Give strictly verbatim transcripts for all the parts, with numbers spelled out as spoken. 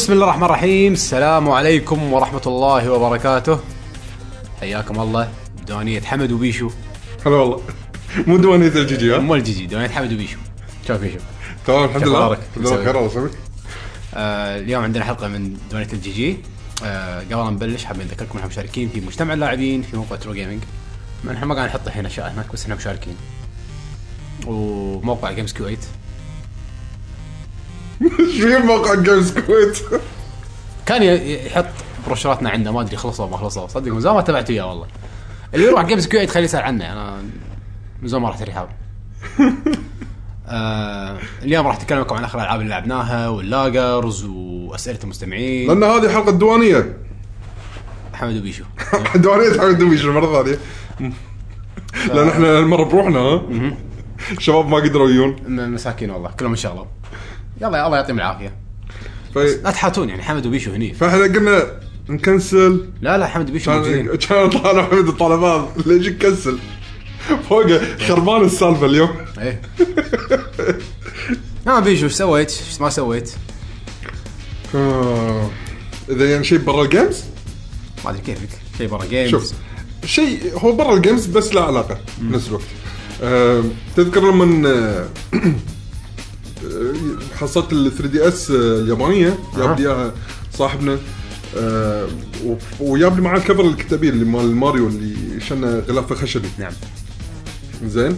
بسم الله الرحمن الرحيم. السلام عليكم ورحمة الله وبركاته. حياكم الله بديوانية حمد وبيشو. هلا والله. مو ديوانية الجي جي ها؟ مو الجي جي، ديوانية حمد وبيشو. شوف بيشو. تمام الحمد لله. الحمد لله خير الله يسلمك. آه اليوم عندنا حلقة من ديوانية الجي جي. آه قبل ما نبلش حابين نذكركم احنا مشاركين في مجتمع اللاعبين في موقع ترو جيمنج. ما احنا ما قاعد نحط هنا اشياء هناك، بس احنا مشاركين. وموقع جيمز كويت. شو موقع جيمز كويت؟ كان يحط بروشراتنا عنده، ما ادري خلصوا ما خلصوا، صدق من زمان ما تبعته اياه والله. اللي يروح جيمز كويت خليه يسال عنه، انا من زمان ما رحت رحاب. آه اليوم راح اتكلم لكم عن اخر الالعاب اللي لعبناها واللاجرز واسئله المستمعين، لان هذه حلقه الديوانيه حمد وبيشو. ديوانيه حمد وبيشو المره ثانيه ف... لان احنا المره بروحنا ها الشباب ما قدروا يجون، مساكين والله كلهم انشغلوا. يلا يا الله يعطيهم العافيه. ف... لا تحاتون يعني حمد وبيشو هني، فاحنا قلنا نكنسل. لا لا حمد وبيشو موجودين. كان طالع حمد الطلبات ليش نكنسل فوقه خربان السالفه اليوم. ايه ها بيشو ايش سويت ايش ما سويت؟ آه. اذا يعني شيء برا الجيمز ما ادري كيفك شيء برا جيمز. شوف شيء هو برا الجيمز بس لا علاقه بنفس الوقت. أه تذكر لما أه حصلت ال ثري دي اس اليابانيه جاب لي اياها صاحبنا، أه وجاب لي معاه الكفر الكتابي اللي مال ماريو اللي شنه غلاف خشبي. نعم زين.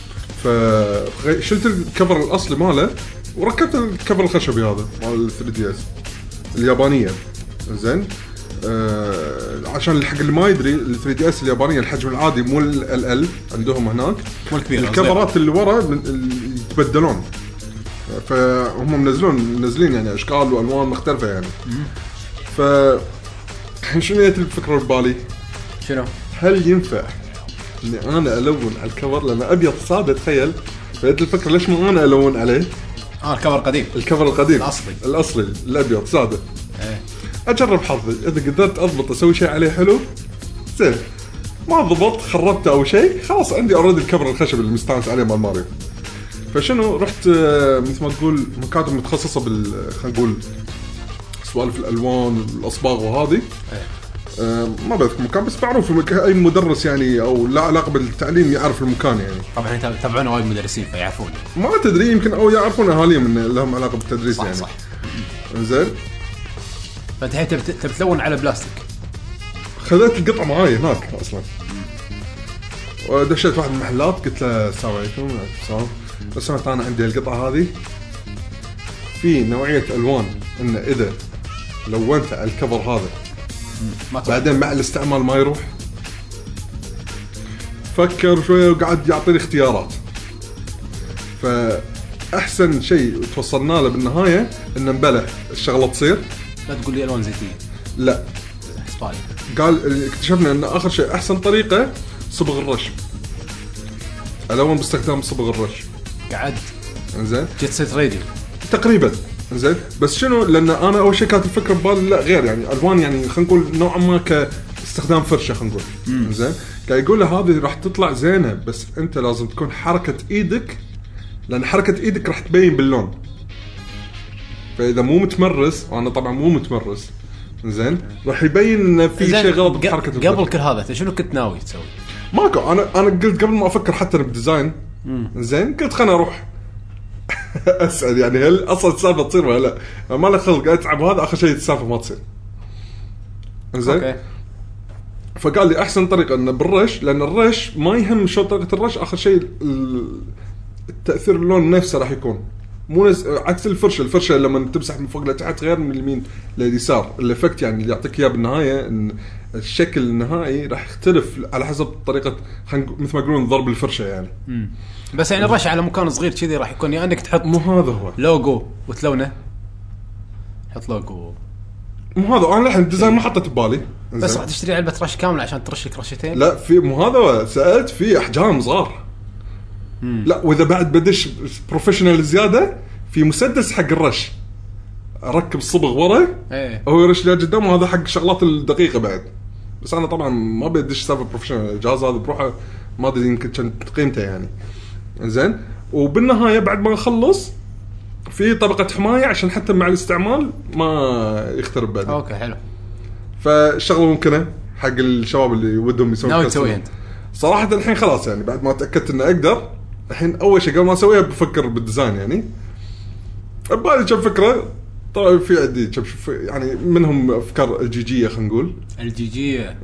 فشلت الكفر الاصلي ماله وركبت الكفر الخشبي هذا مال ثري دي اس اليابانيه. زين. آه عشان الحق اللي ما يدري ال ثري دي اس اليابانيه الحجم العادي مو ال ال عندهم هناك، الكفرات اللي ورا يتبدلون، فهم منزلون منزلين يعني اشكال والوان مختلفه يعني. ف شنو هي الفكره ببالي؟ شنو هل ينفع اني انا الون على الكفر لما ابيض صادق؟ تخيل فهمت الفكره ليش ما انا الون عليه؟ اه الكفر القديم الكفر القديم الاصلي الاصلي الابيض صادق. ايه اجرب حظي اذا قدرت اضبط اسوي شيء عليه حلو زين، ما ضبط خربته او شيء خلاص عندي اوريدي الكفر الخشب اللي مستانس عليه مال ماريو. فشنو رحت مثل ما تقول مكاتب متخصصه بال خلينا نقول سوالف الالوان والاصباغ وهذه. أه ما بذكر مكان بس معروف المك... اي مدرس يعني او لا علاقه بالتعليم يعرف المكان يعني. طبعا يتابعون وايد مدرسين فيعرفون، ما تدري يمكن او يعرفون اهاليهم ان لهم علاقه بالتدريس. صح يعني صح. زين. فانت هي تبي تلون على بلاستيك. خذيت القطعه معاي هناك اصلا ودشيت واحد من المحلات قلت له السلام عليكم. السلام. بس انا عندي القطعه هذه في نوعيه الوان ان اذا لونت على الكفر هذا بعدين مع الاستعمال ما يروح. فكر شويه وقعد يعطيني اختيارات، فاحسن شيء توصلنا له بالنهايه ان نبلع الشغله تصير. لا تقول لي الوان زيتيه، لا حصالي. قال اكتشفنا ان اخر شيء احسن طريقه صبغ الرش، الوان باستخدام صبغ الرش. قعد انزين جيت سيت راديو تقريبا. انزين بس شنو لان انا اول شيء كانت الفكره ببالي لا غير يعني الوان يعني خلينا نقول نوعا ما كاستخدام فرشه خلينا نقول. انزين قاعد يقول له هذه راح تطلع زينه بس انت لازم تكون حركه ايدك، لان حركه ايدك راح تبين باللون. فاذا مو متمرس وانا طبعا مو متمرس زين راح يبين ان في شيء غلط بحركه الفرشه. قبل كل هذا شنو كنت ناوي تسوي؟ ماكو. انا انا قلت قبل ما افكر حتى بالديزاين زين قلت خلنا اروح اسال يعني هل اصلا السالفه تصير ولا لا؟ ما له خلق اتعب هذا اخر شيء السالفه ما تصير. زين. فقال لي احسن طريقه انه بالرش، لان الرش ما يهم شو طريقه الرش، اخر شيء التاثير اللون نفسه راح يكون مو نز... عكس الفرشه. الفرشه لما تمسح من فوق لتحت غير من اليمين لليسار، الافكت يعني اللي يعطيك اياه بالنهايه ان الشكل النهائي راح يختلف على حسب طريقه مثل ما يقولون ضرب الفرشه يعني. مم. بس يعني الرش على مكان صغير كذي راح يكون يعني انك تحط مو هذا هو لوجو وتلونه. حط لوجو مو هذا. انا الحين الديزاين ما حطيت ببالي بس راح تشتري علبه رش كامله عشان ترش لك رشتين. لا في مو هذا سالت في احجام صغار. مم. لا واذا بعد بدش بروفيشنال زياده في مسدس حق الرش اركب الصبغ ورا. ايه هو يرش لي قدام وهذا حق شغلات الدقيقه بعد. بس انا طبعا ما بدش سالفه بروفيشنال. الجهاز هذا بروحه ما ادري يمكن كانت قيمته يعني. زين. وبالنهايه بعد ما اخلص في طبقه حمايه عشان حتى مع الاستعمال ما يخترب بعدين. اوكي حلو. فالشغله ممكنه حق الشباب اللي ودهم يسوون ناوي تسويها انت؟ صراحه الحين خلاص يعني بعد ما تاكدت اني اقدر الحين اول شيء قبل ما اسويها بفكر بالديزاين يعني ببالي كم فكره. طبعا في عندي كم يعني منهم افكار الجيجيه خلينا نقول الجيجيه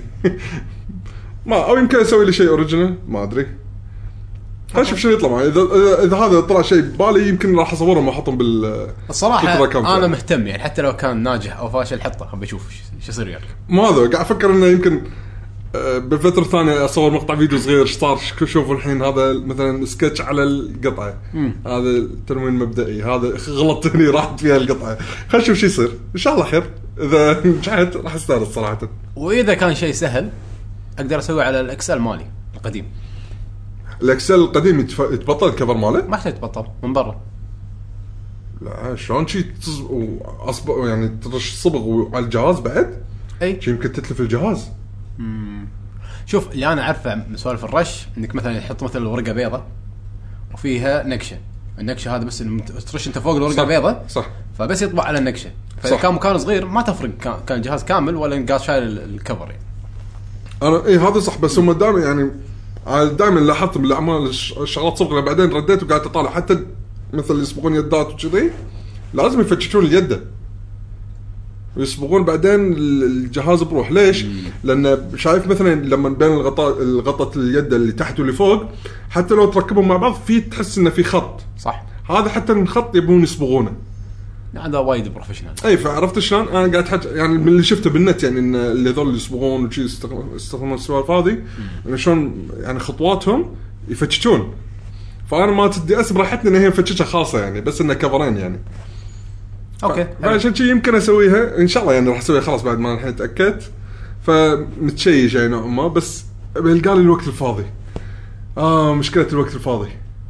ما او يمكن اسوي لي شيء اوريجينال ما ادري. خلينا نشوف شو يطلع معي. اذا اذا هذا طلع شيء ببالي يمكن راح اصوره ما احطهم بال الصراحه انا مهتم يعني حتى لو كان ناجح او فاشل حطه خلينا نشوف ايش يصير وياك. ما هذا قاعد افكر انه يمكن بفتره ثانيه اصور مقطع فيديو صغير ايش صار شوفوا الحين هذا مثلا سكتش على القطعه هذا تنوين مبدئي هذا غلط هني راحت فيها القطعه خلينا نشوف شو يصير ان شاء الله خير. اذا نجحت راح استانس صراحه. واذا كان شيء سهل اقدر اسوي على الاكسل مالي القديم. الاكسل القديم يتبطل الكفر ماله ما يتبطل من برا. لا شلون شيء اصبغ يعني ترش صبغ على الجهاز بعد اي شيء يمكن تتلف الجهاز. امم شوف اللي انا اعرفه من سوالف الرش انك مثلا تحط مثلا ورقه بيضاء وفيها نقشه. النقشه هذا بس ترش انت فوق الورقه البيضاء صح فبس يطبع على النقشه. فاذا كان مكان صغير ما تفرق كان الجهاز كامل ولا نقاط شايل الكفر يعني. انا اي هذا صح بس هم دائما يعني دائما لاحظت من الاعمال الشغلات صبغه بعدين رديت وقاعد اطالع حتى مثل اللي يصبغون يدات وكذي لازم يفتشون اليده ويصبغون بعدين الجهاز بروح. ليش؟ لان شايف مثلا لما بين الغطاء الغطة اليد اللي تحت واللي فوق حتى لو تركبهم مع بعض في تحس انه في خط صح. هذا حتى الخط يبون يصبغونه. هذا وايد بروفيشنال. اي فعرفت شلون انا قاعد حاج يعني من اللي شفته بالنت يعني ان اللي ذول يصبغون وشي يستخدمون السوالف هذه يعني شلون يعني خطواتهم يفتشون. فانا ما تدي اسم راحتني ان هي مفتشه خاصه يعني بس انه كفرين يعني. اوكي فعشان شيء يمكن اسويها ان شاء الله يعني راح اسويها خلاص بعد ما الحين تاكدت. فمتشيش يعني نوعا ما بس بلقى لي الوقت الفاضي. اه مشكله الوقت الفاضي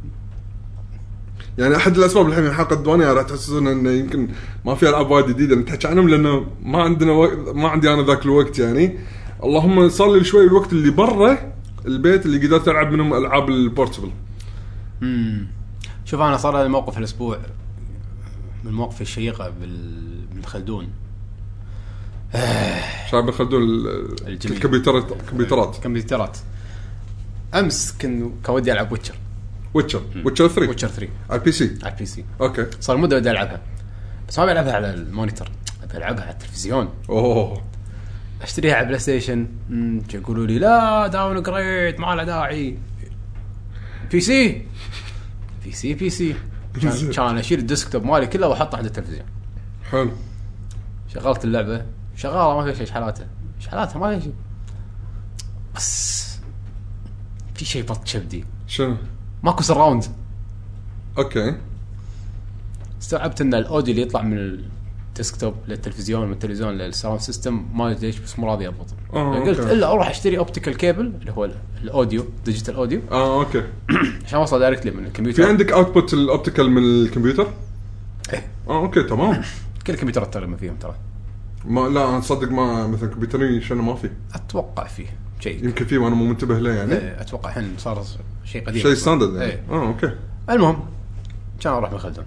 يعني احد الاسباب الحين حلقه الديوانيه راح تحسون انه يمكن ما في العاب وايد جديده نتحكي عنهم لانه ما عندنا و... ما عندي انا ذاك الوقت يعني. اللهم صار لي شوي الوقت اللي برا البيت اللي قدرت العب منهم العاب البورتبل. امم شوف انا صار لي موقف الاسبوع من المواقف الشيقه بال خلدون. شاب خلدون الكمبيوترات كمبيوترات كمبيوترات امس كنت كودي العب ويتشر ويتشر ويتشر ثري ويتشر ثري على البي سي على البي سي. اوكي صار مده بدي العبها بس ما بلعبها على المونيتور بلعبها على التلفزيون. اوه اشتريها على بلاي ستيشن امم يقولوا لي لا داون جريد ما له داعي بي سي بي سي بي سي كان, كان اشيل الديسكتوب مالي كله واحطه عند التلفزيون. حلو شغلت اللعبه شغاله ما في شيء حالاتها حالاتها ما في شيء بس في شيء بط شبدي. شنو؟ ماكو سراوند. اوكي استوعبت ان الاوديو اللي يطلع من الديسكتوب للتلفزيون ومن التلفزيون للسراوند سيستم ما ادري ليش بس مو راضي اضبط. قلت الا اروح اشتري اوبتيكال كيبل اللي هو الاوديو ديجيتال اوديو اه اوكي عشان اوصل دايركتلي من الكمبيوتر. في عندك اوتبوت الاوبتيكال من الكمبيوتر؟ ايه اه اوكي تمام. كل الكمبيوترات ترى ما فيهم ترى ما لا انا صدق ما مثلا كمبيوترين شنو ما في. اتوقع فيه شيء يمكن فيه وانا مو منتبه له يعني. ايه اتوقع الحين صار شيء قديم شيء ستاندرد يعني. ايه. اه اوكي المهم كان اروح بخلدون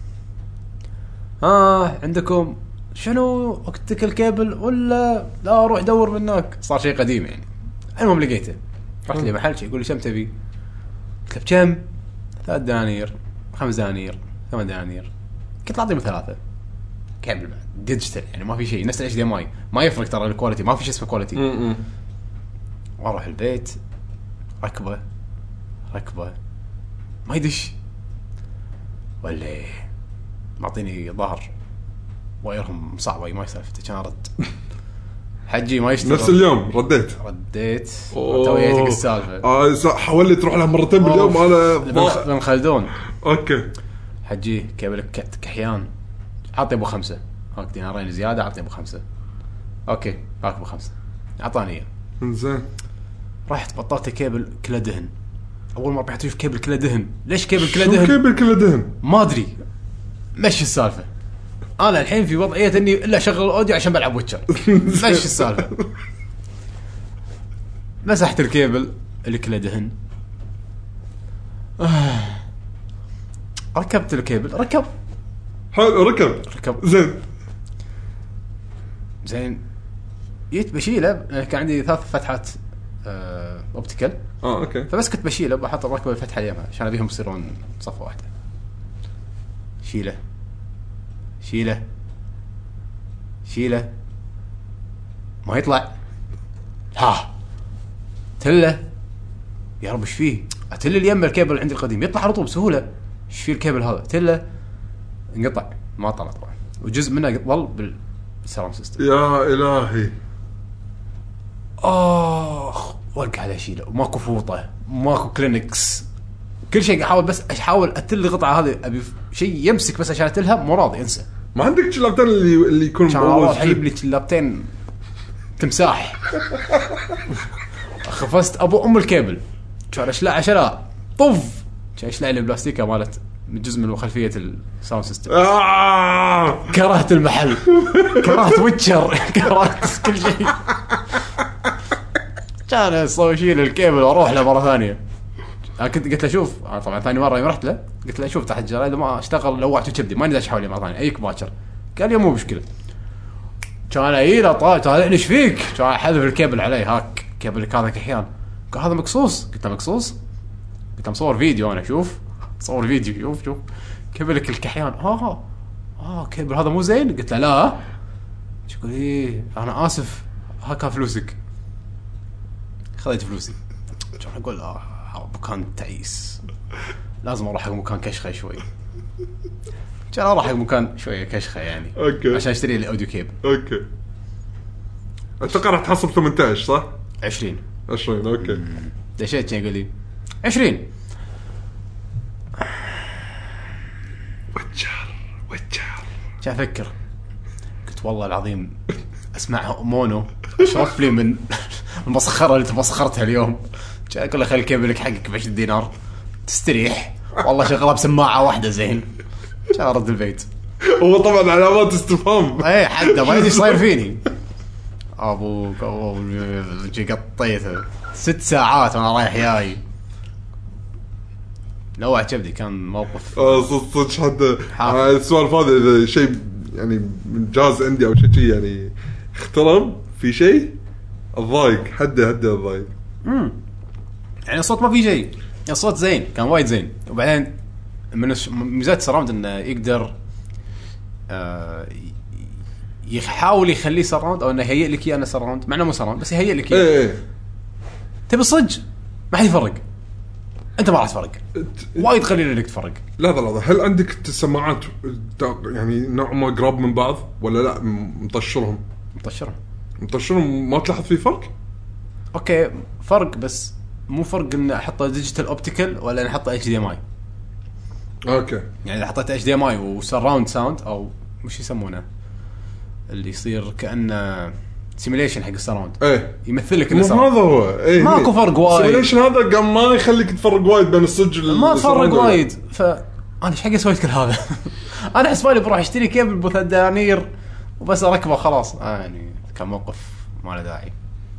اه عندكم شنو اوبتيكال كيبل ولا لا اروح ادور منك. صار شيء قديم يعني. المهم لقيته رحت لي محل شيء يقول لي كم تبي قلت له بكم ثلاث دنانير خمس دنانير ثمان دنانير قلت له اعطيني ثلاثه كابل ديجيتال يعني ما في شيء نفس الاتش دي ام اي ما يفرق ترى الكواليتي ما في شيء اسمه كواليتي. امم واروح البيت ركبه ركبه ما يدش ولا معطيني ظهر وايرهم صعبه ما يسالفته كان رد حجي ما يشتغل نفس اليوم رديت رديت تويتك السالفه اه حاولت تروح لها مرتين باليوم انا بن خلدون. اوكي حجي كيبلك كحيان اعطي ابو خمسة هاك دينارين زياده اعطي ابو خمسة اوكي هاك ابو خمسة اعطاني اياه زين. رحت بطلت كيبل كله دهن. اول مره رحت اشوف كيبل كله دهن. ليش كيبل كله دهن؟ شو كيبل كله دهن؟ ما ادري مش السالفه. انا الحين في وضعيه اني الا اشغل الاوديو عشان بلعب ويتشر مش السالفه. مسحت الكيبل اللي كله دهن آه. ركبت الكيبل ركب حلو ركب ركب زين زين جيت بشيله كان عندي ثلاث فتحات آه اوبتيكال اه اوكي فبس كنت بشيله بحط ركبه الفتحه اليمها عشان ابيهم يصيرون صفه واحده شيله شيله شيله ما يطلع ها تله يا رب ايش فيه اتله اليم الكيبل عندي القديم يطلع على طول بسهوله ايش فيه الكيبل هذا تله انقطع ما طلع طبعا وجزء منه ظل بالسلام سيستم يا الهي اخ وقع على شيله وماكو فوطه ماكو كلينكس كل شيء احاول بس احاول اتل القطعه هذه ابي شيء يمسك بس عشان اتلها مو راضي انسى ما عندك جلابتين اللي اللي يكون مبوظ اجيب لي جلابتين تمساح خفست ابو ام الكيبل كان اشلع عشرة طف كان اشلع لي بلاستيكه مالت من جزء من خلفيه الساوند سيستم آه. كرهت المحل كرهت ويتشر كرهت كل شيء كان اسوي شيل الكيبل واروح له مره ثانيه كنت قلت له شوف طبعا ثاني مره يوم رحت له قلت له شوف تحت الجرار اذا ما اشتغل لوعته كبدي ما ندش حولي مره ثانيه ايك باكر قال لي مو مشكله كان اي لا طالع طالع ايش فيك كان حذف الكيبل علي هاك كيبلك هذا كحيان قال هذا مقصوص قلت له مقصوص قلت له مصور فيديو انا شوف صور فيديو شوف شوف كيبلك الكحيان اه اه كيبل هذا مو زين قلت له لا يقول ايه انا اسف هاك فلوسك خذيت فلوسي كان اقول اه مكان تعيس لازم اروح حق مكان كشخه شوي كان اروح حق مكان شويه كشخه يعني أوكي. عشان اشتري لي اوديو كيبل اوكي اتوقع راح تحصل ثمانية عشر صح عشرين عشرين اوكي دشيت يقول لي عشرين وجار وجار كان افكر قلت والله العظيم اسمعها مونو اشرف لي من المسخره اللي تمسخرتها اليوم كان اقول له خلي كيبلك حقك ب عشرين دينار تستريح والله شغلها بسماعه واحده زين كان ارد البيت هو طبعا علامات استفهام اي حدا ما يدري ايش صاير فيني ابوك ابو جي قطيته ست ساعات وانا رايح جاي نوع كبدي كان موقف اه صدق صدق حد السؤال هذا اذا شيء يعني من جاز عندي او شيء يعني اخترب في شيء الضايق حد حد الضايق امم يعني الصوت ما في شيء الصوت زين كان وايد زين وبعدين من ميزات سراوند انه يقدر آه يحاول يخليه سراوند او انه يهيئ لك اياه انه سراوند مع انه مو سراوند بس يهيئ لك اياه ايه تبي صدق ما حد يفرق انت ما راح تفرق وايد قليل انك تفرق لا لا لا هل عندك السماعات يعني نوع ما قراب من بعض ولا لا مطشرهم مطشرهم مطشرهم ما تلاحظ في فرق اوكي فرق بس مو فرق ان احطه ديجيتال اوبتيكال ولا احطه اتش دي ام اي اوكي يعني اذا حطيت اتش دي ام اي وسراوند ساوند او مش يسمونه اللي يصير كانه سيميليشن حق السراوند ايه يمثل لك مو هذا هو ايه ماكو فرق وايد سيميليشن هذا قام ما يخليك تفرق وايد بين السجل ما تفرق وايد فانا ايش حق سويت كل هذا انا حسبالي بروح اشتري كيبل بث دنانير وبس اركبه خلاص آه يعني كان موقف ما له داعي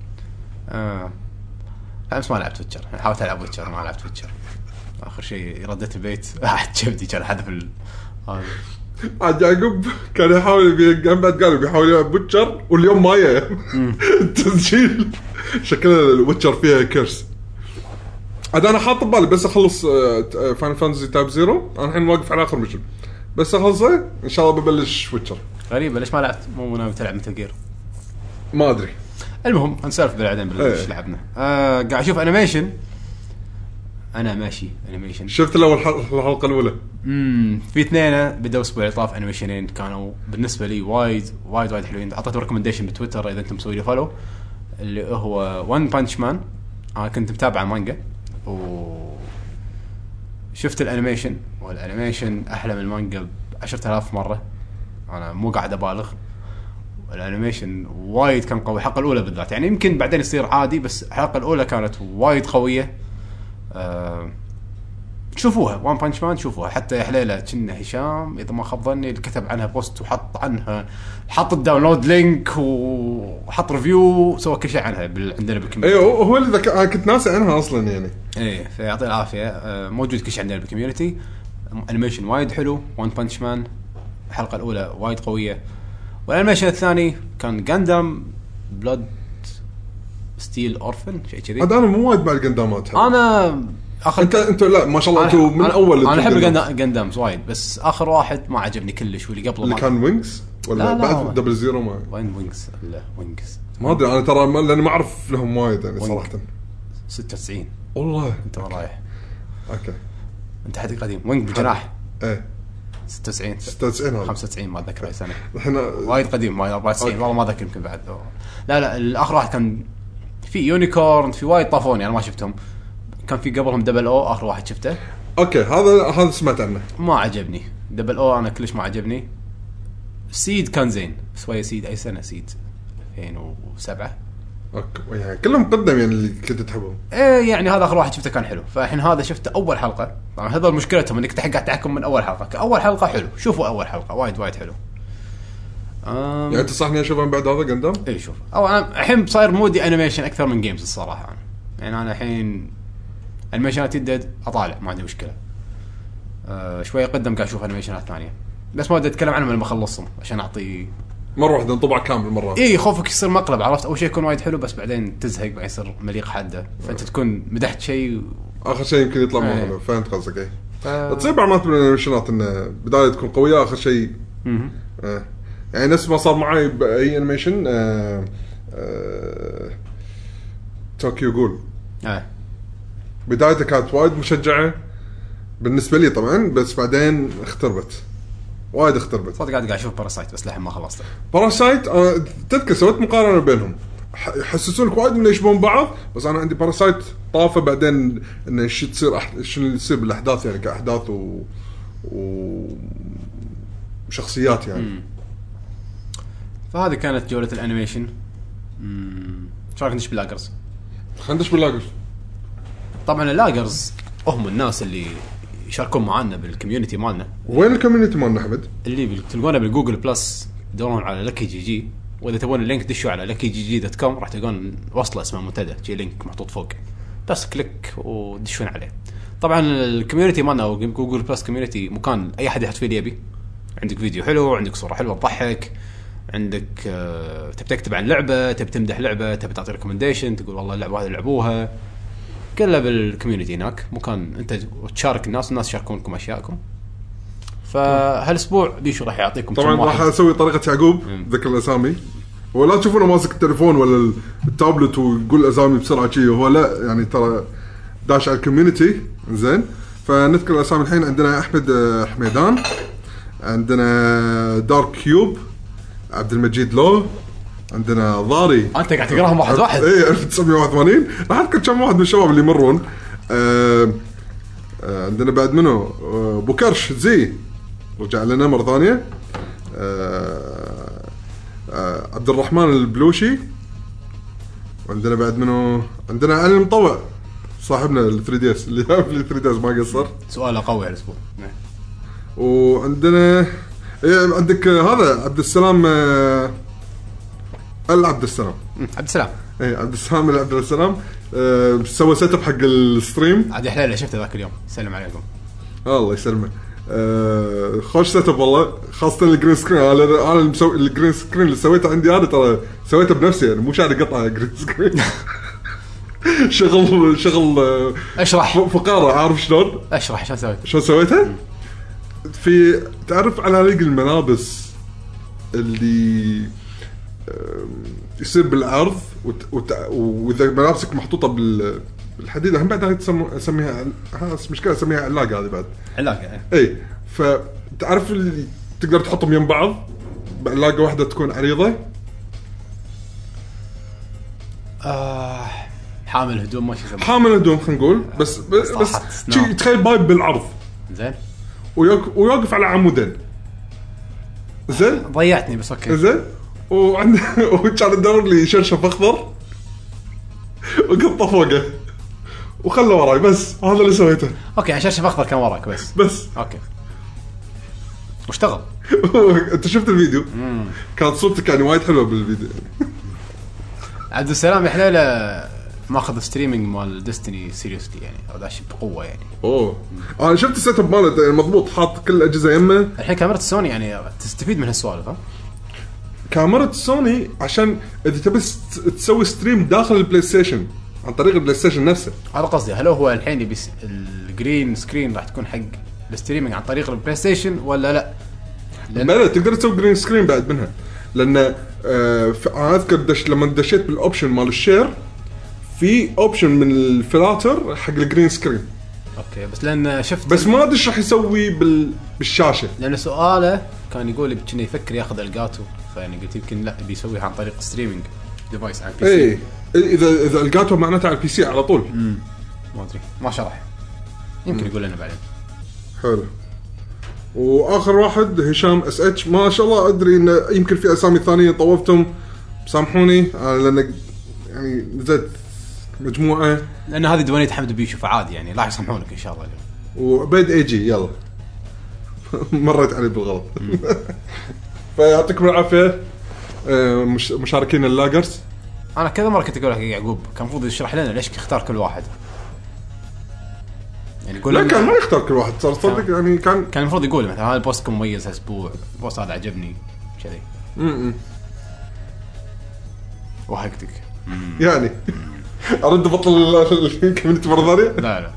اه امس ما لعبت ويتشر حاولت العب ويتشر ما لعبت ويتشر اخر شيء رديت البيت احد جبدي كان حذف ال هذا عاد يعقوب كان يحاول قام بعد قال بيحاول يلعب ويتشر واليوم مايه التسجيل شكل الويتشر فيها كيرس عاد انا حاط بالي بس اخلص فاينل فانتسي تايب زيرو انا الحين واقف على اخر مشن بس اخلصه ان شاء الله ببلش ويتشر غريبه ليش ما لعبت مو ناوي تلعب متل جير ما ادري المهم نسولف بعدين باللي لعبنا آه قاعد اشوف انيميشن انا ماشي انيميشن شفت الاول الحلقه الاولى امم في اثنين بدوا اسبوع طاف انيميشنين كانوا بالنسبه لي وايد وايد وايد حلوين اعطيته ريكومنديشن بتويتر اذا انتم مسوي لي فولو اللي هو وان بانش مان انا كنت متابع مانجا و شفت الانيميشن والانيميشن احلى من المانجا عشرة آلاف مره انا مو قاعد ابالغ الانيميشن وايد كان قوي الحلقه الاولى بالذات يعني يمكن بعدين يصير عادي بس الحلقه الاولى كانت وايد قويه أه شوفوها وان بانش مان شوفوها حتى يا حليله كنا هشام اذا ما خاب ظني كتب عنها بوست وحط عنها حط الداونلود لينك وحط ريفيو سوى كل شيء عنها عندنا بالكوميونتي ايوه هو اللي ذك... كنت ناسي عنها اصلا يعني ايه فيعطيه العافيه أه موجود كل شيء عندنا بالكوميونتي انيميشن وايد حلو وان بانش مان الحلقه الاولى وايد قويه. والانيميشن الثاني كان غاندام بلود ستيل اورفن شيء كذي. هذا انا مو وايد مع الجندامات. انا اخر انت انت لا ما شاء الله انتم من اول. انا احب الجندامز وايد بس اخر واحد ما عجبني كلش واللي قبله اللي كان وينجز ولا لا لا بعد دبل زيرو ما وين وينجز لا وينجز ما ادري انا ترى لاني ما اعرف لهم وايد يعني صراحه. ستة وتسعين والله انت رايح اوكي انت حد قديم وينج بجناح ايه ستة وتسعين ستة وتسعين خمسة وتسعين ما اتذكر اي سنه الحين وايد قديم وايد أربعة وتسعين والله ما اذكر يمكن بعد. لا لا الاخر واحد كان في يونيكورن في وايد طافوني انا ما شفتهم. كان في قبلهم دبل او اخر واحد شفته. اوكي هذا هذا سمعت عنه ما عجبني دبل او انا كلش ما عجبني. سيد كان زين شويه. سيد اي سنه سيد ألفين وسبعة اوكي يعني كلهم قدم يعني اللي كنت تحبهم. ايه يعني هذا اخر واحد شفته كان حلو. فالحين هذا شفته اول حلقه. طبعا هذا مشكلتهم انك تحق تحكم من اول حلقه. اول حلقه حلو شوفوا اول حلقه وايد وايد حلو. أم... يعني تنصحني اشوفه بعد هذا غاندام؟ اي شوف او انا الحين صاير مودي انيميشن اكثر من جيمز الصراحه. أنا. يعني انا الحين انيميشنات يدد اطالع ما عندي مشكله. أه شويه قدم قاعد اشوف انيميشنات ثانيه بس ما بدي اتكلم عنهم لما اخلصهم عشان اعطي مره واحده انطباع كامل مره. اي خوفك يصير مقلب عرفت. اول شيء يكون وايد حلو بس بعدين تزهق بعدين يصير مليق حده فانت تكون مدحت شيء و... اخر شيء يمكن يطلع مو حلو. فهمت قصدك. اي ف... تصير بعض الانيميشنات انه بدايه تكون قويه اخر شيء آه. يعني نفس ما صار معي باي انيميشن آه... آه... توكيو جول اه بدايته كانت وايد مشجعه بالنسبه لي طبعا بس بعدين اختربت وايد اختربت. صدق قاعد قاعد اشوف باراسايت بس لحين ما خلصته. باراسايت انا تذكر سويت مقارنه بينهم يحسسونك وايد انه يشبهون بعض بس انا عندي باراسايت طافه بعدين انه ايش تصير أح... شنو اللي يصير بالاحداث يعني كاحداث و وشخصيات يعني. مم. فهذه كانت جوله الانيميشن. امم شو رايك ندش باللاجرز؟ خلينا ندش باللاجرز. طبعا اللاجرز هم الناس اللي يشاركون معنا بالكوميونتي مالنا. وين الكوميونتي مالنا احمد؟ اللي تلقونه بالجوجل بلس دورون على لكي جي جي. واذا تبون اللينك دشوا على لكي جي جي دوت كوم راح تلقون وصله اسمها منتدى شي لينك محطوط فوق بس كليك ودشون عليه. طبعا الكوميونتي مالنا او جوجل بلس كوميونتي مكان اي احد يحط فيه يبي. عندك فيديو حلو عندك صوره حلوه تضحك عندك آه، تبي تكتب عن لعبه تبي تمدح لعبه تبي تعطي ريكومنديشن تقول والله اللعبه هذه لعبوها كلها بالكوميونتي هناك مكان انت تشارك الناس الناس يشاركونكم اشياءكم. فهالاسبوع بيشو راح يعطيكم طبعا راح اسوي طريقه يعقوب ذكر الاسامي ولا تشوفونه ماسك التليفون ولا التابلت ويقول اسامي بسرعه شيء هو لا يعني ترى داش على الكوميونتي زين. فنذكر الاسامي الحين عندنا احمد حميدان عندنا دارك كيوب عبد المجيد لو عندنا ضاري. انت قاعد تقراهم واحد واحد. اي ألف وتسعمية وواحد وثمانين راح اذكر كم واحد من الشباب اللي يمرون. آه آه عندنا بعد منه آه بوكرش زي رجع لنا مره ثانيه. آه آه عبد الرحمن البلوشي وعندنا بعد منه عندنا علي المطوع صاحبنا ال ثري دي اس اللي في ثري دي اس ما قصر. سؤاله قوي هالاسبوع. وعندنا إيه عندك هذا عبد السلام آه عبد السلام عبد السلام اي عبد السلام عبد السلام أه سوى سيت اب حق الستريم عاد حليله شفته ذاك اليوم سلم عليكم. الله يسلمه. أه خوش سيت اب والله خاصه الجرين سكرين. انا انا مسوي الجرين سكرين اللي سويته عندي انا ترى سويته بنفسي يعني مو شاري قطعه جرين سكرين. شغل شغل اشرح فقاره عارف شلون اشرح شلون سويت شلون سويته في تعرف على ريق الملابس اللي يصير بالعرض واذا ملابسك محطوطه بالحديد هم بعد تسمى اسميها ها مشكله اسميها علاقه هذه بعد علاقه اي فتعرف اللي تقدر تحطهم يم بعض بعلاقه واحده تكون عريضه. آه حامل هدوم ماشي زين حامل هدوم خلينا نقول بس بس, بس تخيل بايب بالعرض زين ويوقف على عمودين زين ضيعتني بس اوكي زين وعنده وكان يدور لي شرشف اخضر وقطه فوقه وخله وراي بس هذا اللي سويته. اوكي شرشف اخضر كان وراك بس بس اوكي واشتغل. انت شفت الفيديو مم. كانت صورتك يعني وايد حلوه بالفيديو. عبد السلام يحلى ماخذ ستريمينج مال ديستني سيريسلي يعني هذا شيء بقوه يعني. اوه انا شفت السيت اب ماله يعني مضبوط حاط كل الاجهزه يمه. الحين كاميرا سوني يعني تستفيد من هالسوالف ها. كاميرا سوني عشان اذا تبي تسوي ستريم داخل البلاي ستيشن عن طريق البلاي ستيشن نفسه. هذا قصدي هل هو الحين يبي الجرين سكرين راح تكون حق الستريمينج عن طريق البلاي ستيشن ولا لا؟ لأن... لا تقدر تسوي جرين سكرين بعد منها لان آه انا اذكر دش لما دشيت بالاوبشن مال الشير في اوبشن من الفلاتر حق الجرين سكرين. اوكي بس لان شفت بس ما ادري ايش راح يسوي بال... بالشاشه لان سؤاله كان يقول كنا يفكر ياخذ الجاتو فيعني قلت يمكن لا بيسويها عن طريق ستريمينج ديفايس على البي سي. اي اذا اذا الجاتو معناته على البي سي على طول. امم ما ادري ما شرح يمكن يقول لنا بعدين. حلو. واخر واحد هشام اس اتش ما شاء الله ادري انه يمكن في اسامي ثانيه طوفتهم سامحوني لان يعني نزلت مجموعه لان هذه ديوانيه حمد بيشو فعادي يعني لا يسامحونك ان شاء الله اليوم. وعبيد اي جي يلا مريت عليه بالغلط. فيعطيكم العافيه مش مشاركين اللاجرز. انا كذا مره كنت اقول لك يعقوب كان المفروض يشرح لنا ليش اختار كل واحد يعني يقول لا كان ما يختار كل واحد صار صدق يعني كان كان المفروض يقول مثلا هذا البوست مميز هالاسبوع البوست هذا عجبني كذي امم وهكتك يعني ارد بطل الكوميونتي مره ثانيه. لا لا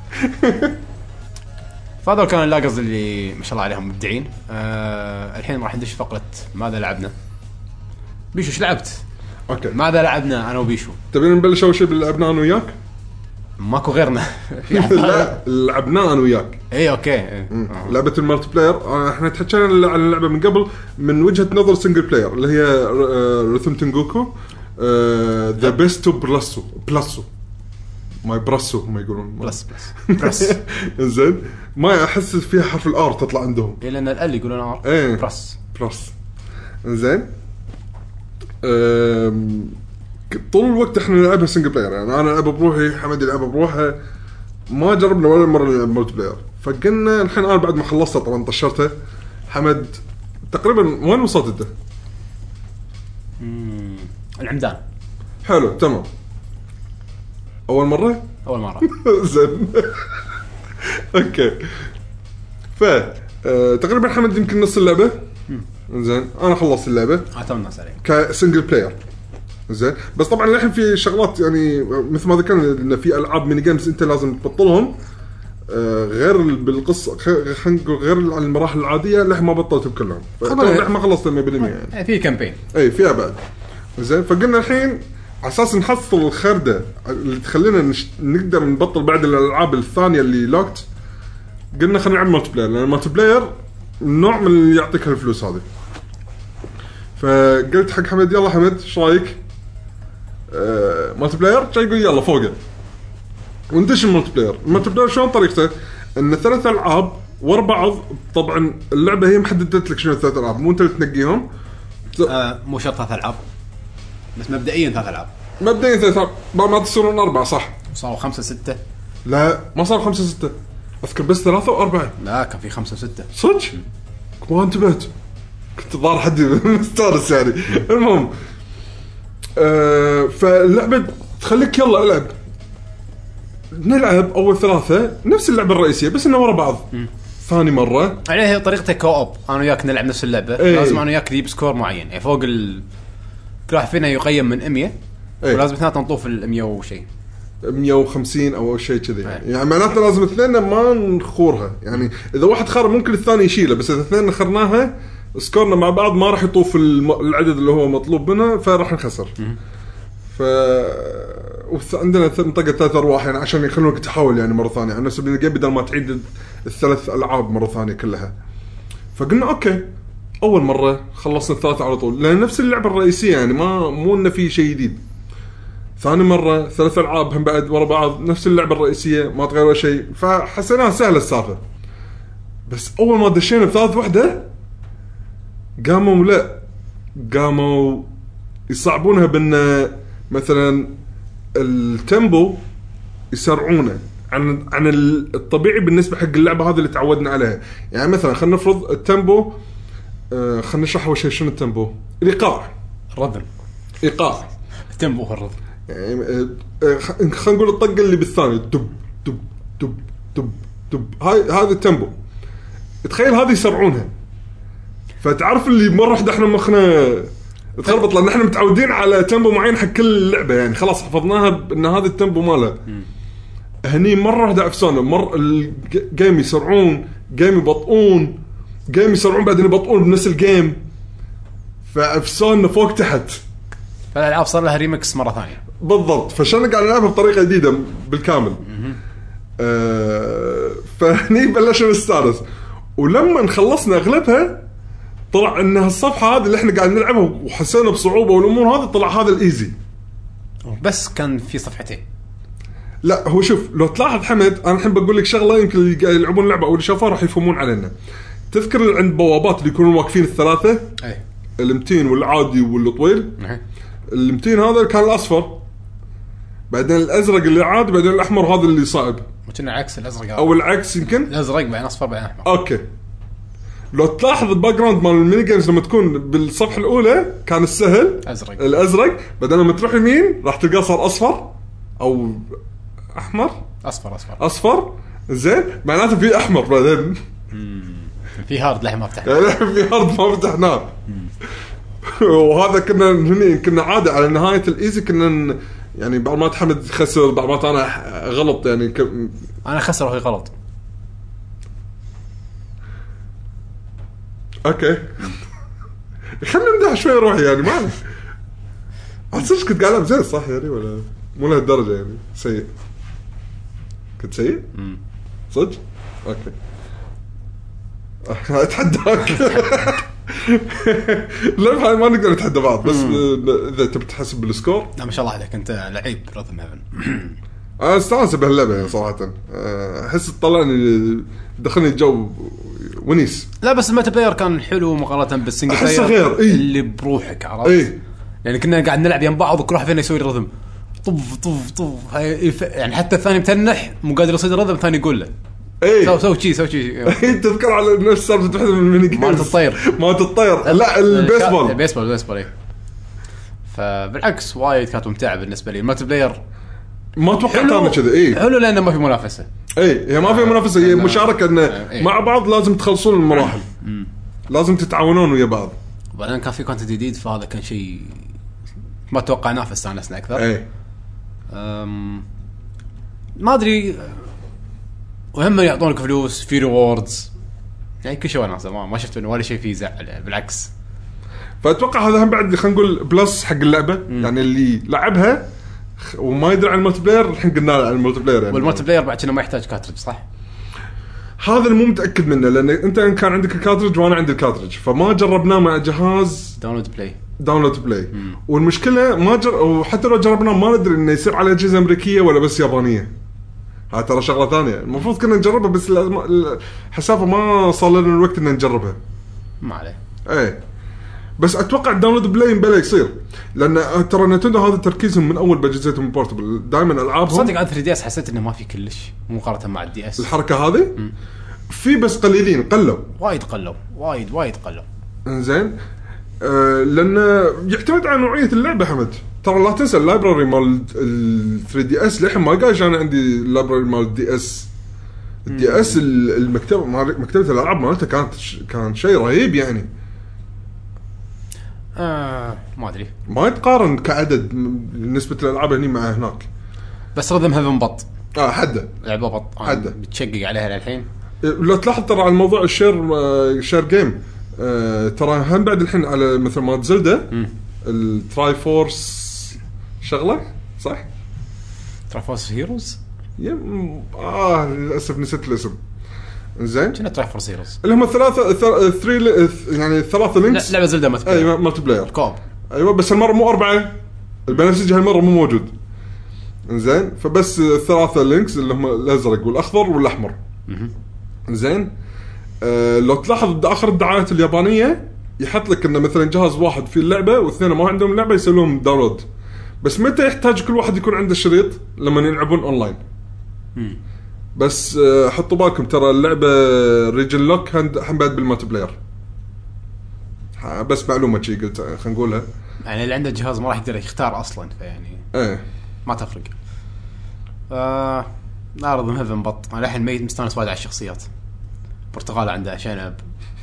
فهذول كانوا اللاجرز اللي ما شاء الله عليهم مبدعين. أه الحين راح ندش فقره ماذا لعبنا. بيشو ايش لعبت؟ اوكي ماذا لعبنا انا وبيشو؟ تبين نبلش اول شيء باللي لعبناه انا وياك؟ ماكو غيرنا. لا لعبناه انا وياك. اي اوكي إيه. آه. لعبه المالتي بلاير احنا تحكينا عن اللعبه من قبل من وجهه نظر سنجل بلاير اللي هي ريثم تنجوكو ذا بيست بلاسو بلاسو ماي براسو ما يقولون بلس بلس برس. زين ما احس فيها حرف الار تطلع عندهم اي لان ال يقولون ار ايه. برس برس. زين طول الوقت احنا نلعبها سنجل بلاير يعني انا العب بروحي حمد يلعب بروحه ما جربنا ولا مره نلعب مالتي بلاير. فقلنا الحين انا بعد ما خلصت طبعا طشرته حمد تقريبا وين وصلت انت؟ امم العمدان. حلو تمام اول مره اول مره. زين اوكي ف أه... تقريبا حمد يمكن نص اللعبه. زين انا خلصت اللعبه اتمنى عليك كسنجل بلاير. زين بس طبعا الحين في شغلات يعني مثل ما ذكرنا ان في العاب ميني جيمز انت لازم تبطلهم آه غير بالقصه خلينا نقول غير المراحل العاديه اللي ما بطلتهم كلهم طبعا ما خلصت مية بالمية يعني في كامبين اي فيها بعد. زين فقلنا الحين على اساس نحصل الخرده اللي تخلينا نش... نقدر نبطل بعد الالعاب الثانيه اللي لوكت قلنا خلينا نلعب مالتي بلاير لان المالتي بلاير نوع من اللي يعطيك الفلوس هذه. فقلت حق حمد يلا حمد ايش رايك آه مالتي بلاير؟ جاي يقول يلا فوقه وندش المالتي بلاير. المالتي بلاير شلون طريقته ان ثلاث العاب ورا بعض. طبعا اللعبه هي محددت لك شنو ثلاث العاب مو انت اللي تنقيهم. آه مو شرط ثلاث العاب بس مبدئيا ثلاث العاب مبدئيا ثلاث العاب ما تصيرون اربعه صح؟ صاروا خمسة ستة. لا ما صار خمسة ستة اذكر بس ثلاثه واربعه. لا كان في خمسة ستة صدق ما انتبهت كنت ضار حد مستانس يعني. المهم أه فاللعبه تخليك يلا العب نلعب اول ثلاثه نفس اللعبه الرئيسيه بس انه ورا بعض. م. ثاني مره يعني هي طريقته كوب انا وياك نلعب نفس اللعبه. ايه. لازم انا وياك نجيب سكور معين يعني فوق ال... كل واحد فينا يقيم من مية. ايه. ولازم اثنين نطوف ال مية وشيء مية وخمسين او شيء كذي. ايه. يعني معناته لازم اثنين ما نخورها يعني اذا واحد خار ممكن الثاني يشيله بس اذا اثنين نخرناها سكورنا مع بعض ما راح يطوف العدد اللي هو مطلوب منه فراح نخسر. ف وعندنا منطقه ثلاث ارواح يعني عشان يخلونك تحاول يعني مره ثانيه على سبيل المثال بدل ما تعيد الثلاث العاب مره ثانيه كلها. فقلنا اوكي اول مره خلصنا الثلاثه على طول لان نفس اللعبه الرئيسيه يعني ما مو انه في شيء جديد. ثاني مره ثلاث العاب هم بعد ورا بعض نفس اللعبه الرئيسيه ما تغير ولا شيء فحسيناها سهله السالفه. بس اول ما دشينا بثالث وحده قاموا لا قاموا يصعبونها بان مثلا التيمبو يسرعونه عن عن الطبيعي بالنسبه حق اللعبه هذه اللي تعودنا عليها. يعني مثلا خلينا نفرض التيمبو آه خلينا نشرح اول شيء شنو التيمبو. الايقاع الرذم. ايقاع التيمبو هو الرذم يعني خلينا نقول الطقه اللي بالثاني دب دب دب دب دب هاي هذا التيمبو. تخيل هذه يسرعونها، فتعرف اللي مره واحده احنا مخنا تخربط لان احنا متعودين على تيمبو معين حق كل لعبه، يعني خلاص حفظناها بان هذا التيمبو ماله. هني مره واحده عفسانه، مره الجيم يسرعون، جيم يبطئون، جيم يسرعون بعدين يبطئون بنفس الجيم، فعفسانه فوق تحت. فالالعاب صار لها ريمكس مره ثانيه بالضبط. فشان قاعد نلعبها بطريقه جديده بالكامل. آه فهني بلشنا نستانس، ولما خلصنا اغلبها طلع ان هالصفحه هذه اللي احنا قاعد نلعبها وحسينا بصعوبه والامور هذه، طلع هذا الايزي بس كان في صفحتين. لا هو شوف، لو تلاحظ حمد انا الحين بقول لك شغله يمكن اللي قاعد يلعبون اللعبه او اللي شافوها راح يفهمون علينا. تذكر عند بوابات اللي يكونوا واقفين الثلاثه، اي المتين والعادي والطويل، اي المتين هذا كان الاصفر، بعدين الازرق اللي عادي، بعدين الاحمر هذا اللي صعب، وكنا عكس الازرق او العكس يمكن الازرق بعدين اصفر بعدين احمر. اوكي. لو تلاحظ الباك جراوند مال الميني جيمز لما تكون بالصفحه الاولى كان السهل ازرق، الازرق، بعدين لما تروح يمين راح تلقاه صار اصفر او احمر، اصفر اصفر اصفر زين، معناته في احمر بعدين في هارد لحين ما فتحنا، يعني في هارد ما فتحناه. وهذا كنا هني كنا عاده على نهايه الايزي كنا يعني بعد ما تحمد خسر، بعد ما انا غلط يعني ك... انا خسر وهي غلط. اوكي خلينا نمدح شوي روحي يعني، ما احسش كنت قاعد زين صح يعني، ولا مو لهالدرجه يعني سيء؟ كنت سيء صدق؟ اوكي اتحداك. لا ما نقدر نتحدى بعض، بس اذا تبي تحسب بالسكور. لا ما شاء الله عليك، انت لعيب رذم هيفن. انا استانس بهاللعبه يعني صراحه، احس طلعني دخلني الجو ونيس. لا بس الملتي بلاير كان حلو مقارنه بالسنجل بلاير غير إيه؟ اللي بروحك عرفت إيه؟ يعني كنا قاعد نلعب يم بعض وكل واحد فينا يسوي رذم طف طف طف هاي يعني، حتى الثاني متنح مو قادر يصيد الرذم، الثاني يقول له ايه سو سو شيء سو شيء. تذكر على نفس سالفه واحده من الميني جيمز مالت الطير مالت الطير لا البيسبول البيسبول البيسبول ايه. فبالعكس وايد كانت ممتعه بالنسبه لي الملتي بلاير، ما توقعت انا كذا. ايه حلو لانه ما في منافسه. ايه هي ما في منافسه، هي مشاركه ان إيه؟ مع بعض لازم تخلصون المراحل، لازم تتعاونون ويا بعض. وبعدين كان في كونتنت جديد، فهذا كان شيء ما توقعناه، فاستانسنا اكثر. ايه أم... ما ادري، وهم يعطونك فلوس في ريوردز يعني كل شيء وناسه، ما ما شفت انه ولا شيء فيه زعل بالعكس. فاتوقع هذا هم بعد خلينا نقول بلس حق اللعبه. م. يعني اللي لعبها وما يدري عن الملتي بلاير الحين قلنا له عن الملتي بلاير يعني. والملتي بلاير بعد كنا ما يحتاج كاترج صح؟ هذا اللي مو متاكد منه، لان انت كان عندك الكاترج وانا عندي الكاترج، فما جربناه مع جهاز داونلود بلاي داونلود بلاي. والمشكله ما جر... وحتى لو جربناه ما ندري انه يصير على اجهزه امريكيه ولا بس يابانيه. هاي ترى شغله ثانيه، المفروض كنا نجربها بس حسافه ما صار لنا الوقت ان نجربها. ما عليه. ايه بس اتوقع داونلود بلاي بلا يصير، لان ترى نتندو هذا تركيزهم من اول باجهزتهم البورتبل، دائما العابهم صدق على ثري دي اس حسيت انه ما في كلش مقارنه مع الدي اس. الحركه هذه م. في بس قليلين قلوا وايد قلوا وايد وايد قلوا. انزين أه لان يعتمد على نوعيه اللعبه حمد. ترى لا تنسى اللايبراري مال ال ثري دي اس لحين ما قايش انا عندي اللايبراري مال الدي اس. الدي اس المكتبه مكتبه الالعاب مالته كانت كان شيء رهيب يعني. آه ما ادري ما يتقارن كعدد نسبه الالعاب هني مع هناك. بس رذم هيفن بط اه حده لعبه بط حده بتشقق عليها للحين. لو تلاحظ ترى على الموضوع الشير شير جيم آه ترى هم بعد الحين على مثل ما زلدة التراي فورس شغله صح؟ تراي فورس هيروز يم اه للاسف نسيت الاسم. زين كنا تراي فورس هيروز اللي هم الثلاثه ثري يعني ثلاثه لينكس. لعبه زلدة مالتي بلاير. ايوه مالتي بلاير كوب. ايوه بس المره مو اربعه، البنفسجي هالمره مو موجود. زين فبس الثلاثه لينكس اللي هم الازرق والاخضر والاحمر. زين آه لو تلاحظ باخر الدعايات اليابانيه يحط لك انه مثلا جهاز واحد فيه اللعبه واثنين ما عندهم اللعبه يسوون داونلود. بس متى يحتاج كل واحد يكون عنده شريط؟ لما يلعبون اونلاين. مم. بس آه حطوا بالكم ترى اللعبه ريجن لوك هم بعد بالمالتي بلاير. بس معلومه شي قلت خلينا نقولها، يعني اللي عنده جهاز ما راح يقدر يختار اصلا، فيعني ايه ما تفرق. آه لا رضم هيفن بط انا الحين ميت مستانس وايد على الشخصيات. برتقالة عندها شنب.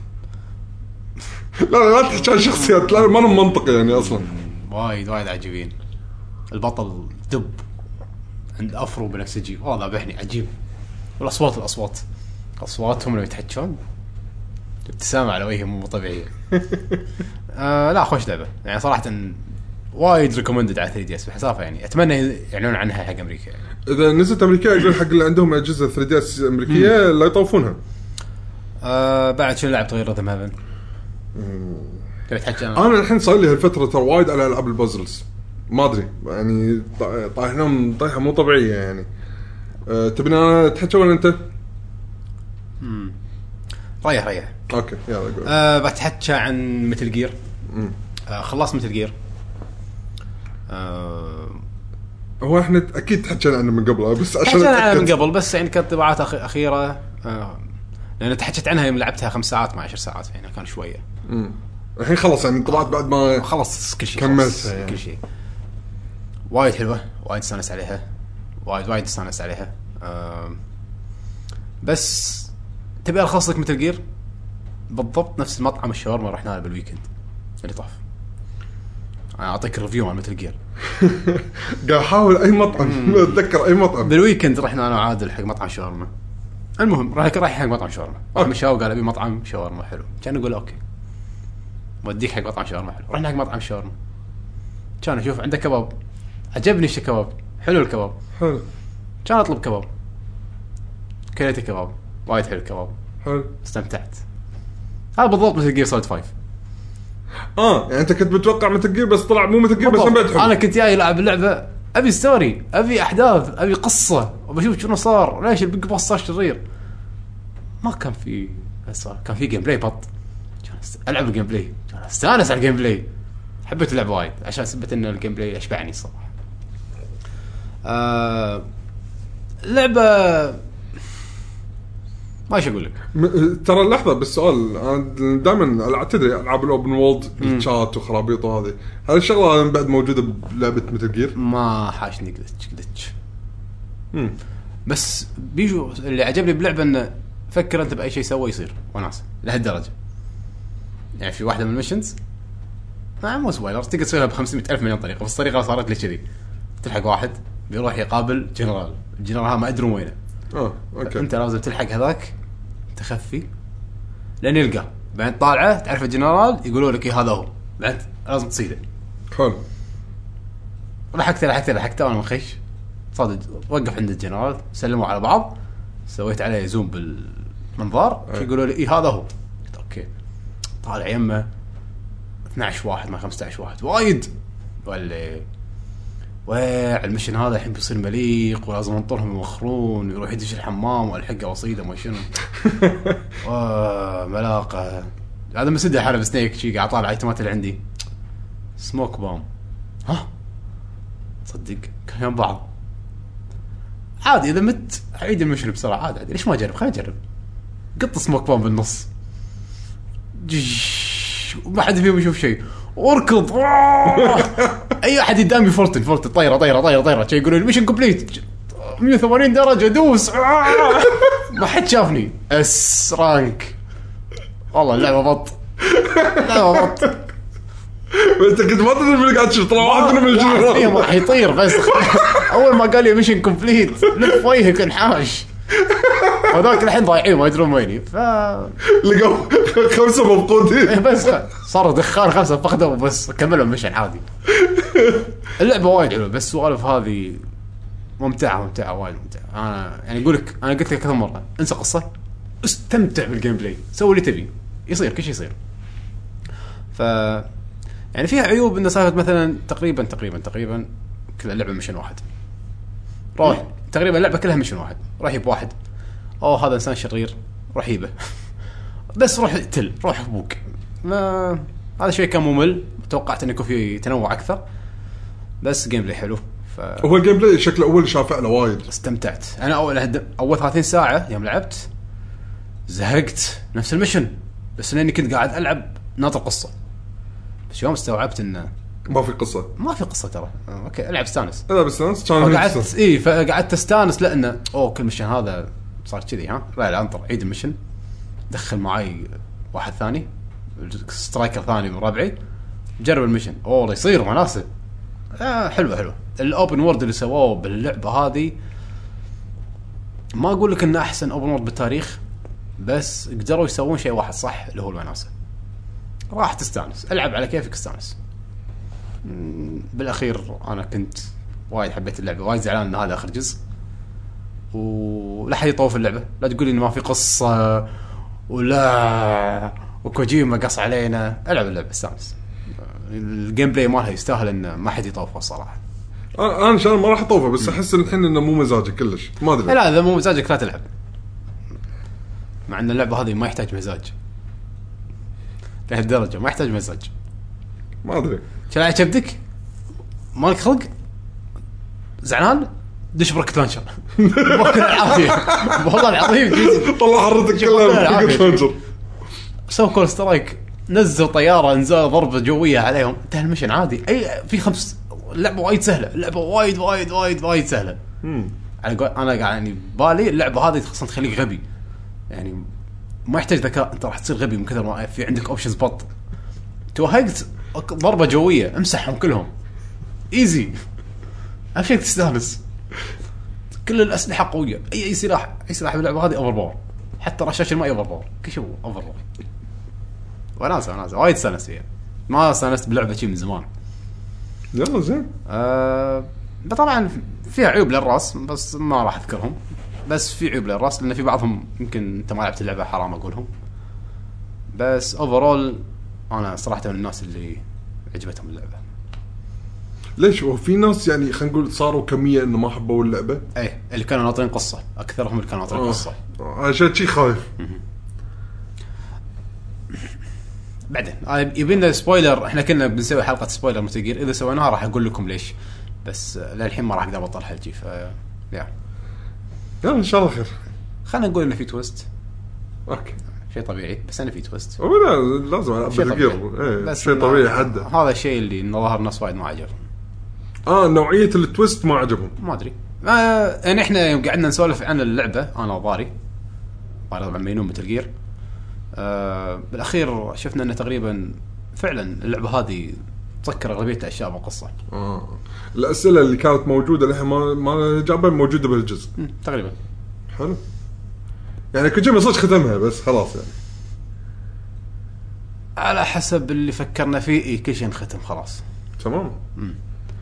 لا لا لا تحكي عن شخصيات لا ما لهم منطقي يعني اصلا. وايد وايد عجيبين. البطل دب عند افرو بنفسجي والله ذابحني عجيب. والاصوات الاصوات اصواتهم لما يتحكون ابتسامة على وجههم مو طبيعية. آه لا خوش لعبة يعني صراحة وايد ريكومندد على ثري دي اس بحسافة يعني اتمنى يعلنون عنها حق امريكا يعني. اذا نزلت امريكا يقول حق اللي عندهم اجهزة ثري دي اس امريكية لا يطوفونها. آه بعد شنو لعبت غير رذم هيفن؟ تبي تحكي انا انا الحين صار لي هالفترة ترى وايد على العاب البازلز ما ادري يعني طايحناهم طايحة مو طبيعية يعني. أه تبينا تحكي ولا انت؟ امم ريح ريح اوكي يلا قول. أه بتحكي عن مثل جير. أه خلصت مثل جير. أه هو احنا اكيد تحكينا عنه من قبل بس عشان تحكينا عنه من قبل بس يعني كانت طباعات أخ... اخيره. أه لان تحكيت عنها يوم لعبتها خمس ساعات مع عشر ساعات يعني كان شويه. امم الحين خلص يعني طلعت بعد ما خلص كل شيء كملت يعني. كل شيء وايد حلوه وايد استانس عليها وايد وايد استانس عليها. أه بس تبي ألخص لك مثل جير بالضبط نفس المطعم الشاورما رحنا له بالويكند اللي طاف. أنا أعطيك الريفيو عن مثل جير. قاعد أحاول أي مطعم أتذكر أي مطعم بالويكند رحنا أنا وعادل حق مطعم شاورما. المهم راح رايح حق مطعم شاورما مشاو قال أبي مطعم شاورما حلو كان نقول أوكي وديك حق مطعم شاورما حلو. رحنا حق مطعم شاورما كان أشوف عنده كباب عجبني الشي كباب حلو الكباب حلو كان أطلب كباب كليت كباب وايد حلو الكباب حلو استمتعت. هذا بالضبط مثل جير سوليد فايف. اه يعني انت كنت متوقع مثل جير بس طلع مو مثل جير بس هم بيدحون. انا كنت جاي العب اللعبه ابي ستوري ابي احداث ابي قصه وبشوف شنو صار ليش البيج بوس صار شرير. ما كان في صار كان في جيم بلاي بط العب الجيم بلاي استانس على الجيم بلاي. حبيت اللعبه وايد عشان سبت ان الجيم بلاي اشبعني الصراحه. آه لعبه ما ايش اقول لك م... ترى اللحظه بالسؤال انا دائما تدري العاب الاوبن وولد الشات وخرابيط وهذه هذه الشغله بعد موجوده بلعبه مثل جير ما حاشني جلتش جلتش بس بيجو اللي عجبني باللعبه انه فكر انت باي شيء سوى يصير وناس لهالدرجه يعني. في واحده من الميشنز ما مو سويلر تقدر تسويها ب خمسمية ألف مليون طريقه بس الطريقه صارت لي كذي تلحق واحد بيروح يقابل جنرال الجنرال ما ادري وينه. اه اوكي انت لازم تلحق هذاك تخفي لين يلقى بعدين طالعه تعرف الجنرال يقولوا لك هذا هو بعد لازم تصيده. حلو لحقت لحقت لحقت انا مخش صادق وقف عند الجنرال سلموا على بعض سويت عليه زوم بالمنظار يقولوا لي إيه هذا هو. اوكي طالع يمه اثناشر واحد ما خمسة عشر واحد وايد ولا والمشن هذا الحين بيصير مليق ولازم ننطرهم يوخرون ويروح يدش الحمام والحقه وصيده ما شنو. ملاقه هذا مسد حرب سنيك شي قاعد طالع ايتمات اللي عندي سموك بوم. ها صدق كان يوم بعض عادي اذا مت عيد المشن بسرعه عادي عادي ليش ما اجرب خليني اجرب قط سموك بوم بالنص وما حد فيهم يشوف شيء واركض. اي احد قدامي فولتن فولتن طيره طيره طيره طيره شيء يقولوا الميشن كومبليت مية وثمانين درجه دوس. ما حد شافني اس رانك والله اللعبه بط لعبه بط. انت كنت ما تدري من قاعد تشوف طلع واحد من الجنرال راح يطير بس اول ما قال لي ميشن كومبليت لف وجهك انحاش وذاك الحين ضايعين ما يدرون ويني ف لقوا خمسه مفقودين بس صار دخان خمسه فقدوا بس كملوا ميشن عادي. اللعبه وايد حلوه بس سوالف هذه ممتعه ممتعه وايد ممتعه. انا يعني اقول لك انا قلت لك كذا مره انسى قصه استمتع بالجيم بلاي سوي اللي تبي يصير كل شيء يصير. ف يعني فيها عيوب انه صارت مثلا تقريبا تقريبا تقريبا كل اللعبه ميشن واحد روح تقريبا اللعبه كلها ميشن واحد راح يب واحد اوه هذا انسان شرير رحيبه بس روح اقتل روح ابوك. ما هذا شيء كان ممل توقعت انه يكون في تنوع اكثر بس جيم بلاي حلو. ف... هو الجيم بلاي شكله اول شافع له وايد استمتعت انا اول هد... اول ثلاثين ساعه يوم لعبت زهقت نفس الميشن بس لاني كنت قاعد العب ناطر قصه بس يوم استوعبت انه ما في قصه ما في قصه ترى. اوكي العب استانس. لا بس استانس كان قعدت اي فقعدت استانس لانه اوه كل مشن هذا صار كذي ها لا لا انطر عيد المشن دخل معي واحد ثاني سترايكر ثاني من ربعي جرب المشن اوه يصير مناسب. آه حلوه حلوه الاوبن وورد اللي سووه باللعبه هذه. ما اقول لك انه احسن اوبن وورد بالتاريخ بس قدروا يسوون شيء واحد صح اللي هو الوناسه. راح تستانس العب على كيفك استانس. بالاخير انا كنت وايد حبيت اللعبه وايد زعلان ان هذا اخر جزء ولا حد يطوف اللعبه. لا تقول لي انه ما في قصه ولا وكوجيما قص علينا. العب اللعبه استانس. الجيم بلاي مالها يستاهل ان ما حد يطوفه صراحه. انا ان شاء الله ما راح اطوفه بس احس الحين انه مو مزاجي كلش ما ادري. لا اذا مو مزاجك لا تلعب مع ان اللعبه هذه ما يحتاج مزاج لهالدرجه ما يحتاج مزاج. ما ادري شلون كبدك مالك خلق زعلان دش بركة لانشر بوكل العافية والله العظيم طلع حرتك كلها بركة لانشر. سو كول سترايك نزل طيارة انزل ضربة جوية عليهم انتهى المشن عادي. اي في خمس اللعبة وايد سهلة. اللعبة وايد وايد وايد وايد سهلة. انا انا يعني بالي اللعبة هذه خصوصا تخليك غبي يعني ما يحتاج ذكاء. انت راح تصير غبي من كثر ما في عندك اوبشنز بط توهقت ضربة جوية امسحهم كلهم ايزي. ابشك تستانس. كل الاسلحه قويه. اي اي سلاح اي سلاح باللعبه هذه اوفر باور. حتى رشاش الماء اوفر باور كل شيء اوفر باور. وناس وناس وايد استانست فيها. ما استانست بلعبه شيء من زمان. يلا زين. آه طبعا فيها عيوب للراس بس ما راح اذكرهم. بس في عيوب للراس لان في بعضهم يمكن انت ما لعبت اللعبه حرام اقولهم. بس اوفرول انا صراحه من الناس اللي عجبتهم اللعبه. ليش هو في ناس يعني خلينا نقول صاروا كميه انه ما حبوا اللعبه. ايه اللي كانوا ناطرين قصه اكثرهم اللي كانوا ناطرين قصه. عشان شيء خايف. بعدين يبي لنا سبويلر. احنا كنا بنسوي حلقه سبويلر متل جير اذا سويناها راح اقول لكم ليش بس للحين ما راح اقدر ابطل حلقي ف يا يلا ان شاء الله خير. خلينا نقول انه في تويست. اوكي شيء طبيعي بس انا في تويست. ولا لازم بالجير ايه شيء طبيعي حده. هذا الشيء اللي انه ظهر الناس وايد ما عجبهم. اه نوعيه التويست ما عجبهم ما ادري. آه يعني احنا يوم قعدنا نسولف عن اللعبه انا وضاري طبعا مينون متل جير آه بالاخير شفنا انه تقريبا فعلا اللعبه هذه تذكر اغلبيه الاشياء بالقصه. اه الاسئله اللي كانت موجوده لها ما ما جابها موجوده بالجزء تقريبا. حلو يعني كوجيما صدق ختمها بس خلاص يعني على حسب اللي فكرنا فيه إيه كل شيء نختم خلاص تمام. امم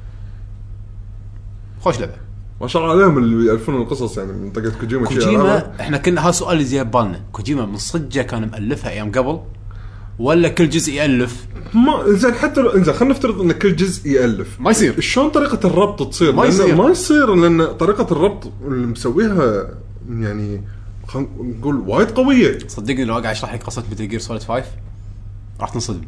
خوش لعبه ما شاء الله عليهم اللي يالفون القصص يعني من طقه كوجيما. كوجيما احنا كنا ها سؤال اللي زي بالنا كوجيما من صجه كان مؤلفها ايام قبل ولا كل جزء يالف؟ ما زين حتى لو انزين خلينا نفترض ان كل جزء يالف ما يصير. شلون طريقه الربط تصير؟ ما يصير ما يصير لان طريقه الربط اللي مسويها يعني خلينا نقول وايد قويه. صدقني لو اقعد اشرح لك قصه ميتل جير سوليد خمسة راح تنصدم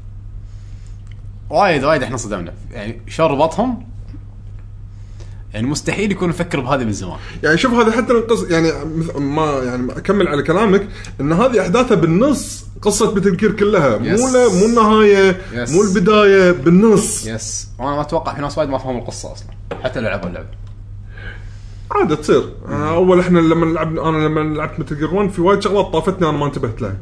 وايد وايد. احنا صدمنا يعني شو ربطهم يعني مستحيل يكون يفكر بهذه من زمان. يعني شوف هذا حتى القصة يعني ما يعني اكمل على كلامك ان هذه احداثها بالنص قصه ميتل جير كلها مو مو النهايه yes. مو البدايه بالنص. يس وانا ما اتوقع في ناس وايد ما فهموا القصه اصلا حتى لو لعبوا اللعبه. عادة تصير. أنا اول احنا لما لعب انا لما لعبت ميتل جير واحد في وايد شغلات طافتني انا ما انتبهت لها.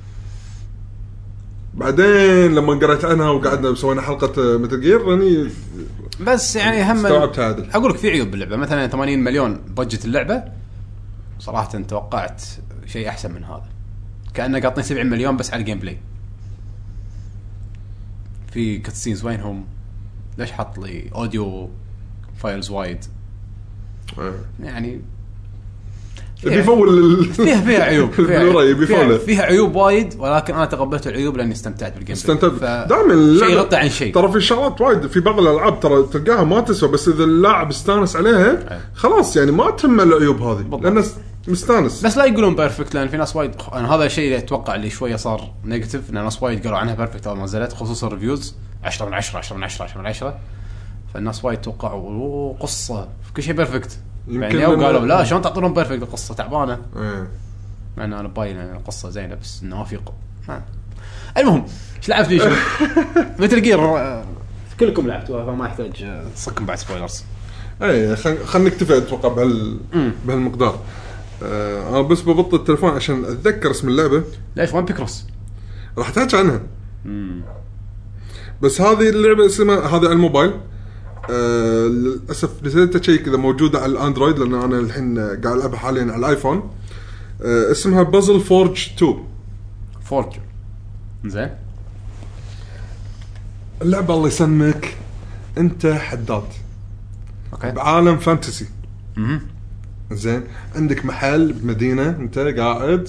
بعدين لما قرأت عنها وقعدنا سوينا حلقه ميتل جير يعني بس يعني هم اقول لك في عيوب باللعبه مثلا ثمانين مليون بادجت اللعبه صراحه توقعت شيء احسن من هذا. كانه قاطين سبعين مليون بس على الجيم بلاي. في كاتسينز وينهم؟ ليش حط لي اوديو فايلز وايد يعني بيفول فيها فيها عيوب فيها, فيها, فيها عيوب وايد ولكن انا تقبلت العيوب لاني استمتعت بالجيم. استمتعت دائما شيء يغطي عن شيء. ترى في شغلات وايد في بعض الالعاب ترى تلقاها ما تسوى بس اذا اللاعب استانس عليها خلاص يعني ما تهم العيوب هذه لان مستانس. بس لا يقولون بيرفكت لان في ناس وايد انا هذا الشيء اللي اتوقع اللي شويه صار نيجاتيف ان ناس وايد قالوا عنها بيرفكت اول ما نزلت خصوصا الريفيوز عشرة من عشرة عشرة من عشرة عشرة من عشرة فالناس وايد توقعوا قصه كل شيء بيرفكت يعني قالوا لا شلون تعطونهم بيرفكت القصه تعبانه ايه مع ان انا باين القصه زينه بس انه ما في ق... المهم ايش لعبت لي شو مثل جير كلكم لعبتوها فما يحتاج صكم بعد سبويلرز. اي خلينا خل نكتفي اتوقع بهال بهالمقدار. آه انا بس ببطل التليفون عشان اتذكر اسم اللعبه. ليش وان بيكروس راح تحكي عنها. مم. بس هذه اللعبه اسمها هذا على الموبايل. آه للاسف نسيت اشيك اذا موجوده على الاندرويد لان انا الحين قاعد العبها حاليا على الايفون. آه اسمها بازل فورج تو. فورج زين. اللعبه الله يسلمك انت حداد اوكي بعالم فانتسي. اها زين. عندك محل بمدينه انت قاعد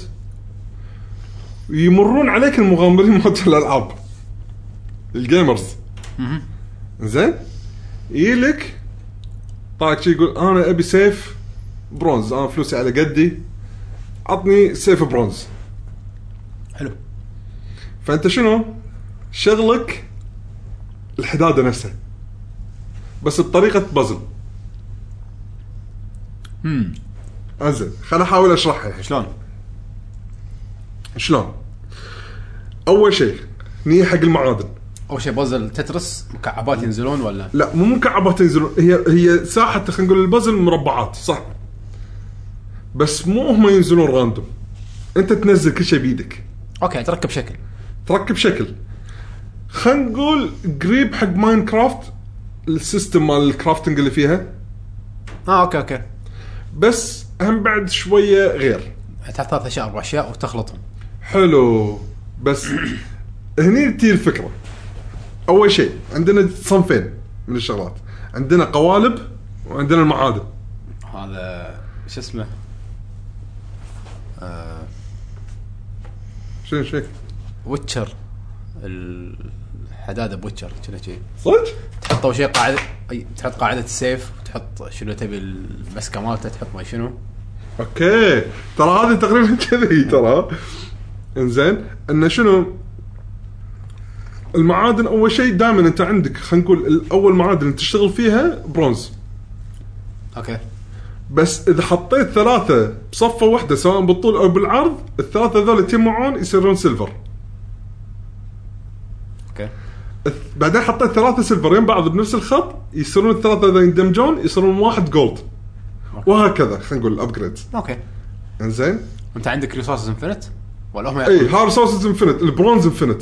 يمرون عليك المغامرين مالت الالعاب الجيمرز. اها زين. يلك طاق شي يقول انا ابي سيف برونز انا فلوسي على قدي عطني سيف برونز. حلو. فانت شنو شغلك الحداده نفسها بس بطريقه بازل. امم انزين خليني احاول اشرحها. شلون شلون اول شيء نية حق المعادن. اول شيء بازل تترس مكعبات ينزلون ولا لا مو مكعبات ينزلون هي هي ساحه خلينا نقول البازل مربعات صح بس مو هم ينزلون راندوم انت تنزل كل شيء بيدك. اوكي تركب شكل تركب شكل خلينا نقول قريب حق ماينكرافت السيستم مال الكرافتنج اللي فيها. اه اوكي اوكي بس هم بعد شويه غير تحط ثلاث اشياء اربع اشياء وتخلطهم. حلو. بس هني تي الفكره. اول شيء عندنا صنفين من الشغلات عندنا قوالب وعندنا المعادن. هذا ايش اسمه آه... شنو شيء ويتشر الحداده بويتشر كذا شيء صدق. تحط اول شيء قاعده أي... تحط قاعده السيف وتحط شنو تبي المسكه مالته تحط ما شنو. اوكي ترى هذه تقريبا كذي ترى. انزين انه شنو المعادن اول شيء دائما انت عندك خلينا نقول الاول معادن انت تشتغل فيها برونز. اوكي بس اذا حطيت ثلاثه بصفه واحده سواء بالطول او بالعرض الثلاثه هذول يتجمعون يصيرون سيلفر. اوكي بعدين حطيت ثلاثه سيلفر يم بعض بنفس الخط يصيرون الثلاثه هذول يندمجون يصيرون واحد جولد. وهكذا خلينا نقول الابجريد. اوكي انزين. انت عندك ريسورسز انفينيت ولا هم اي هار ريسورسز انفينيت البرونز انفينيت.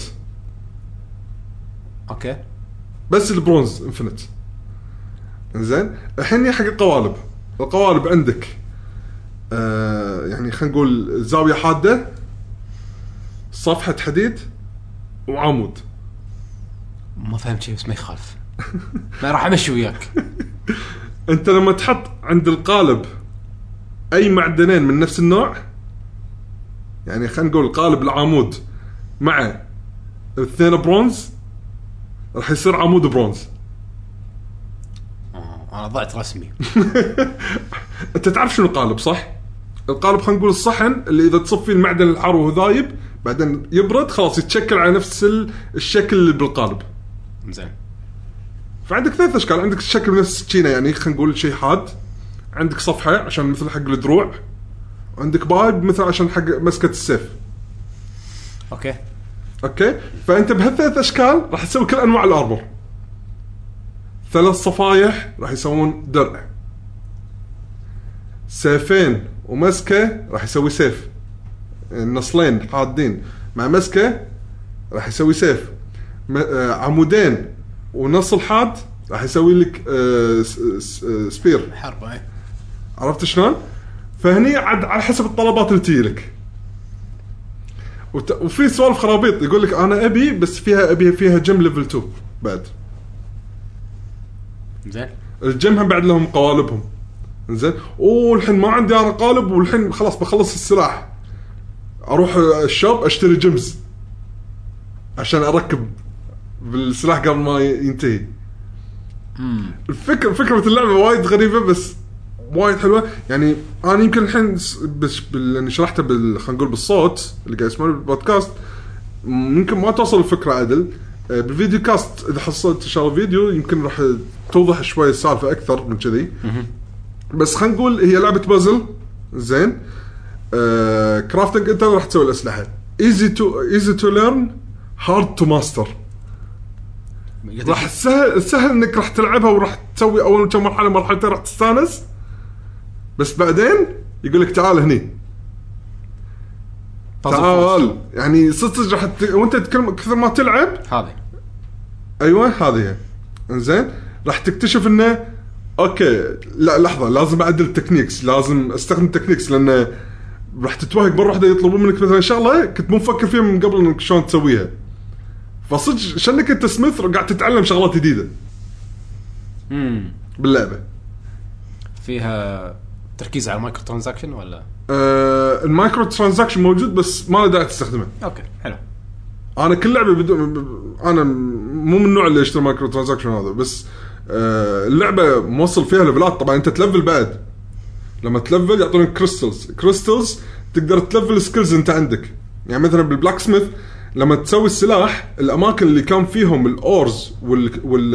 اوكي بس البرونز انفينيت. انزين الحين حق القوالب. القوالب عندك آه يعني خلينا نقول زاويه حاده صفحه حديد وعمود. ما فهمت شيء بس ما يخالف ما راح امشي وياك. انت لما تحط عند القالب اي معدنين من نفس النوع يعني خلينا نقول قالب العمود مع الاثنين برونز راح يصير عمود برونز. انا ضعت رسمي. انت تعرف شنو القالب صح؟ القالب خلينا نقول الصحن اللي اذا تصب فيه المعدن الحار وهو ذايب بعدين يبرد خلاص يتشكل على نفس الشكل اللي بالقالب. زين. فعندك ثلاث اشكال عندك الشكل نفس السكينه يعني خلينا نقول شيء حاد. عندك صفحه عشان مثل حق الدروع. عندك بايب مثل عشان حق مسكه السيف. اوكي اوكي فانت بهالثلاث اشكال راح تسوي كل انواع الاربر. ثلاث صفايح راح يسوون درع. سيفين ومسكه راح يسوي سيف. النصلين حادين مع مسكه راح يسوي سيف. عمودين ونص الحاد راح يسوي لك سبير حربه. عرفت شلون؟ فهني عاد على حسب الطلبات اللي تجي لك. وفي سوالف خرابيط يقول لك انا ابي بس فيها ابي فيها جيم ليفل تو بعد. زين. الجيم هم بعد لهم قوالبهم. زين. والحين ما عندي انا قالب والحين خلاص بخلص السلاح اروح الشوب اشتري جيمز عشان اركب بالسلاح قبل ما ينتهي. امم الفكره فكره اللعبه وايد غريبه بس وايد حلوه يعني. انا يمكن الحين بس بال... شرحتها بال... خلينا نقول بالصوت اللي قاعد يسمعون بالبودكاست ممكن ما توصل الفكره عدل. بالفيديو كاست اذا حصلت ان شاء الله فيديو يمكن راح توضح شويه السالفه اكثر من كذي. بس خلينا نقول هي لعبه بازل. زين. آه... كرافتنج انت راح تسوي الاسلحه easy to easy to learn hard to master. راح سهل سهل انك راح تلعبها وراح تسوي اول كم مرحله مرحلتين راح تستانس بس بعدين يقول لك تعال هني تعال يعني صدق راح ت... وانت تتكلم كثر ما تلعب هذه ايوه هذه زين راح تكتشف انه اوكي لا لحظه لازم اعدل التكنيكس لازم استخدم تكنيكس لان راح تتوهق مره واحده يطلبون منك مثلا شغله كنت مو مفكر فيها من قبل انك شلون تسويها فصدق شنك انت سميث قاعد تتعلم شغلات جديده امم باللعبه فيها تركيز على المايكرو ترانزاكشن ولا آه المايكرو ترانزاكشن موجود بس ما له داعي تستخدمه اوكي حلو انا كل لعبه بدو... انا مو من النوع اللي يشتري مايكرو ترانزاكشن هذا بس آه اللعبه موصل فيها ليفلات طبعا انت تلفل بعد لما تلفل يعطونك كريستلز كريستلز تقدر تلفل سكيلز انت عندك يعني مثلا بالبلاك سميث لما تسوي السلاح الاماكن اللي كان فيهم الاورز وال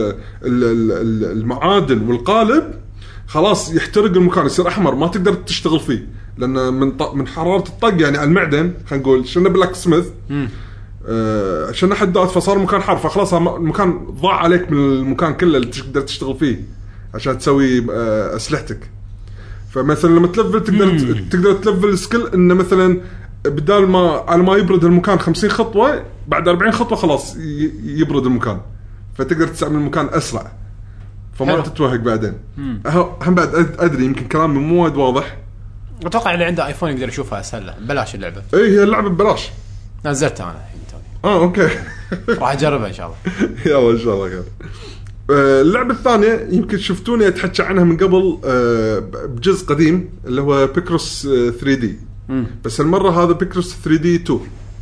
والمعادن والقالب خلاص يحترق المكان يصير احمر ما تقدر تشتغل فيه لان من ط... من حراره الطق يعني على المعدن خلينا نقول شنو بلاك سميث آه عشان حدات فصار مكان حار فخلاص المكان ضاع عليك من المكان كله اللي تقدر تشتغل فيه عشان تسوي آه اسلحتك فمثلا لما تلفل تقدر مم. تقدر تلفل سكيل انه مثلا بدال ما على ما يبرد المكان خمسين خطوه بعد أربعين خطوه خلاص يبرد المكان فتقدر تستعمل المكان اسرع فما حلو. تتوهق بعدين هم بعد ادري يمكن كلامي مو وايد واضح اتوقع اللي عنده ايفون يقدر يشوفها اسهل ببلاش اللعبه اي هي اللعبه ببلاش نزلتها انا الحين اه اوكي راح اجربها ان شاء الله يلا ان شاء الله خير اللعبة الثانية يمكن شفتوني أتحكي عنها من قبل بجزء قديم اللي هو بيكروس ثري دي بس المرة هذا بيكروس ثري دي تو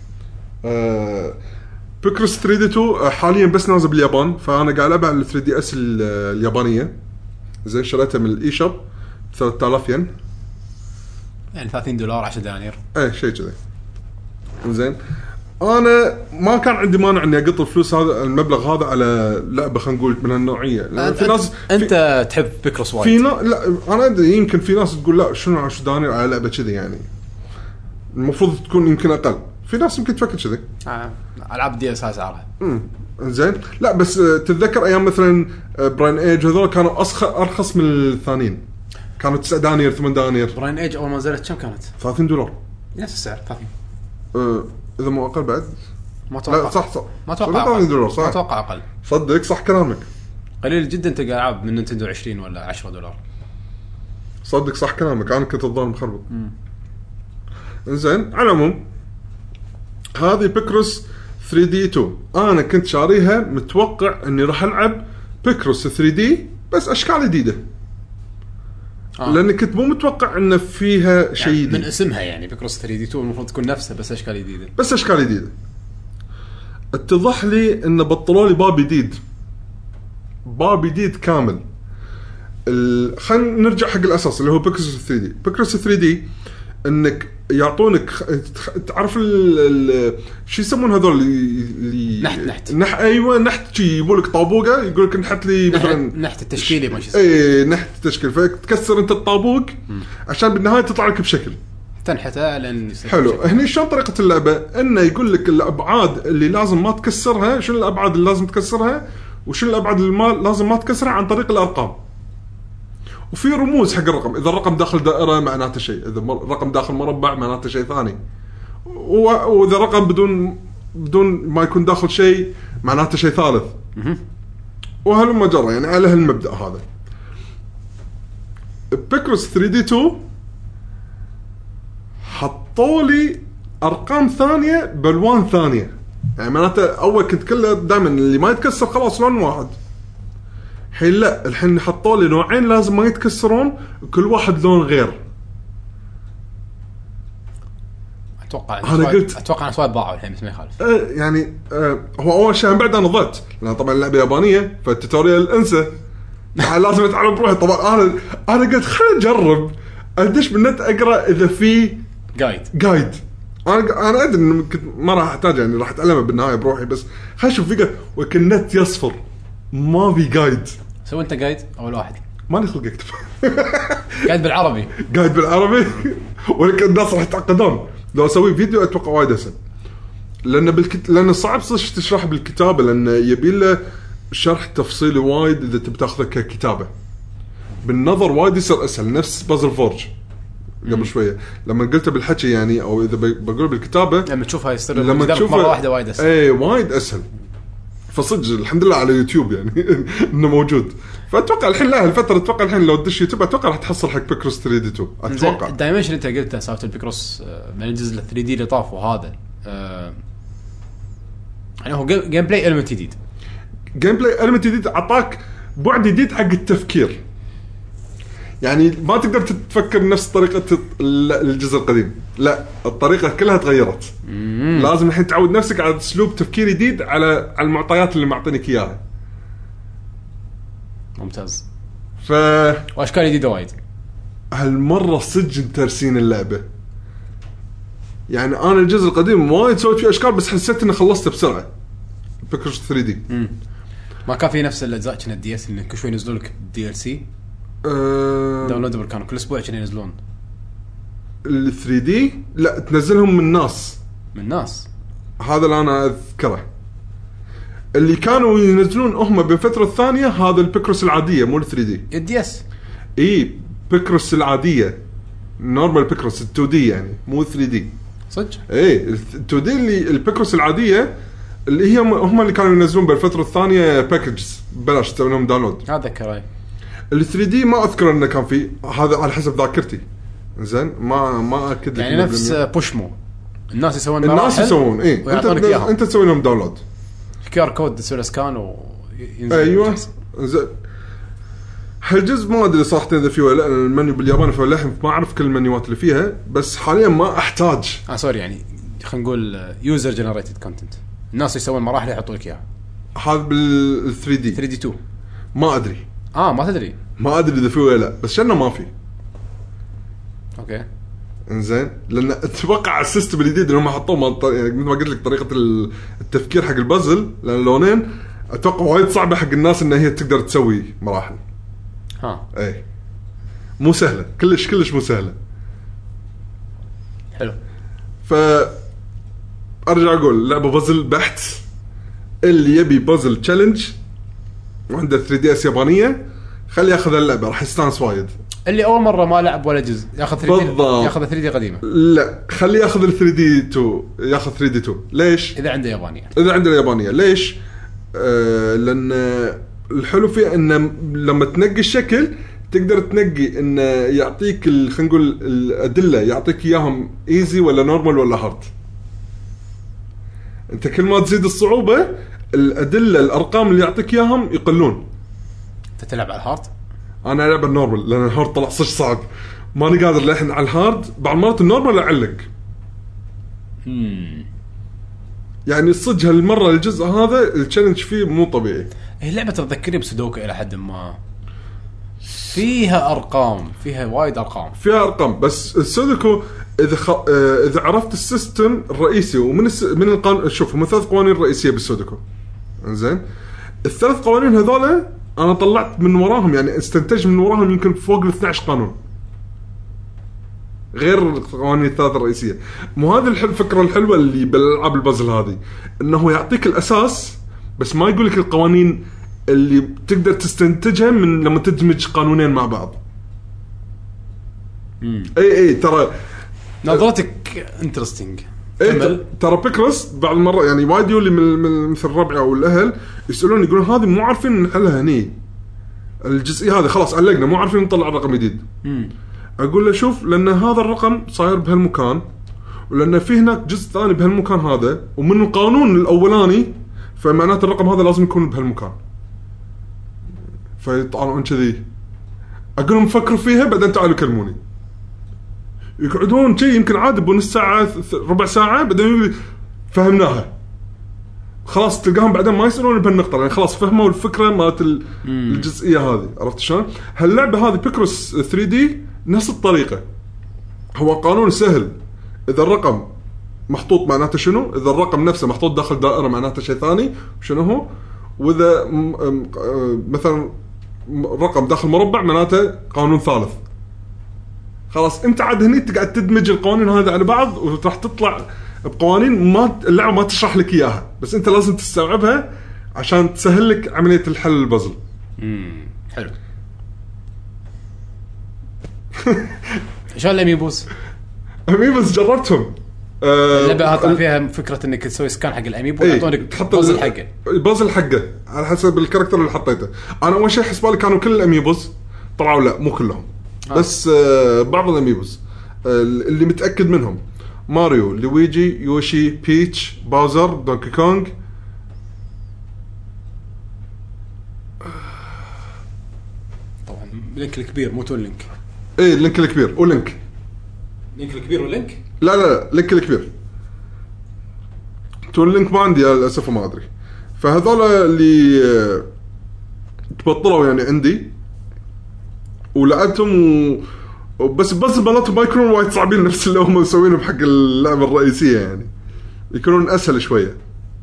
بيكروس ثري دي تو حاليا بس نازل باليابان فأنا قاعد ألعب على ثري دي اس اليابانية زين شريتها من الإي شوب ثلاثة آلاف ين يعني ثلاثين دولار عشرة دنانير ايه شيء كذا زين انا ما كان عندي مانع اني اقط الفلوس هذا المبلغ هذا على لعبه خلينا نقول من هالنوعيه في ناس انت في تحب بيكروس وايد في نا... لا انا ادري يمكن في ناس تقول لا شنو عشرة دنانير على لعبه كذا يعني المفروض تكون يمكن اقل في ناس يمكن تفكر كذا اه العاب دي اس اسعارها امم زين لا بس تتذكر ايام مثلا براين ايج هذول كانوا أسخ... ارخص من الثانيين كانوا تسعة دنانير ثمانية دنانير براين ايج اول ما نزلت كم كانت ثلاثين دولار نفس السعر ثلاثين أه... اذا مو اقل بعد ما اتوقع صح صح ما اتوقع دولار صح ما اتوقع اقل صدق صح كلامك قليل جدا تلقى العاب من نينتندو عشرين ولا عشرة دولار صدق صح كلامك انا كنت الظاهر مخربط انزين على العموم هذه بيكروس ثري دي تو انا كنت شاريها متوقع اني راح العب بيكروس ثري دي بس اشكال جديده آه. لاني كنت مو متوقع ان فيها شيء يعني من اسمها يعني بيكروس ثري دي تو المفروض تكون نفسها بس اشكال جديده بس اشكال جديده اتضح لي ان بطلوا لي باب جديد باب جديد كامل ال... خلينا نرجع حق الاساس اللي هو بيكروس ثري دي بيكروس ثري دي انك يعطونك تعرف ال شو يسمون هذول اللي نحت نحت نح ايوه نحت شي يقول لك طابوقه يقول لك نحت لي مثلا نحت التشكيلي ماشي اسمه اي نحت التشكيل فتكسر انت الطابوق عشان بالنهايه تطلع لك بشكل تنحته لين يصير حلو. هني شلون طريقه اللعبه انه يقول لك الابعاد اللي لازم ما تكسرها شنو الابعاد اللي لازم تكسرها وشنو الابعاد اللي ما لازم ما تكسرها عن طريق الارقام وفي رموز حق الرقم اذا الرقم داخل دائره معناته شيء اذا الرقم داخل مربع معناته شيء ثاني واذا الرقم بدون بدون ما يكون داخل شيء معناته شيء ثالث وهلما جرى يعني على هالمبدا هذا بيكروس ثري دي تو حطوا لي ارقام ثانيه بالوان ثانيه يعني معناته اول كنت كله دائما اللي ما يتكسر خلاص لون واحد حين لا الحين حطوا لي نوعين لازم ما يتكسرون كل واحد لون غير اتوقع انا قلت اتوقع انا سواء ضاعوا الحين بس ما يخالف آه يعني آه هو اول شيء بعد انا ضعت لان طبعا اللعبه يابانيه فالتوتوريال انسى لازم اتعلم بروحي طبعا انا انا قلت خليني اجرب ادش بالنت اقرا اذا في جايد جايد انا انا ادري انه ما راح احتاج يعني راح اتعلمها بالنهايه بروحي بس خلينا نشوف فيها وكنت يصفر ما في جايد سوي انت جايد اول واحد ماني خلق اكتب جايد بالعربي جايد بالعربي ولكن الناس راح يتعقدون لو اسوي فيديو اتوقع وايد اسهل لان بالكت... لان صعب صش تشرح بالكتابه لان يبي له شرح تفصيلي وايد اذا تبي تاخذه ككتابه. بالنظر وايد يصير اسهل، نفس بازل فورج قبل شويه لما قلته بالحكي يعني، او اذا بقول بالكتابه لما تشوفها يصير لما تشوفها مره واحده وايد اسهل. اي وايد اسهل. فصدق الحمد لله على يوتيوب يعني انه موجود. فاتوقع الحين لا الفتره اتوقع الحين لو تدش يوتيوب اتوقع راح تحصل حق بيكروس ثري دي تو. اتوقع الدايمنشن انت قلته سالفه البيكروس من الجزء ثري دي اللي طاف وهذا أه يعني هو جيم بلاي المنت جديد. جيم بلاي المنت جديد عطاك بعد جديد حق التفكير. يعني ما تقدر تفكر نفس طريقه الجزء القديم، لا الطريقه كلها تغيرت. مم. لازم الحين تعود نفسك على اسلوب تفكير جديد على على المعطيات اللي معطينك اياها. ممتاز. ف واشكال جديده وايد هالمره صدق ترسين اللعبه. يعني انا الجزء القديم وايد سويت فيه اشكال بس حسيت اني خلصته بسرعه. بيكروس ثري دي مم. ما كان في نفس الاجزاء كنا الدي اس اللي كل شوي ينزلوا لك دي ال سي أه... داونلودبل، كانوا كل اسبوع كانوا ينزلون ال ثري دي. لا تنزلهم من ناس من ناس هذا اللي انا اذكره. اللي كانوا ينزلون هم بفتره الثانيه هذا البيكروس العاديه مو ال ثري دي الدي اس. اي بيكروس العاديه نورمال بيكروس تو دي يعني مو ثري دي صدق. اي ال تو دي اللي البيكروس العاديه اللي هي هم اللي كانوا ينزلون بالفتره الثانيه باكجز بلاش تسوي لهم داونلود. هذا كراي ال ثري دي ما اذكر انه كان في هذا على حسب ذاكرتي. زين ما ما اكد يعني نفس بوشمو الناس يسوون الناس يسوون ايه انت انت تسوي لهم داونلود كيو ار كود تسوي له سكان وينزل. ايوه زين. هالجزء ما ادري صراحه اذا فيه ولا لا، المنيو بالياباني فلحم ما اعرف كل المنيوات اللي فيها بس حاليا ما احتاج. اه سوري يعني خلينا نقول يوزر جنريتد كونتنت الناس يسوون مراحل يحطوا لك اياها. هذا بال ثري دي ثري دي تو ما ادري. اه ما تدري ما ادري اذا فيه ولا لا بس شنو ما في. اوكي انزين لان اتوقع السيستم الجديد اللي هم حطوه يعني مثل ما قلت لك طريقه التفكير حق البازل لان اللونين اتوقع وايد صعبه حق الناس ان هي تقدر تسوي مراحل. ها اي مو سهله كلش كلش مو سهله. حلو. ف ارجع اقول لعبه بازل بحت. اللي يبي بازل تشالنج وعنده ثري دي اس يابانيه خلي ياخذ اللعبه راح يستانس وايد. اللي اول مره ما لعب ولا جزء ياخذ ثري دي ياخذ ثري دي قديمه. لا خلي ياخذ ال ثري دي تو ياخذ ثري دي تو. ليش؟ اذا عنده يابانيه. اذا عنده اليابانيه ليش؟ آه لان الحلو فيه ان لما تنقي الشكل تقدر تنقي ان يعطيك خلينا نقول الادله يعطيك اياهم ايزي ولا نورمال ولا هارد. انت كل ما تزيد الصعوبه الادله الارقام اللي يعطيك اياهم يقلون. انت تلعب على الهارد؟ انا العب النورمال لان الهارد طلع صش صعب ماني قادر للحين على الهارد. بعض مرات النورمال اعلق. امم يعني الصدق هالمره الجزء هذا التشالنج فيه مو طبيعي. هي لعبه تذكرني بسودوكو الى حد ما فيها ارقام فيها وايد ارقام فيها ارقام بس السودوكو اذا خ... اذا عرفت السيستم الرئيسي ومن الس... من القانون. شوف هم ثلاث قوانين رئيسيه بالسودوكو. زين الثلاث قوانين هذول انا طلعت من وراهم يعني استنتج من وراهم يمكن فوق ال اثنا عشر قانون غير القوانين الثلاثه الرئيسيه. مو هذه الفكره الحلوه اللي بالالعاب البازل هذه انه يعطيك الاساس بس ما يقول لك القوانين اللي تقدر تستنتجها من لما تدمج قانونين مع بعض. امم اي اي ترى نظرتك انترستينج. اي ترى بيكروس بعض المره يعني وايد يقول لي من مثل الربع او الاهل يسالون يقولون هذه مو عارفين نحلها هني الجزئيه هذه خلاص علقنا مو عارفين نطلع رقم جديد. امم اقول له شوف لان هذا الرقم صاير بهالمكان ولان في هناك جزء ثاني بهالمكان هذا ومن القانون الاولاني فمعناته الرقم هذا لازم يكون بهالمكان. فيطعنون كذي اقول لهم فكروا فيها بعدين تعالوا كلموني. يقعدون شيء يمكن عادي بنص ساعه ربع ساعه بعدين يقول فهمناها خلاص. تلقاهم بعدين ما يسالون بهالنقطه يعني خلاص فهموا الفكره مالت الجزئيه هذه. عرفت شلون؟ هاللعبه هذه بيكروس ثري دي نفس الطريقه. هو قانون سهل اذا الرقم محطوط معناته شنو، اذا الرقم نفسه محطوط داخل دائره معناته شيء ثاني شنو هو، واذا مثلا رقم داخل مربع معناته قانون ثالث. خلاص انت عاد هني تقعد تدمج القوانين هذه على بعض وراح تطلع بقوانين ما اللعبه ما تشرح لك اياها بس انت لازم تستوعبها عشان تسهل لك عمليه الحل البازل. امم حلو. شلون الاميبوز؟ اميبوز جربتهم. اللعبه هذا فيها فكره انك تسوي سكان حق الاميبو ويعطونك تحط بازل حقه بازل حقه على حسب الكاركتر اللي حطيته. انا اول شيء حسبالي كانوا كل الاميبوز، طلعوا لا مو كلهم. آه. بس آه بعض الاميبوز آه اللي متاكد منهم ماريو، لويجي، يوشي، بيتش، باوزر، دونكي كونغ. طبعا لينك الكبير مو تول لينك. ايه لينك الكبير ولينك لينك الكبير ولينك لا لا لا لينك الكبير. تول لينك ما عندي للاسف ما ادري. فهذول اللي تبطلوا يعني عندي ولعبتهم و... وبس بس بلاتهم ما يكونون وايد صعبين نفس اللي هم مسوينهم بحق اللعبه الرئيسيه، يعني يكونون اسهل شويه.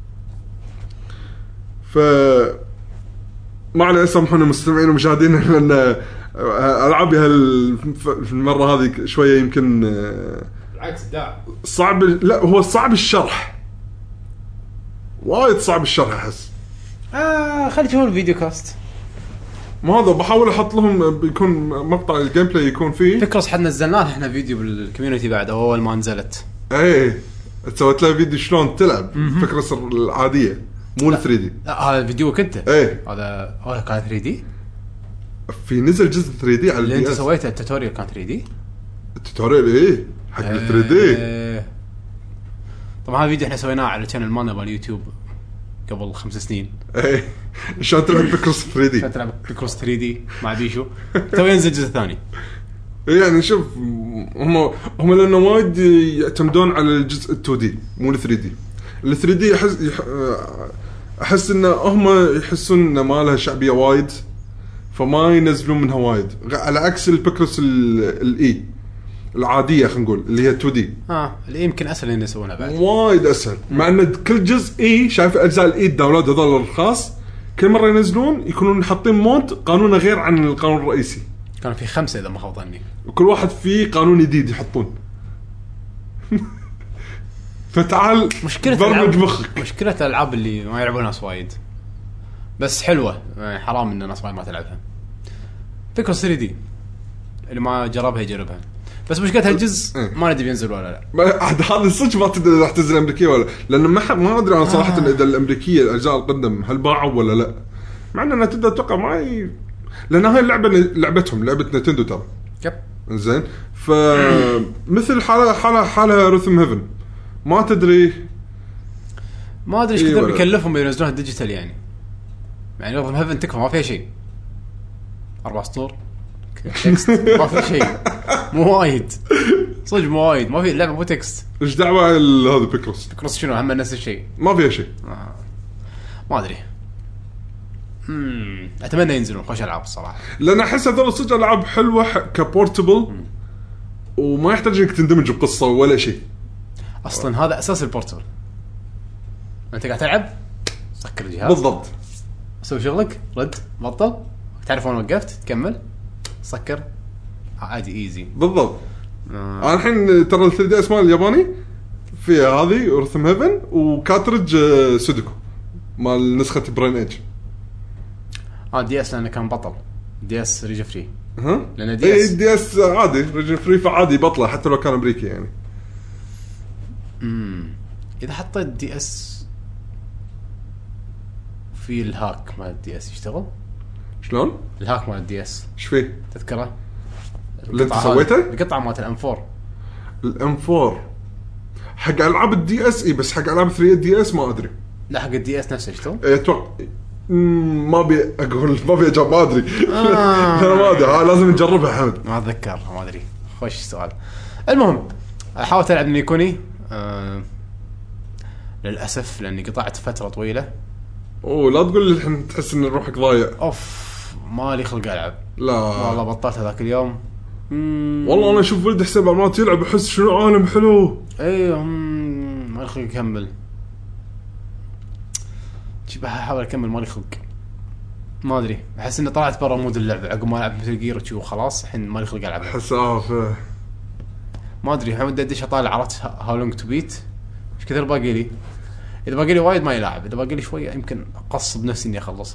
ف ما عليه سامحونا المستمعين والمشاهدين لان العابي هالمره هذه شويه يمكن بالعكس داع صعب. لا هو صعب الشرح، وايد صعب الشرح احس. اه خلي تشوفون الفيديو كاست. ما هذا بحاول احط لهم بيكون مقطع الجيم بلاي يكون فيه. فكرة حد نزلناه احنا فيديو بالكوميونتي بعد اول ما نزلت. ايه سويت له فيديو شلون تلعب فكرة العادية مو ال ثري دي. لا هذا فيديو كنت ايه هذا هذا كان ثري دي. في نزل جزء ثري دي على اللي انت سويته التوتوريال كان ثري دي. التوتوريال ايه حق ال ثري دي. ايه. طبعا هذا الفيديو احنا سويناه على الشانل مالنا باليوتيوب قبل خمس سنين. ايه شلون تلعب بكروس ثري دي. شلون تلعب بكروس ثري دي مع بيشو. تو ينزل الجزء الثاني. يعني شوف هم هم لانه وايد يعتمدون على الجزء تو دي مو ال ثري دي. ال ثري دي احس احس ان هم يحسون ان ما لها شعبيه وايد فما ينزلون منها وايد، على عكس البكروس الاي العاديه خلينا نقول اللي هي تو دي. اه اللي يمكن اسهل ان يسوونها بعد وايد اسهل. مع ان كل جزء اي شايف اجزاء الاي الداونلود هذول الخاص كل مره ينزلون يكونون حاطين مود قانونه غير عن القانون الرئيسي. كان في خمسة إذا ما خاب ظني، وكل واحد فيه قانون جديد يحطون. فتعال مشكلة برمج مخك. مشكلة الألعاب اللي ما يلعبونها ناس وايد بس حلوة، يعني حرام إن الناس وايد ما تلعبها. فكرة ثري دي اللي ما جربها يجربها، بس مشكلة هالجزء ما ندري بينزل ولا لا. هذا الصدق ما تدري راح تنزل الأمريكية ولا، لأن ما ما أدري أنا صراحة آه. إذا الأمريكية الأجزاء القدم هل باعوا ولا لا. مع أننا تقدر توقع معي لأن هاي اللعبة لعبتهم لعبة نينتندو ترى. يب. إنزين فمثل حالة حالة حالة رثم هيفن ما تدري ما أدري إيش كثر بيكلفهم ينزلونها ديجيتال يعني. يعني رثم هيفن تكفى ما فيها شيء، أربع سطور تكست ما في شيء، مو وايد صدق مو وايد، ما في اللعبة مو تكست. إيش دعوة هذا بيكروس بيكروس شنو هم نفس الشيء ما فيها شيء. آه. ما أدري. امم اتمنى ينزلون خوش العاب الصراحه، لان احس هذول صدق العاب حلوه كبورتبل وما يحتاج انك تندمج بقصه ولا شيء. اصلا هذا اساس البورتبل، انت قاعد تلعب سكر الجهاز بالضبط، سوي شغلك رد بطل تعرف وين وقفت تكمل سكر عادي ايزي بالضبط. آه. انا الحين ترى ثري دي اس مال الياباني فيها هذه رثم هيفن وكاترج سودوكو مال نسخه برين ايج. اه دي اس لانه كان بطل دي اس ريجن فري. ها لان دي اس اي دي اس عادي ريجن فري فعادي بطله حتى لو كان امريكي يعني. امم اذا حطيت دي اس في الهاك مال الدي اس يشتغل شلون؟ الهاك مال الدي اس ايش فيه؟ تذكره اللي انت سويته؟ القطعه مالت الام فور. الام فور حق العاب الدي اس اي بس حق العاب ثري دي اس ما ادري. لا حق الدي اس نفسه يشتغل؟ اي اتوقع ما ابي اقول ما ابي اجاوب ما ادري. انا ما ادري لازم نجربها حمد ما اتذكر ما ادري. خوش السؤال. المهم حاولت العب نيكوني أه... للاسف لاني قطعت فتره طويله. اوه لا تقول لي الحين تحس ان روحك ضايع. اوف مالي خلق العب. لا والله بطلت هذاك اليوم. مم. والله انا اشوف ولد حساب عمال يلعب احس شنو عالم حلو. ايه ما خلق اكمل شبه احاول اكمل مالي خلق ما ادري احس اني طلعت برا مود اللعبه عقب ما العب مثل جير وشو خلاص الحين مالي خلق العب. احس اه ما ادري الحين بدي ادش اطالع عرفت هاو لونج تو بيت ايش كثر باقي لي اذا باقي لي وايد ما يلعب، اذا باقي لي شويه يمكن اقصب نفسي اني اخلصها.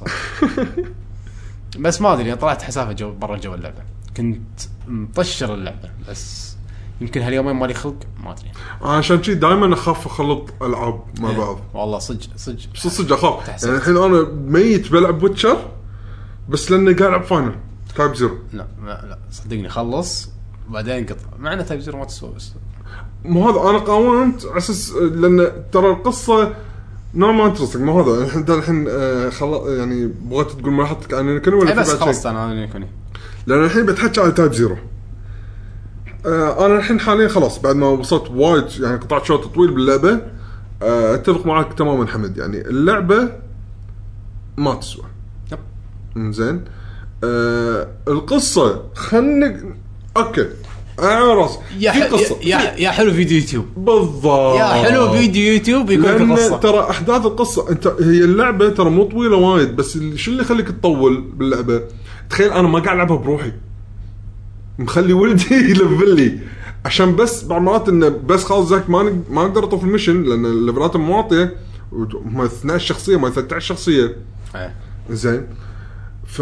بس ما ادري، طلعت حسافه جو برا جو اللعبه، كنت مطشر اللعبه، بس يمكن هاليومين مالي خلق ما ادري. عشان شي دائما اخاف اخلط العاب مع بعض. والله صدق صدق صدق اخاف. يعني الحين انا ميت بلعب ويتشر بس لاني قاعد العب فاينل تايب زيرو. لا لا صدقني خلص بعدين قطع، مع ان تايب زيرو ما تسوى. بس مو هذا انا قاومت على اساس لان ترى القصه نوع ما انترستنج. مو هذا الحين الحين آه خلاص يعني بغيت تقول ملاحظتك عن كني ولا بس خلاص انا كني، لان الحين بتحكي على تايب زيرو. آه انا الحين حاليا خلاص بعد ما وصلت وايد يعني قطعت شوط طويل باللعبه. آه اتفق معك تماما حمد، يعني اللعبه ما تسوى. زين. آه القصه خلني اوكي انا راس يا ح... يا يا حلو فيديو يوتيوب بالضبط. يا حلو فيديو يوتيوب يكون القصه. ترى احداث القصه انت هي اللعبه ترى مو طويله وايد، بس شو اللي يخليك تطول باللعبه؟ تخيل انا ما قاعد العبها بروحي، مخلي ولدي يلفل لي عشان بس بعض مرات انه بس خلاص زاك ما ما اقدر اطوف الميشن لان الليفلات مواطيه وما اثنا عشر شخصيه ما ثلاثة عشر شخصيه. ايه زين. ف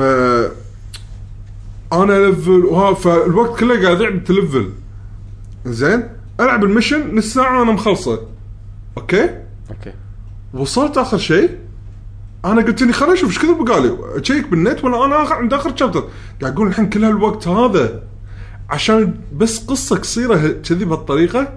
انا ليفل وها فالوقت كله قاعد العب تلفل. زين العب الميشن نص ساعه انا مخلصه. اوكي اوكي وصلت اخر شيء انا قلت لي خليني اشوف ايش كثر بقالي اشيك بالنت ولا انا عند اخر شابتر. قاعد اقول الحين كل هالوقت هذا عشان بس قصه قصيره كذي بهالطريقه.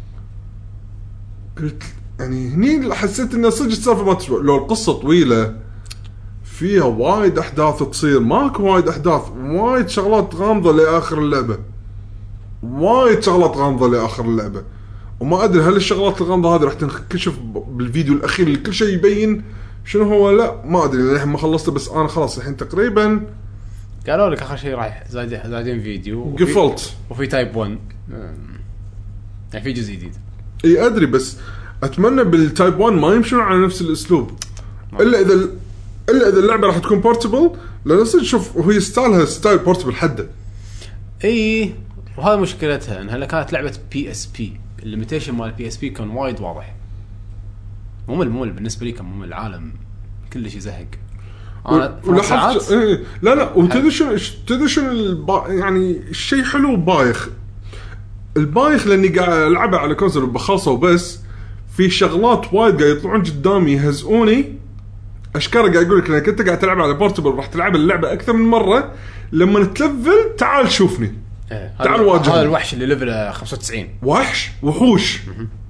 قلت يعني هني حسيت ان صدق السالفه ما تسوى. لو القصه طويله فيها وايد احداث تصير، ماكو وايد احداث، وايد شغلات غامضه لاخر اللعبه، وايد شغلات غامضه لاخر اللعبه. وما ادري هل الشغلات الغامضه هذه راح تنكشف بالفيديو الاخير اللي كل شيء يبين شنو هو. لا ما ادري للحين ما خلصته، بس انا خلاص الحين تقريبا قالوا لك اخر شيء رايح زايد زايدين فيديو قفلت وفي تايب واحد يعني في جزء جديد. اي ادري بس اتمنى بالتايب واحد ما يمشون على نفس الاسلوب الا اذا الا اذا اللعبه راح تكون بورتبل. لان صدق شوف وهي ستايلها ستايل بورتبل حده. اي وهذا مشكلتها انها كانت لعبه بي اس بي، الليميتيشن مال بي اس بي كان وايد واضح. ممل ممل بالنسبه لي، كان ممل. العالم كل شيء زهق. انا لاحظت إيه لا لا وتدري شنو تدري شنو البا... يعني الشيء حلو بايخ. البايخ لاني قاعد العبها على كونسول وبخلصه وبس في شغلات وايد قاعد يطلعون قدامي يهزئوني. اشكره قاعد اقول لك انك انت قاعد تلعب على بورتبل راح تلعب اللعبه اكثر من مره. لما نتلفل تعال شوفني إيه. تعال واجهني. هذا الوحش اللي ليفله خمسة وتسعين وحش وحوش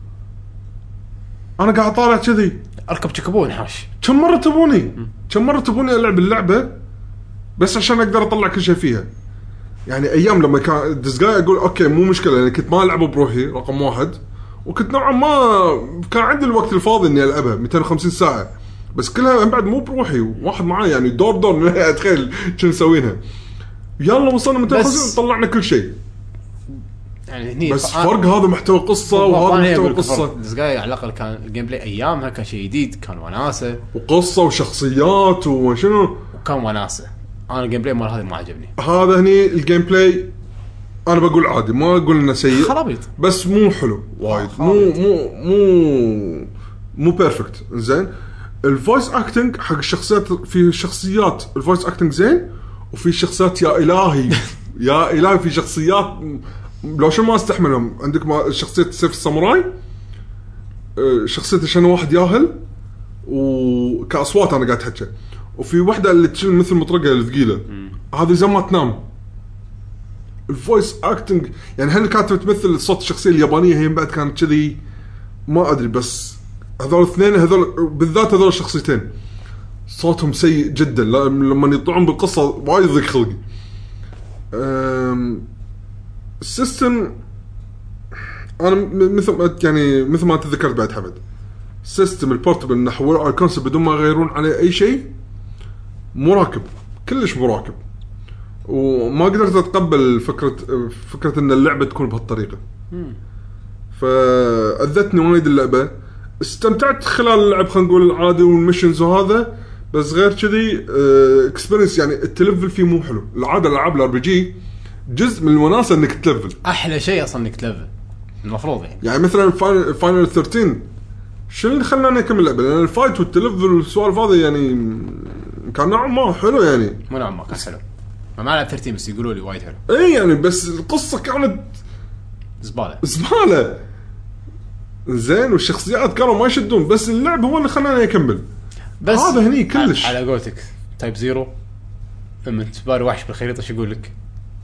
انا قاعد طالع كذي اركب تشكبون حاش. كم مره تبوني كم مره تبوني العب اللعبه بس عشان اقدر اطلع كل شيء فيها. يعني ايام لما كان دزقاي اقول اوكي مو مشكله لان كنت ما العبه بروحي رقم واحد، وكنت نوعا ما كان عندي الوقت الفاضي اني العبها مئتين وخمسين ساعه بس كلها بعد مو بروحي واحد معي يعني دور دور اتخيل شو مسوينها. يلا وصلنا مئتين وخمسين طلعنا كل شيء يعني هني بس فرق هذا محتوى قصه وهذا محتوى قصه. دزقاي على الاقل كان الجيم بلاي ايامها كان شيء جديد، كان وناسه وقصه وشخصيات وشنو وكان وناسه. انا الجيم بلاي مال هذا ما عجبني. هذا هني الجيم بلاي انا بقول عادي ما اقول انه سيء خرابيط بس مو حلو وايد مو مو مو مو بيرفكت. زين الفويس اكتنج حق الشخصيات في شخصيات الفويس اكتنج زين وفي شخصيات يا الهي يا الهي في شخصيات لو شو ما استحملهم. عندك ما شخصيه سيف الساموراي شخصيته شنو واحد ياهل وكاصوات انا قاعد احكي، وفي وحده اللي تشيل مثل مطرقه الثقيله هذه زي ما تنام. الفويس اكتنج يعني هل كانت تمثل صوت الشخصيه اليابانيه هي بعد كانت كذي ما ادري. بس هذول الاثنين هذول بالذات هذول الشخصيتين صوتهم سيء جدا لما يطلعون بالقصه وايد ضيق خلقي. السيستم انا مثل يعني مثل ما تذكرت بعد حمد سيستم البورتبل نحوله على الكونسول بدون ما يغيرون عليه اي شيء مراكب كلش مراكب. وما قدرت اتقبل فكره فكره ان اللعبه تكون بهالطريقه. فاذتني وايد اللعبه. استمتعت خلال اللعب خلينا نقول العادي والميشنز وهذا بس غير كذي اكسبيرينس يعني التلفل فيه مو حلو. العاده الالعاب الار بي جي جزء من الوناسه انك تلفل. احلى شيء اصلا انك تلفل المفروض يعني. يعني مثلا فاينل ثلاثة عشر شو اللي خلاني اكمل اللعبه؟ لان الفايت والتلفل والسوالف هذا يعني كان نوعا ما حلو يعني. مو نوعا ما كان حلو، ما ما لعب ثلاثة بس يقولوا لي وايد حلو. اي يعني بس القصه كانت زباله زباله زين، والشخصيات كانوا ما يشدون، بس اللعب هو اللي خلاني اكمل. بس هذا هني كلش على قولتك تايب زيرو لما تباري وحش بالخريطه شو يقول لك؟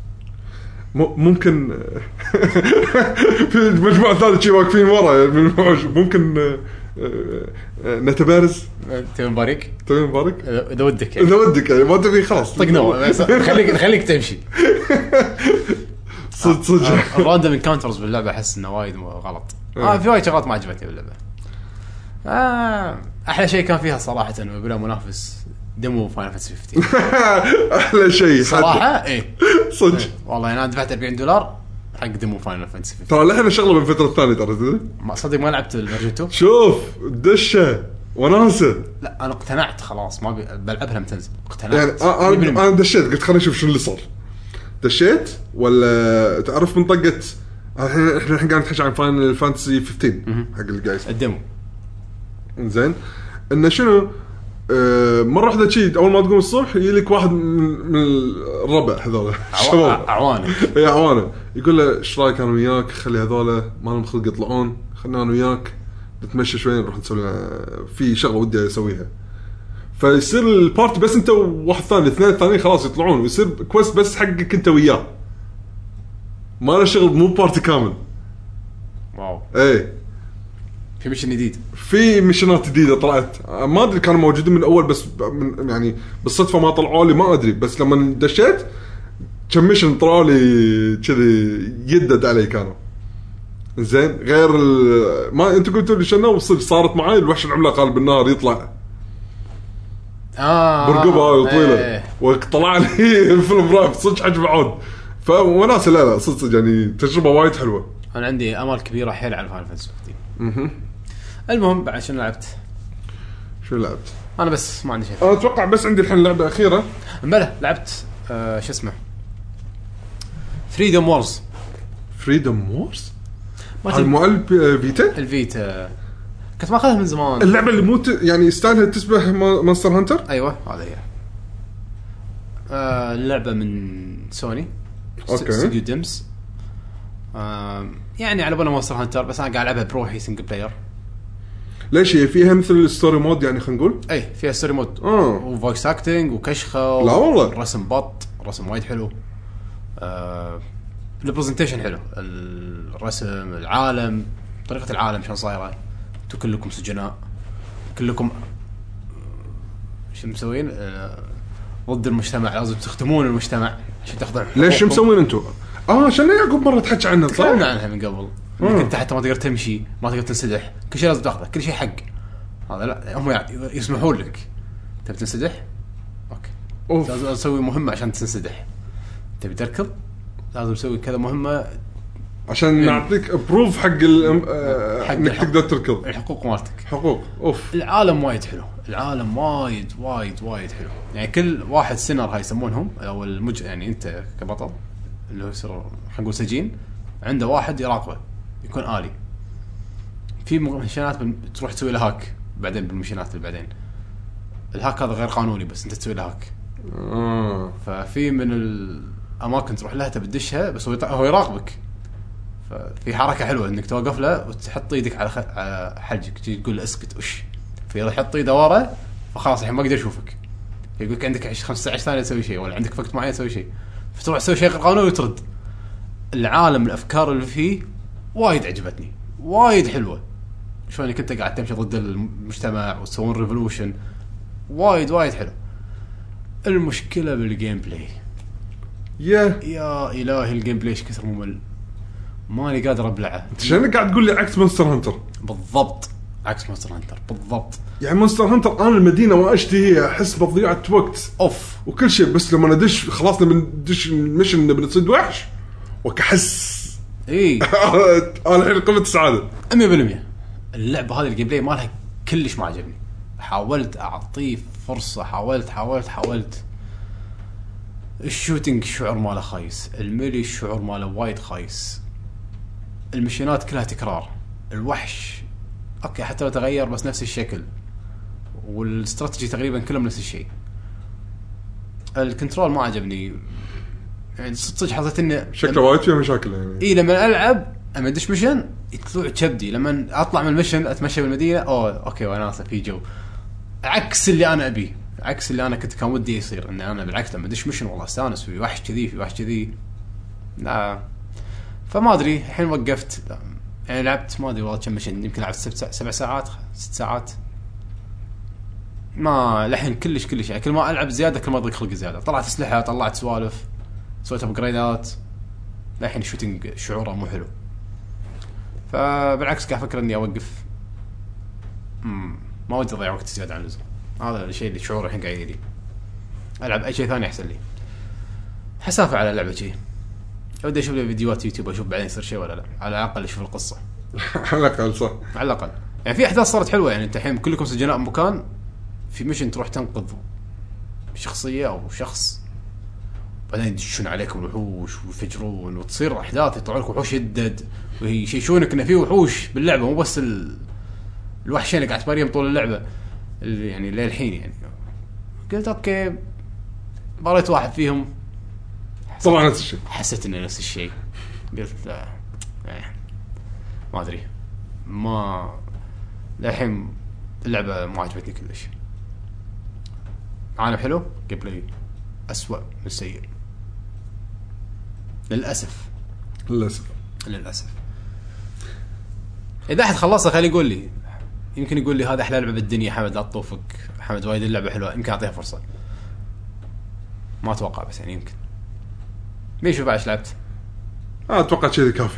ممكن في مجموعة ثالث شيء واقفين ورا ممكن نتبارز. تبي نبارك تبي نبارك اذا ودك يعني. اذا ودك يعني ما تبي خلاص طقنا خليك خليك تمشي. صدق صدق الراندوم انكاونترز باللعبه احس انه وايد غلط. اه في وايد شغلات ما عجبتني باللعبه. آه احلى شيء كان فيها صراحه انه بلا منافس ديمو فاينل فانتسي خمسة عشر. احلى شيء صراحه ايه صدق إيه. والله انا دفعت أربعين دولار حق ديمو فاينل فانتسي خمسة. ترى لحنا شغله بالفتره الثانيه ترى ما صدق ما لعبت الفيرجن. شوف دشه وناسه. لا انا اقتنعت خلاص ما بلعبها لما تنزل. اقتنعت يعني انا انا دشيت قلت خليني اشوف شو اللي صار. دشيت ولا تعرف من طقه الحين احنا الحين قاعد نحكي عن فاينل فانتسي خمسة عشر حق الجايز الديمو. زين انه شنو أه مره واحده شيء اول ما تقوم الصبح يجي لك واحد من الربع هذول الشباب اعوانه اي اعوانه يقول له ايش رايك انا وياك خلي هذول ما لهم خلق يطلعون خلينا انا وياك نتمشى شوي نروح نسوي في شغله ودي اسويها. فيصير البارتي بس انت وواحد ثاني اثنين الثانيين خلاص يطلعون ويصير كويست بس حقك انت وياه ما له شغل مو بارتي كامل. واو ايه في ميشن جديد في ميشنات جديده طلعت ما ادري كانوا موجودين من اول بس من يعني بالصدفه ما طلعوا لي ما ادري بس لما دشيت كم ميشن طلعوا لي كذي يدد علي كانوا زين غير ما انت قلت لي شنو صارت معي الوحش العملاق قال بالنار يطلع اه برقبه طويله ايه. وطلع لي الفيلم رعب صدق حجم عود فوناس لا لا صدق يعني تجربه وايد حلوه. انا عندي امال كبيره حيل على فاينل فانتسي اها المهم بعد شنو لعبت شو لعبت انا بس ما عندي شيء انا اتوقع بس عندي الحين لعبه اخيره بلا لعبت آه شو اسمه فريدوم وورز. فريدوم وورز المؤلف فيتا الفيتا كنت ما اخذها من زمان. اللعبه اللي مو يعني يستاهلها تسبح مونستر هانتر. ايوه هذا هي آه اللعبه من سوني استوديو ديمس آه يعني على بالنا مونستر هانتر بس انا قاعد العبها بروحي سنجل بلاير. ليش هي فيها مثل الستوري مود يعني خلينا نقول اي فيها ستوري مود آه. وفويس اكتنج وكشخه لا والله رسم بط رسم وايد حلو آه البرزنتيشن حلو الرسم العالم طريقه العالم شلون صايره انتم كلكم سجناء كلكم شو مسوين آه ضد المجتمع لازم تخدمون المجتمع عشان تاخذون. ليش شو مسوين انتم اه عشان يعقوب مره تحكي عنها صح تكلمنا عنها من قبل انك انت حتى ما تقدر تمشي ما تقدر تنسدح كل شيء لازم تاخذه كل شيء حق هذا لا هم يسمحون لك تبي تنسدح اوكي أوف. لازم تسوي مهمه عشان تنسدح تبي تركض لازم تسوي كذا مهمه عشان يعني نعطيك بروف حق انك تقدر تركض الحقوق مالتك حقوق اوف. العالم وايد حلو العالم وايد وايد وايد حلو يعني كل واحد سينر هاي يسمونهم او المج يعني انت كبطل اللي هو يصير خلينا نقول سجين عنده واحد يراقبه يكون آلي في مشينات تروح تسوي له هاك بعدين بالمشينات اللي بعدين الهاك هذا غير قانوني بس انت تسوي له هاك آه. ففي من الاماكن تروح لها تبدشها بس هو هو يراقبك ففي حركه حلوه انك توقف له وتحط ايدك على, خ... على حلجك تقول له اسكت وش فيحط ايده ورا فخلاص الحين ما اقدر اشوفك يقولك عندك خمسة عشر ثانيه تسوي شيء ولا عندك وقت معين تسوي شيء فتروح تسوي شيء غير قانوني وترد. العالم الافكار اللي فيه وايد عجبتني وايد حلوه شلون انك انت قاعد تمشي ضد المجتمع وتسوون ريفولوشن وايد وايد حلو. المشكله بالجيم بلاي يا يا الهي الجيم بلاي ايش كثر ممل ماني قادر ابلعه. شنو قاعد تقول لي عكس مونستر هانتر بالضبط عكس مونستر هانتر بالضبط يعني مونستر هانتر انا المدينه واشتهي احس بضيعه وقت اوف وكل شيء بس لما ندش خلاص لما ندش ميشن نبي نصيد وحش وكحس اي انا الحين قمه السعاده مية بالمية. اللعبه هذه الجيم بلاي مالها كلش ما عجبني حاولت اعطيه فرصه حاولت حاولت حاولت الشوتينج الشعور ماله خايس الميلي الشعور ماله وايد خايس المشينات كلها تكرار الوحش اوكي حتى لو تغير بس نفس الشكل، والاستراتيجي تقريبا كلهم نفس الشيء. الكنترول ما عجبني يعني صدق، حسيت انه شكله وايد فيه مشاكل يعني. اي لما العب اما ادش ميشن يطلع كبدي، لما اطلع من الميشن اتمشى بالمدينه اوه اوكي وناسه في جو، عكس اللي انا ابيه، عكس اللي انا كنت كان ودي يصير. ان انا بالعكس لما ادش ميشن والله استانس في وحش كذي في وحش كذي. لا فما ادري الحين وقفت يعني، لعبت ما ادري والله كم ميشن، يمكن لعبت سبع سبع ساعات ست ساعات. ما لحين كلش كلش يعني، كل ما العب زياده كل ما ضيق خلقي زياده. طلعت اسلحه، طلعت سوالف، سويت ابجريدات، لحين الشوتينج شعوره مو حلو. فبالعكس قاعد افكر اني اوقف، امم ما ودي اضيع وقت زياده عن اللزوم. هذا الشيء اللي شعوره الحين قاعد يجي. العب اي شيء ثاني احسن لي، حسافه على لعبه شيء. ودي اشوف لي فيديوهات يوتيوب اشوف بعدين يصير شيء ولا لا، على الاقل اشوف القصه على الاقل صح، على الاقل يعني في احداث صارت حلوه يعني. انت الحين كلكم سجناء بمكان، في ميشن تروح تنقذ شخصيه او شخص، بعدين يدشون عليكم الوحوش ويفجرون وتصير احداث، يطلعوا لك وحوش يدد ويشيشونك انه في وحوش باللعبه، مو بس ال... الوحشين اللي قاعد تماريهم طول اللعبه اللي يعني للحين يعني. قلت اوكي مريت واحد فيهم طبعا نفس الشيء، حسيت انه نفس الشيء. قلت لا ما ادري، ما للحين اللعبه ما عجبتني كلش. عالم حلو، جيم بلاي أسوأ من السيء للأسف للأسف للأسف. إذا أحد خلصها خلي يقول لي، يمكن يقول لي هذا أحلى لعبة بالدنيا حمد لا تطوفك حمد، وايد اللعبة حلوة، يمكن أعطيها فرصة. ما أتوقع بس يعني يمكن بيشوف عايش لعبت. آه أتوقع شيء كافي.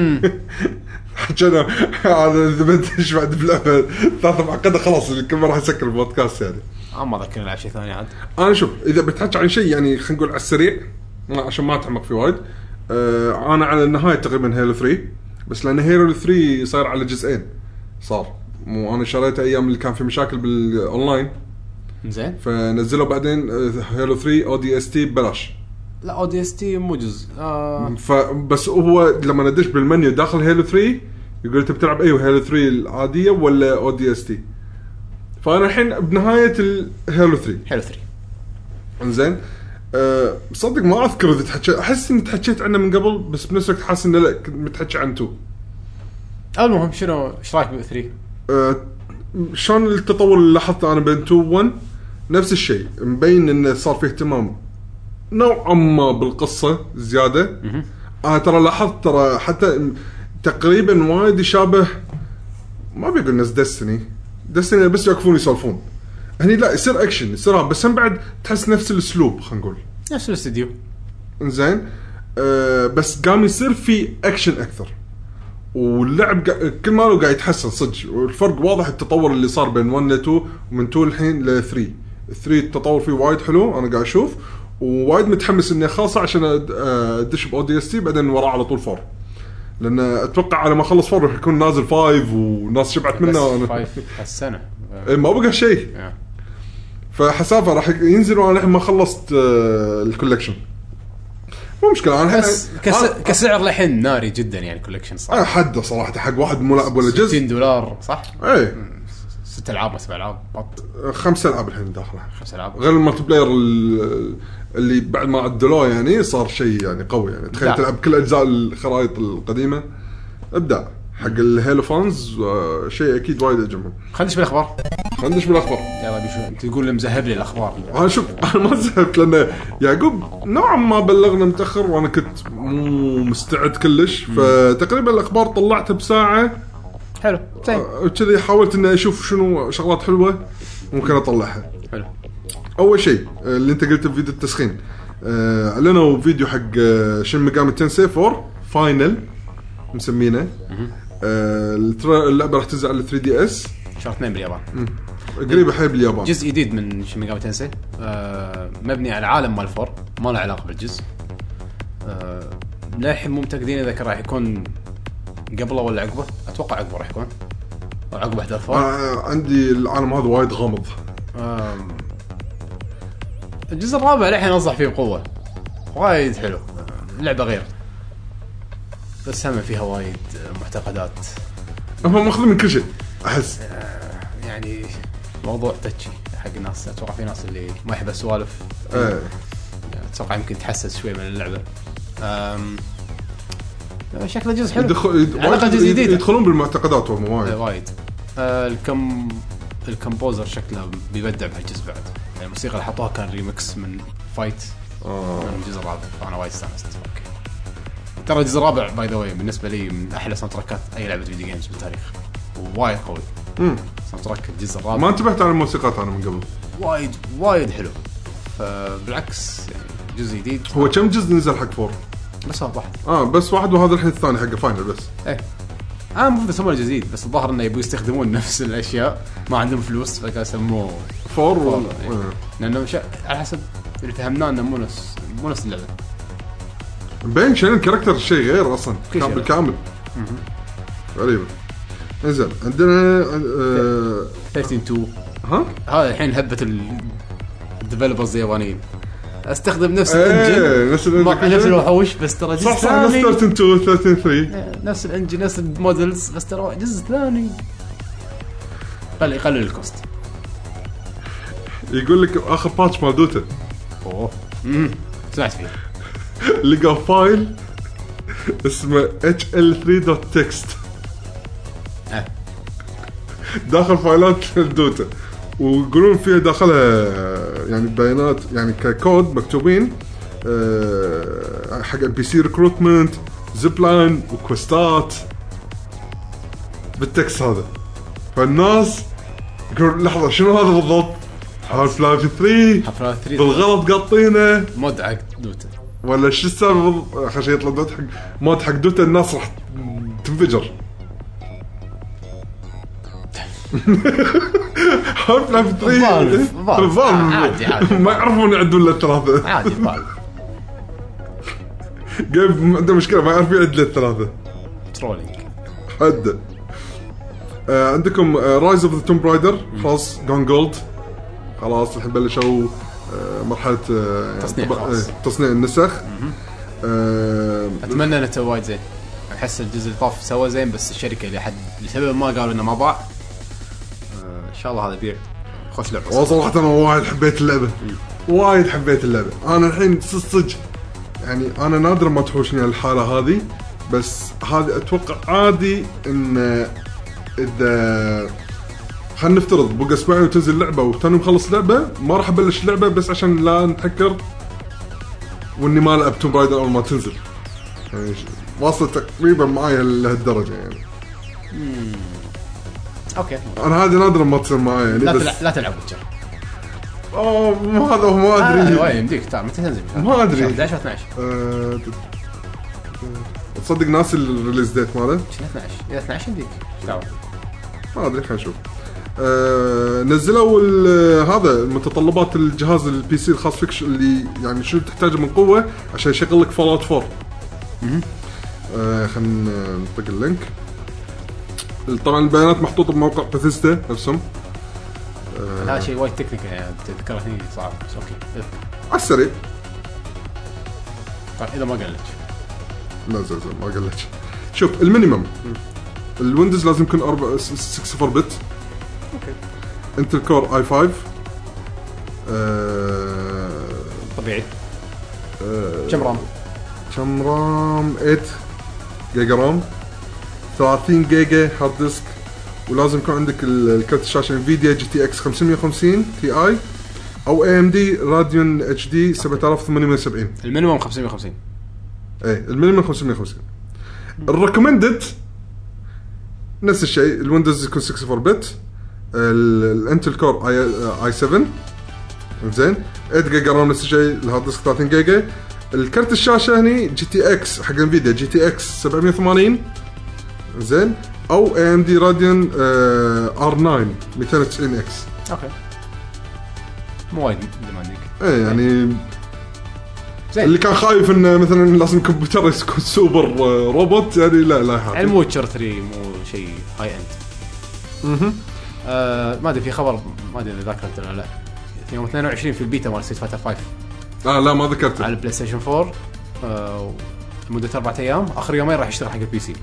حكينا هذا إذا بنتش بعد بلعبة ثلاثة معقدة خلاص كل مرة راح يسكر البودكاست يعني. أنا ما أذكر ألعب شيء ثاني عاد. أنا شوف إذا بتحكي عن شيء يعني خلينا نقول على السريع عشان ما أتعمق في وايد. آه أنا على النهاية تقريبا هيلو ثري، بس لأن هيلو ثري صار على جزئين صار، مو أنا شريته أيام اللي كان في مشاكل بالأونلاين زين، فنزلوا بعدين هيلو ثري أو دي إس تي ببلاش. لا أو دي إس تي مو جزء آه. فبس هو لما ندش بالمنيو داخل هيلو ثري يقول أنت بتلعب أيه هيلو ثري العادية ولا أو دي إس تي. فأنا الحين بنهاية الهيلو ثري هيلو ثري إنزين. أه صدق ما أذكر إذا تحكي، أحس إني تحكيت عنه من قبل بس بنفس الوقت حاسس إنه لا متحكي عن تو. المهم شنو إيش رأيك بثري؟ أه شلون التطور اللي لاحظته أنا بين تو ون نفس الشيء، مبين إنه صار فيه اهتمام نوعا ما بالقصة زيادة. أنا ترى لاحظت ترى حتى تقريبا وايد يشابه، ما بيقول ناس ديستني ديستني بس يوقفون يسولفون، هني لا يصير اكشن يصير بس هم بعد تحس نفس الاسلوب خلينا نقول نفس الاستديو انزين. أه بس قام يصير في اكشن اكثر، واللعب كل ما له قاعد يتحسن صدق، والفرق واضح التطور اللي صار بين واحد ل تو ومن تو الحين ل ثري. ثري التطور فيه وايد حلو انا قاعد اشوف، ووايد متحمس اني خاصه عشان ادش باو دي اس تي بعدين وراه على طول فور، لان اتوقع على ما اخلص فور راح يكون نازل فايف والناس شبعت منه. انا فايف هالسنه ما بقى شيء فحسافه راح ينزل وانا ما خلصت الكولكشن. مو مشكله انا بس كس... أنا... كسعر لحين ناري جدا يعني كولكشن صح انا حده صراحه حق واحد مو لاعب ولا جزء ستين دولار صح. اي ست العاب سبع العاب بط خمس العاب الحين داخله، خمس العاب غير الملتي بلاير اللي بعد ما عدلوه يعني صار شيء يعني قوي يعني. تخيل تلعب كل اجزاء الخرائط القديمه، ابداع حق الهيلو فانز شيء اكيد وايد اجمل. خلينا بالاخبار خلينا بالاخبار يلا بيشو انت تقول مزهب لي الاخبار. انا شوف انا ما زهقت لان يعقوب نوعا ما بلغنا متاخر وانا كنت مو مستعد كلش، فتقريبا الاخبار طلعتها بساعه حلو زين وكذا حاولت اني اشوف شنو شغلات حلوه ممكن اطلعها. حلو اول شيء اللي انت قلت بفيديو التسخين اعلنوا فيديو حق شين ميجامي تنسي فور فاينل مسمينه. اللعبه راح تنزل على ثري دي اس شهر اثنين باليابان، قريبه حيل باليابان. جزء جديد من شين ميجامي تنسي آه مبني على عالم مال فور، ما له علاقه بالجزء. آه للحين مو متاكدين اذا كان راح يكون قبله ولا عقبه، اتوقع عقبه راح يكون او عقب احداث فور. آه عندي العالم هذا وايد غامض. آه الجزء الرابع الحين انصح فيه بقوه وايد حلو، لعبه غير بس هم فيها وايد معتقدات هم ماخذين من كل شيء. احس يعني موضوع تاتشي حق الناس. اتوقع في ناس اللي ما يحب السوالف ايه اتوقع يمكن تحسس شوي من اللعبه. أم... شكله جزء حلو يدخل على الأقل جزء جديد. يدخلون بالمعتقدات والله وايد وايد. آه الكم الكمبوزر شكله بيبدع بهالجزء بعد. يعني الموسيقى اللي حطوها كان ريمكس من فايت اه من الجزء الرابع فانا وايد استانست. اوكي ترى الجزء الرابع باي ذا واي بالنسبه لي من احلى ساوند تراكات اي لعبه فيديو جيمز بالتاريخ. وايد قوي امم ساوند تراك الجزء الرابع. ما انتبهت على الموسيقات انا من قبل. وايد وايد حلو. فبالعكس يعني جزء جديد. هو كم جزء نزل حق فور؟ بس واحد واحد اه بس واحد وهذا الحين الثاني حقه فاينل بس. ايه انا المفروض يسمونه جديد بس الظاهر انه يبوا يستخدمون نفس الاشياء ما عندهم فلوس فقالوا سموه فور, فور. و... إيه. لانه مش على حسب اللي فهمناه انه مو نفس مو نفس اللعبه. بين شين الكاركتر شيء غير اصلا كان بالكامل. غريبة. انزين عندنا آه... ثلاثة عشر تو ها هذا الحين هبه الديفلوبرز اليابانيين استخدم نفس ايه الانجن نفس الانجن نفس الوحوش بس ترى جزء صح صح نفس ثاني ثلاثة تو ثلاثة ثري نفس الانجن نفس المودلز بس ترى جزء ثاني قل يقلل الكوست. يقول لك اخر باتش مال دوتا اوه امم سمعت فيه لقى فايل اسمه اتش ال ثري دوت تكست اه داخل فايلات الدوتا ويقولون فيها داخلها يعني بيانات يعني ككود مكتوبين أه حق البي سي ريكروتمنت زبلاين وكوستات بالتكست هذا. فالناس يقول لحظة شنو هذا بالضبط؟ هالف لايف ثري بالغلط قاطينه مود حق دوتا ولا شو السبب؟ خشي يطلع دوت حق مود حق دوتا الناس راح تنفجر. هالف لايف ثري عادي عادي ما يعرفون يعدون للثلاثة عادي فال جيب عنده مشكلة ما يعرف يعد للثلاثة ترولينج حد. آه عندكم رايز اوف ذا توم برايدر خلاص جون جولد خلاص الحين بلشوا آه مرحلة آه تصنيع طب... خلاص آه تصنيع النسخ. آه اتمنى انه تو وايد زين. احس الجزء اللي طاف سوى زين بس الشركة اللي حد لسبب ما قالوا انه ما باع. آه ان شاء الله هذا بيع خوش لعبة. وصراحة انا وايد حبيت اللعبة وايد حبيت اللعبة. انا الحين صدق يعني انا نادر ما تحوشني الحالة هذه بس هذه اتوقع عادي ان اذا خلينا نفترض بقى اسبوعين وتنزل لعبه وتاني مخلص لعبه ما راح ابلش لعبه بس عشان لا نتحكر واني ما العب توم برايدر اول ما تنزل. يعني واصل تقريبا معايا لهالدرجه يعني. امم اوكي انا هذه نادرا ما تصير معايا يعني لا بس تلع... لا تلعب ويتشر. اوه ما هذا ما ادري آه يمديك تعال متى تنزل ما ادري احد عشر اثنا عشر أه... تصدق ناس الريليز ديت ماله اثنا عشر اذا اثنا عشر يمديك تعال ما ادري خلينا نشوف. آه نزلوا هذا المتطلبات الجهاز البي سي الخاص فيك اللي يعني شو تحتاجه من قوه عشان يشغل لك فول اوت فور. آه خلينا نطق اللينك. طبعا البيانات محطوطه بموقع بثيستا نفسهم. آه هذا شيء وايد تكنيكال يعني تذكره هني صعب بس اوكي على السريع. طيب اذا ما قال لك لا زين زين ما قال لك. شوف المينيمم الويندوز لازم يكون أربعة ستة أربعة بت. اوكي انتل كور اي خمسة أه... طبيعي. أه... كم رام؟ كم رام؟ ثمانية جيجا رام ثلاثين جيجا هارد ديسك ولازم يكون عندك الكارت الشاشه انفيديا جي تي اكس خمسمية وخمسين تي اي او اي ام دي راديون اتش دي سبعة آلاف وثمانمية وسبعين. المينيمم خمسمية وخمسين. ايه المينيمم خمسمية وخمسين. الريكومندد نفس الشيء الويندوز يكون ستة أربعة بت الانتل كور اي اي سبعة زين ثمانية جيجا رام نفس الشيء الهارد ديسك ثلاثين جيجا. الكرت الشاشه هني جي تي اكس حق انفيديا جي تي اكس سبعمية وثمانين زين او اي ام دي راديون ار تسعة مئتين وتسعين اكس. اوكي مو وايد ديماندينج. ايه يعني زين. اللي كان خايف انه مثلا لازم كمبيوتر يكون سوبر روبوت يعني لا لا يعني مو ويتشر ثري مو شيء هاي اند. اها آه ما ادري في خبر ما ادري اذا ذكرت ولا لا في يوم اثنين وعشرين في البيتا مال ستريت فايتر خمسة اه لا ما ذكرته على البلاي ستيشن فور آه لمده اربعة ايام اخر يومين راح يشتغل حق البي سي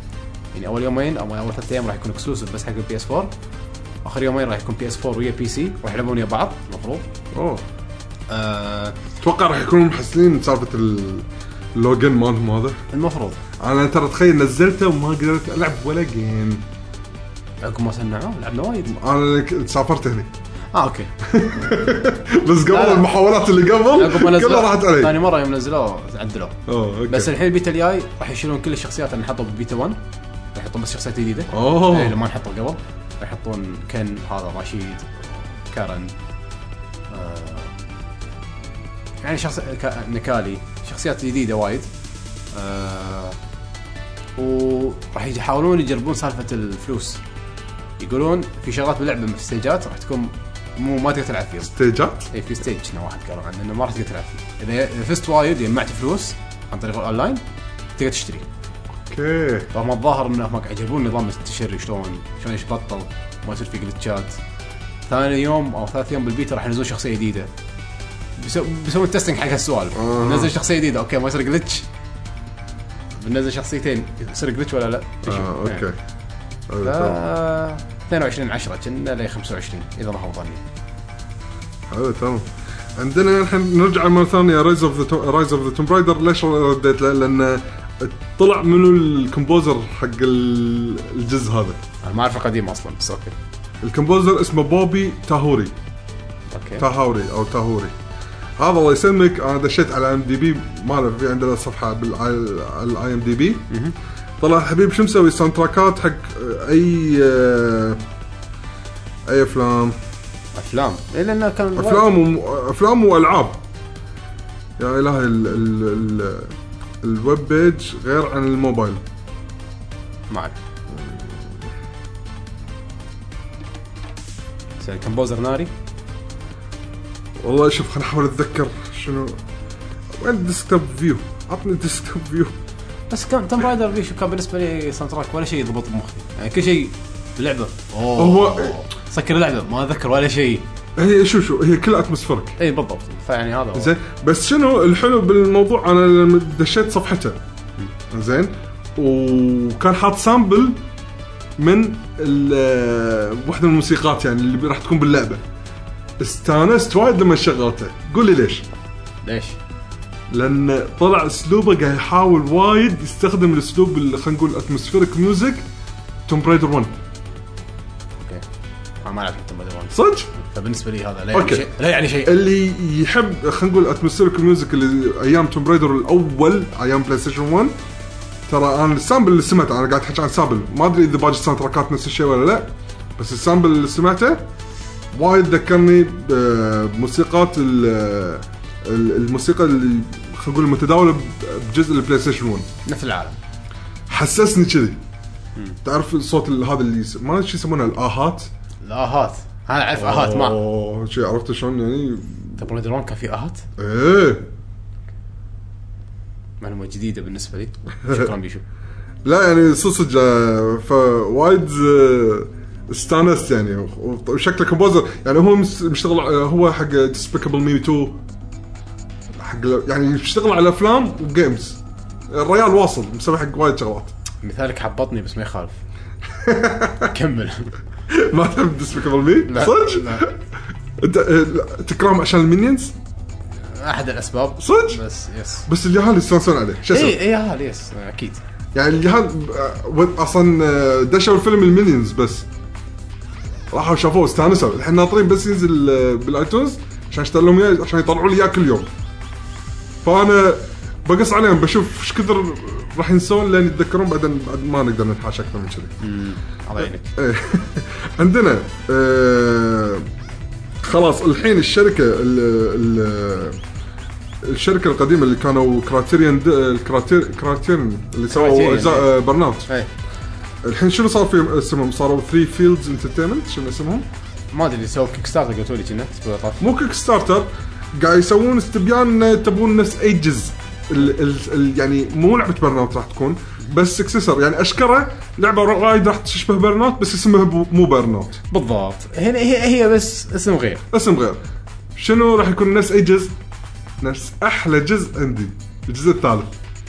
يعني اول يومين او اول ثلاث ايام راح يكون اكسكلوسيف بس حق البي اس فور، اخر يومين راح يكون بي اس فور ويا بي سي راح يلعبون ويا بعض المفروض. اوه آه اتوقع راح يكونوا محسنين سالفه اللوجن مالهم هذا المفروض. انا ترى تخيل نزلته وما قدرت العب ولا جيم عقب ما سمعوه لعبنا وايد. انا سافرت هني اه اوكي بس قبل المحاولات اللي قبل كلها راحت علي. ثاني مره يوم نزلوه عدلوه. اوه بس الحين البيتا الجاي راح يشيلون كل الشخصيات اللي نحطوا بالبيتا واحد، راح يحطون بس شخصيات جديده اوه اللي ما نحطوا قبل. راح يحطون كن هذا رشيد كارن آه يعني شخص نكالي شخصيات جديده وايد. آه وراح يحاولون يجربون سالفه الفلوس. يقولون في شغلات باللعبه في ستيجات راح تكون مو ما تقدر تلعب فيها. ستيجات؟ اي في ستيج هنا واحد قالوا عنه انه ما راح تقدر تلعب فيه. اذا فزت وايد جمعت فلوس عن طريق الاونلاين تقدر تشتري. اوكي. فما الظاهر انهم قاعد يجربون نظام التشري شلون شلون يبطل ما يصير في جلتشات. ثاني يوم او ثالث يوم بالبيتا راح ينزلون شخصيه جديده. بيسو بيسوون تيستنج حق هالسوالف. آه. نزل شخصيه جديده اوكي ما يصير جلتش. بنزل شخصيتين يصير جلتش ولا لا؟ اه اوكي. آه. اثنين وعشرين عشرة كنا ل خمسة وعشرين اذا ما هو ظني. حلو تمام. عندنا الحين نرجع مرة ثانية رايز اوف ذا رايز اوف ذا توم برايدر. ليش رديت له؟ لأن طلع منو الكومبوزر حق الجزء هذا. أنا ما أعرف القديم أصلاً بس أوكي. الكومبوزر اسمه بوبي تاهوري. أوكي. تاهوري أو تاهوري. هذا الله يسلمك. أنا دشيت على ام دي بي ماله في عندنا صفحة بالاي ام دي بي. طلع الحبيب شو مسوي ساوند تراكات حق أي أي أفلام. افلام اي لانه كان افلام و... افلام والعاب. يا الهي ال... ال... ال... الويب بيج غير عن الموبايل. ما اعرف سوي كمبوزر ناري والله. شوف خليني احاول اتذكر شنو وين الديسكتوب فيو. عطني الديسكتوب فيو. بس كان توم رايدر فيه كان بالنسبه لي ساوند تراك ولا شيء يضبط بمخي يعني كل شيء اللعبه اوه هو سكر اللعبه ما اذكر ولا شيء. هي شو شو هي كل اتموسفيرك. اي بالضبط. فيعني هذا زين. بس شنو الحلو بالموضوع انا لما دشيت صفحته زين وكان حاط سامبل من واحده من الموسيقات يعني اللي راح تكون باللعبه. استانست وايد لما شغلته. قول لي ليش؟ ليش؟ لان طلع اسلوبه قاعد يحاول وايد يستخدم الاسلوب اللي خلينا نقول اتموسفيرك ميوزك توم برايدر واحد. اوكي انا ما اعرف توم برايدر واحد صدق. فبالنسبه لي هذا لا يعني شيء لا يعني شيء. اللي يحب خلينا نقول اتموسفيرك ميوزك اللي ايام توم برايدر الاول ايام بلاي ستيشن واحد. ترى انا السامبل اللي سمعته انا قاعد احكي عن سامبل ما ادري اذا باقي الساوند تراكات نفس الشيء ولا لا. بس السامبل اللي سمعته وايد ذكرني بموسيقات الموسيقى اللي خلينا نقول المتداوله بجزء البلاي ستيشن واحد نفس العالم. حسسني كذي. تعرف الصوت هذا اللي ما ادري شو يسمونه الاهات. الاهات انا اعرف اهات ما اوه شيء عرفت شلون يعني. تبون درون كان في اهات ايه معلومه جديده بالنسبه لي. شكرا بيشو. لا يعني صدق فوايد استانست يعني. وشكله كومبوزر يعني هو مشتغل هو حق ديسبيكابل مي تو حق يعني يشتغل على افلام وجيمز. الريال واصل مسوي حق وايد شغلات. مثالك حبطني بس ما يخالف. كمل. ما تحب ديسبيكابل مي صدق؟ انت تكرم عشان المينيونز احد الاسباب صدق. بس يس بس اليهال يستانسون عليه. شو اسمه؟ اي اي يهال يس اكيد يعني اليهال اصلا دشوا الفيلم المينيونز بس راحوا شافوه استانسوا. الحين ناطرين بس ينزل بالايتونز عشان اشتري لهم اياه عشان يطلعوا لي اياه كل يوم. فانا بقص عليهم بشوف ايش كثر راح ينسون لين يتذكرون بعدين بعد ما نقدر نتحاشى اكثر من كذي. امم الله يعينك. عندنا آه خلاص الحين الشركه ال ال الشركه القديمه اللي كانوا كرايتيريان الكرايتير كرايتيريان اللي سووا اجزاء برناوت. الحين شنو صار في اسمهم؟ صاروا ثري فيلدز انترتينمنت. شنو اسمهم؟ ما ادري سووا كيك ستارتر قلتوا لي كنا مو كيك ستارتر. قاعد يسوون استبيان تبون نفس اي جزء ال ال ال يعني مو لعبه برناوت راح تكون بس سكسسر يعني اشكره لعبه وايد راح تشبه برناوت بس اسمها مو برناوت بالضبط. هنا هي هي بس اسم غير اسم غير. شنو راح يكون نفس اي جزء؟ نفس احلى جزء عندي الجزء الثالث.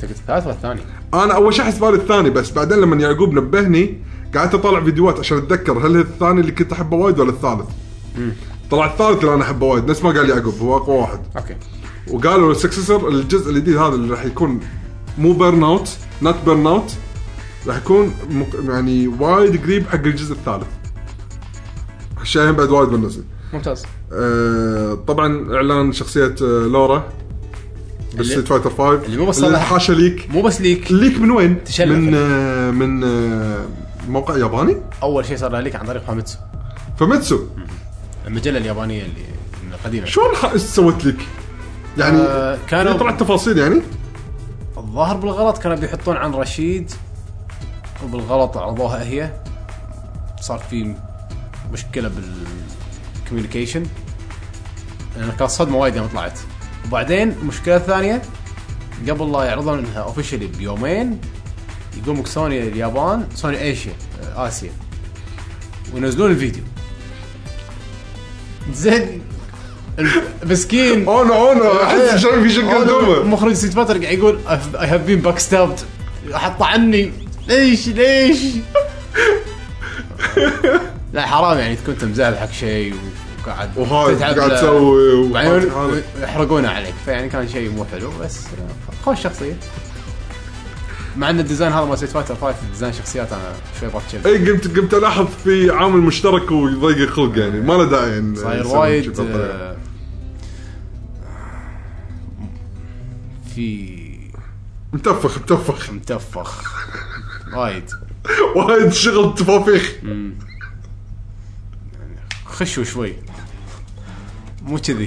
انت قلت الثالث ولا الثاني؟ انا اول شيء حسبالي الثاني، بس بعدين لما يعقوب نبهني قعدت اطالع فيديوهات عشان اتذكر هل الثاني اللي كنت احبه وايد ولا الثالث. امم طلع الثالث اللي انا احبه وايد، نفس ما قال يعقوب هو اقوى واحد. اوكي. وقالوا السكسسر الجزء الجديد هذا اللي راح يكون مو بيرن اوت نوت بيرن اوت، راح يكون مك... يعني وايد قريب حق الجزء الثالث. الشيء بعد وايد بالنسبه ممتاز. آه طبعا اعلان شخصيه آه لورا بالستريت فايتر خمسة اللي مو بس صار حاشا ليك. مو بس ليك ليك من وين؟ تشلف. من آه من آه موقع ياباني. اول شيء صار لها ليك عن طريق فاميتسو فاميتسو المجله اليابانيه اللي من القديمه. شلون ح... سوت لك يعني آه كانوا طلعت تفاصيل يعني الظاهر بالغلط كانوا بيحطون عن رشيد وبالغلط عرضوها هي، صار في مشكله بالكوميونيكيشن لأن كانت صدمه وايد يوم طلعت. وبعدين المشكله الثانيه قبل لا يعرضون انها اوفيشلي بيومين يقوموا سوني اليابان سوني ايشيا اسيا وينزلون الفيديو زين مسكين انا انا احس شايف في شكل دومه. مخرج سيت باتر قاعد يقول I have been backstabbed حط عني ليش ليش لا حرام يعني تكون تمزح حق شيء وقاعد وهاي قاعد تسوي وبعدين يحرقونه عليك، فيعني كان شيء مو حلو بس خوش شخصيه. مع ان الديزاين هذا ما سيت فايتر خمسة ديزاين شخصيات انا شوي باتشل. اي قمت قمت الاحظ في عامل مشترك ويضيق خلق يعني ما له داعي يعني صاير وايد آه في متفخ متفخ متفخ وايد وايد شغل تفافيخ. خشوا شوي مو كذي.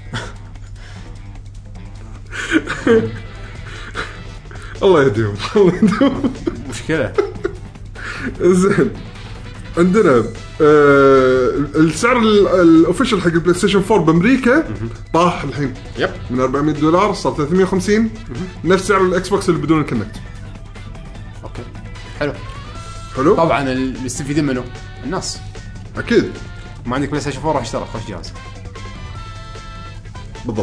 الله يهديهم الله يهديهم. مشكلة. زين عندنا آه السعر الاوفيشال حق البلاي ستيشن فور بامريكا طاح الحين يب من أربعمية دولار صار ثلاثمية وخمسين نفس سعر الاكس بوكس اللي بدون الكونكت. اوكي حلو حلو. طبعا اللي يستفيدون منه الناس اكيد. ما عندك بلاي ستيشن فور راح اشترك خوش جهاز بالضبط.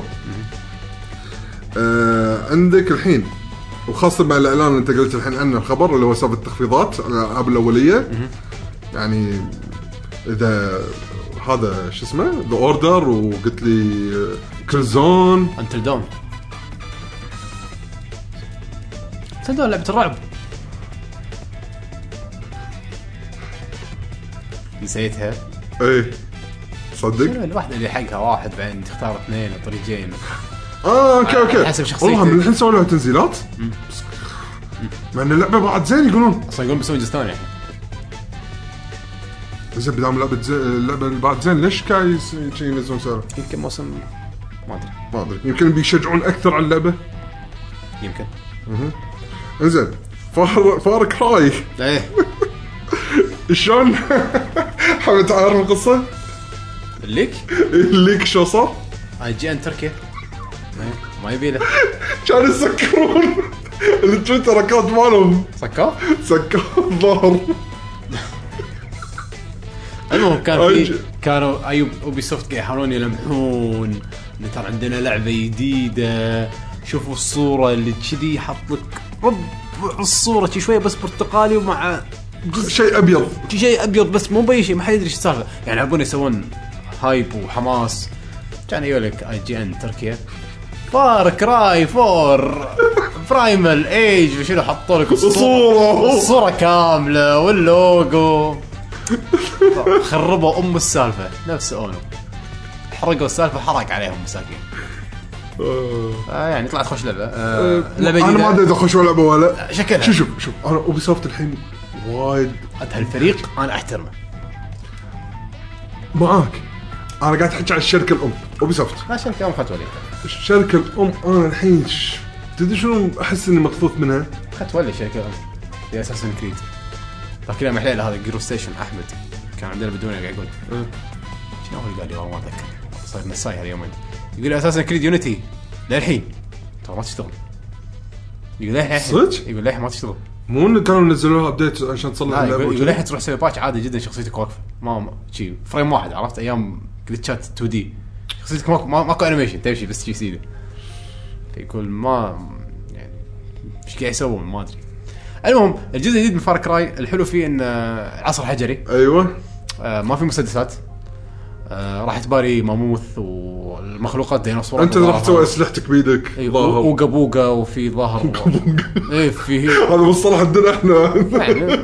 آه عندك الحين وخاصة مع الإعلان اللي أنت قلت الحين عنه الخبر اللي هو سبب التخفيضات على الألعاب الأولية. يعني إذا هذا شو اسمه The Order وقلت لي كلزون Until Dawn Until Dawn لعبة الرعب نسيتها. إيه صدق الواحدة اللي حقها واحد بعدين تختار اثنين طريقين. اه اوكي اوكي حسب شخصيتك. والله من الحين سووا لها تنزيلات مع ان اللعبه بعد زين يقولون اصلا يقولون بيسوون جزء ثاني الحين. اذا بدام لعبه زين اللعبه بعد زين ليش كاي شيء ينزلون سعرها؟ يمكن موسم ما ادري ما ادري يمكن بيشجعون اكثر على اللعبه يمكن. اها انزين فار فارك راي ايه شلون حابب تعرف القصه الليك الليك شو صار؟ اي جي ان تركيا ما يبي له كانوا يسكرون التويتر اكاونت مالهم سكر سكر الظهر. المهم كان في كانوا ايوب اوبي سوفت قاعد يحاولون يلمحون ان ترى عندنا لعبه جديده. شوفوا الصوره اللي كذي حط لك ربع الصوره شي شويه بس برتقالي ومع شيء ابيض شيء ابيض بس مو باي شيء ما حد يدري ايش السالفه. يعني يبون يسوون هايب وحماس. كان يقول لك اي جي ان تركيا فار كراي فور برايمال ايج وشنو حطوا لك الصوره الصوره كامله واللوجو. خربوا ام السالفه نفس اونو حرقوا السالفه حرق عليهم مساكين. آه يعني طلعت خوش لعبه. آه لعبه انا ما ادري اذا خوش لعبه ولا شكلها. شوف شوف شوف انا اوبي سوفت الحين وايد هالفريق انا احترمه معاك. انا قاعد احكي عن الشركه الام اوبي سوفت. ما شركه ام ختولي الشركه الام انا الحين تدري شنو احس اني مقصوف منها ختولي الشركه الام دي اساسن كريد. فاكر ما حليل هذا جيرو ستيشن احمد كان عندنا بدونه قاعد يقول أه. شنو هو قال لي والله ما اتذكر صار نساي هاليومين يقول اساسا كريد يونيتي للحين ترى ما تشتغل. يقول ليه صدق يقول ليه ما تشتغل مو انه كانوا نزلوها ابديت عشان تصلح اللعبه. يقول ليه تروح تسوي باتش عادي جدا شخصيتك واقفه ما شيء فريم واحد عرفت ايام جلتشات تو دي شخصيتك ماكو ماكو انيميشن تمشي بس شيء سيده. يقول ما يعني ايش قاعد يسوون ما ادري. المهم الجزء الجديد من فار كراي الحلو فيه ان العصر حجري. ايوه آه ما في مسدسات. آه راح تباري ماموث والمخلوقات ديناصورات. انت راح تسوي اسلحتك بيدك. أيوة. وقبوقه وفي ظهر ايه في هذا مصطلح عندنا احنا يعني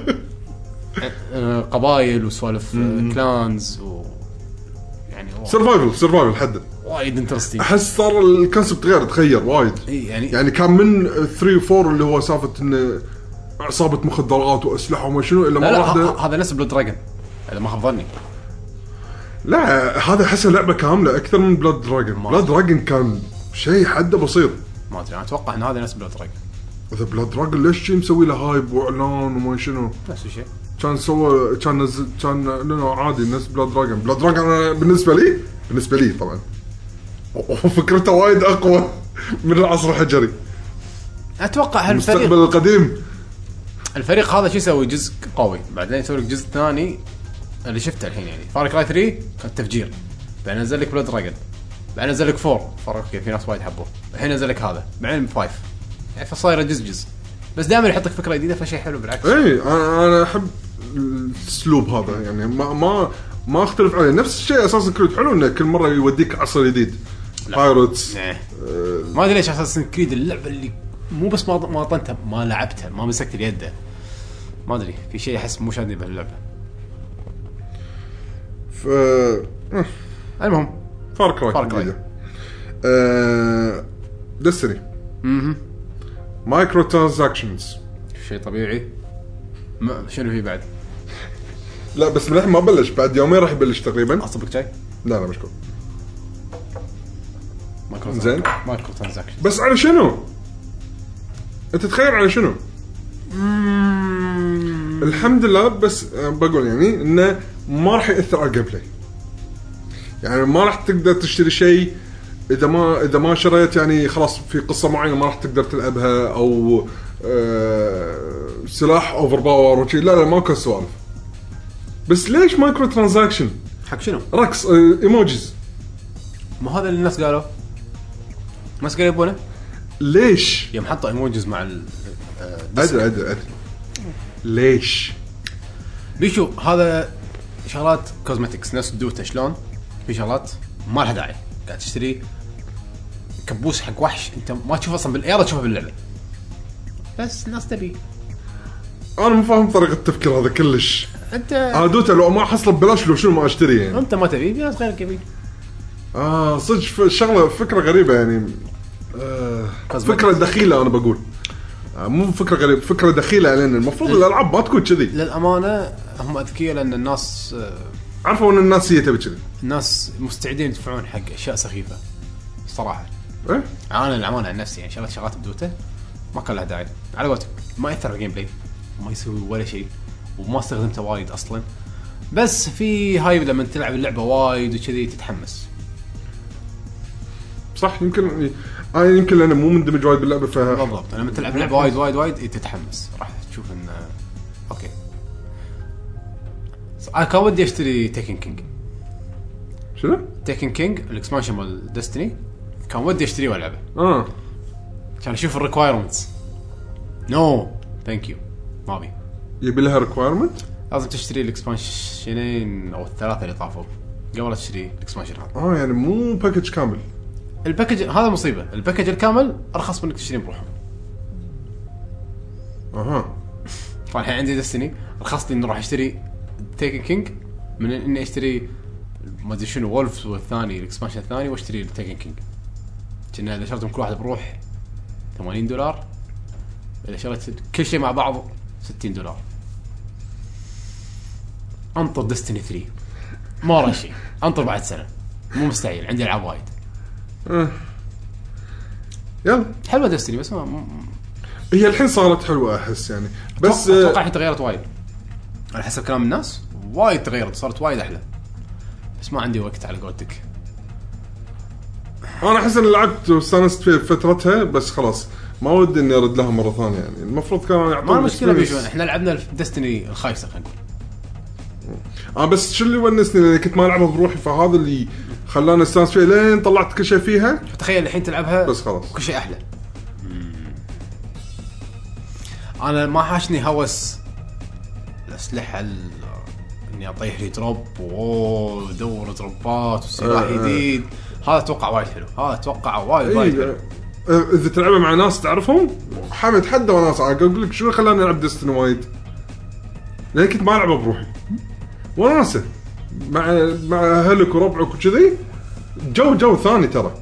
قبائل وسوالف كلانز و يعني سرفايفل سرفايفل حد وايد انترستينج. احس صار الكونسبت غير تغير وايد يعني يعني كان من ثلاثة وأربعة اللي هو سالفه انه عصابه مخدرات واسلحه وما شنو الا مره واحده. هذا نفس بلود دراجون اذا ما خاب ظني. لا هذا حسه لعبه كامله اكثر من بلود دراجون. بلود دراجون كان شيء حده بسيط ما ادري انا اتوقع ان هذا نفس بلود دراجون. اذا بلود دراجون ليش شيء مسوي له هايب واعلان وما شنو نفس الشيء كان سوى كان نزل كان لانه عادي نفس بلود دراجون. بلود دراجون بالنسبه لي بالنسبه لي طبعا وفكرته وايد اقوى من العصر الحجري. اتوقع هالفريق المستقبل القديم الفريق هذا شو يسوي جزء قوي بعدين يسوي لك جزء ثاني اللي شفته الحين يعني فار كراي ثلاثة كان تفجير بعدين نزل لك بلود دراجون بعدين نزل لك أربعة فرق في ناس وايد حبوه الحين نزل لك هذا بعدين خمسة يعني فصايره جزء جزء بس دائما يحطك فكره جديده فشيء حلو بالعكس. اي انا انا احب الاسلوب هذا يعني ما ما ما اختلف عليه. نفس الشيء اساسا كريد حلو انه كل مره يوديك عصر جديد بايرتس. أه. ما ادري ليش اساسا كريد اللعبه اللي مو بس ما ما طنتها ما لعبتها ما مسكت اليد ما ادري في شيء احس مو شادني بهاللعبه. ف المهم فار كراي فار كراي أه... دستني اها مايكرو ترانزاكشنز شيء طبيعي. ما شنو في بعد؟ لا بس من الحين ما بلش بعد يومين راح يبلش تقريبا. اصبك شاي؟ لا لا مشكور. مايكرو زين مايكرو ترانزاكشن بس على شنو؟ انت تخيل على شنو؟ الحمد لله بس بقول يعني انه ما راح ياثر على الجيم بلاي. يعني ما راح تقدر تشتري شيء اذا ما اذا ما شريت يعني خلاص في قصه معينه ما راح تقدر تلعبها او أه سلاح اوفر باور وشي. لا لا ماكو سوالف. بس ليش مايكرو ترانزاكشن حق شنو؟ رقص اه ايموجيز. ما هذا اللي الناس قالوا ما قالوا يبونه ليش يوم حطوا ايموجيز مع ال ادري ادري ادري ليش بيشو هذا شغلات كوزمتكس ناس دوتا شلون في شغلات ما لها داعي قاعد تشتري كبوس حق وحش انت ما تشوفه اصلا بالايرا تشوفه باللعبه بس الناس تبي. انا مو فاهم طريقه التفكير هذا كلش. انت انا دوتا لو ما حصل ببلاش لو شنو ما اشتري يعني. انت ما تبي في ناس غيرك يبي. اه صدق شغله فكره غريبه يعني آه فكره دخيله انا بقول آه مو فكره غريبه فكره دخيله علينا. المفروض ل... الالعاب ما تكون كذي. للامانه هم اذكياء لان الناس آه عارفوا ان الناس هي تبي كذي. الناس مستعدين يدفعون حق اشياء سخيفه صراحه. ايه انا الامانه عن نفسي يعني شغلات شغلات بدوته ما كان لها داعي على قولتك ما ياثر على الجيم بلاي ما يسوي ولا شيء وما استخدمته وايد اصلا. بس في هاي لما تلعب اللعبه وايد وكذي تتحمس. صح يمكن انا آه يمكن لانه مو مندمج وايد باللعبه ف بالضبط لما تلعب لعبه وايد وايد وايد تتحمس راح تشوف ان اوكي. انا كان ودي اشتري تيكن كينج. شنو تيكن كينج الاكسبانشن مال ديستني كان ودي اشتريه والعبه اه كان اشوف الريكوايرمنتس. نو ثانك يو ما ابي. يبي لها ريكوايرمنت لازم تشتري الاكسبانشنين او الثلاثه اللي طافوا قبل لا تشتري الاكسبانشن هذا. اه يعني مو باكج كامل. الباكج هذا مصيبه. الباكج الكامل ارخص من انك تشتري بروحهم. اها فالحين عندي دستني رخصت لي اني اروح اشتري تيكن كينج من اني اشتري ما ادري شنو وولفز والثاني الاكسبانشن الثاني واشتري التيكن كينج. كنا اذا شريتهم كل واحد بروح ثمانين دولار اذا شريت كل شيء مع بعض ستين دولار. انطر دستني ثلاثة ما ورا شيء انطر بعد سنه مو مستعجل عندي العاب وايد. أه. يلا حلوه دستني بس ما م... هي الحين صارت حلوه احس يعني بس اتوقع الحين تغيرت وايد على حسب كلام الناس وايد تغيرت صارت وايد احلى بس ما عندي وقت على قولتك. انا احس ان لعبت واستانست في فترتها بس خلاص ما ودي اني ارد لها مره ثانيه يعني المفروض كانوا يعطون. ما المشكله بيشون احنا لعبنا الدستني الخايسه خلينا نقول. اه بس شو اللي ونسني لاني كنت ما العبها بروحي فهذا اللي خلاني استانس فيها لين طلعت كل شيء فيها. تخيل الحين تلعبها بس خلاص كل شيء احلى. انا ما حاشني هوس الاسلحه ال... اني اطيح لي دروب ودور دروبات وسلاح جديد. هذا اتوقع وايد حلو، هذا اتوقع وايد وايد حلو. اذا تلعبها مع ناس تعرفهم حامد حد وناس اقول لك شنو خلاني العب ديستني وايد، لان كنت ما العبها بروحي وناسه مع مع اهلك وربعك وكذي، جو جو ثاني ترى.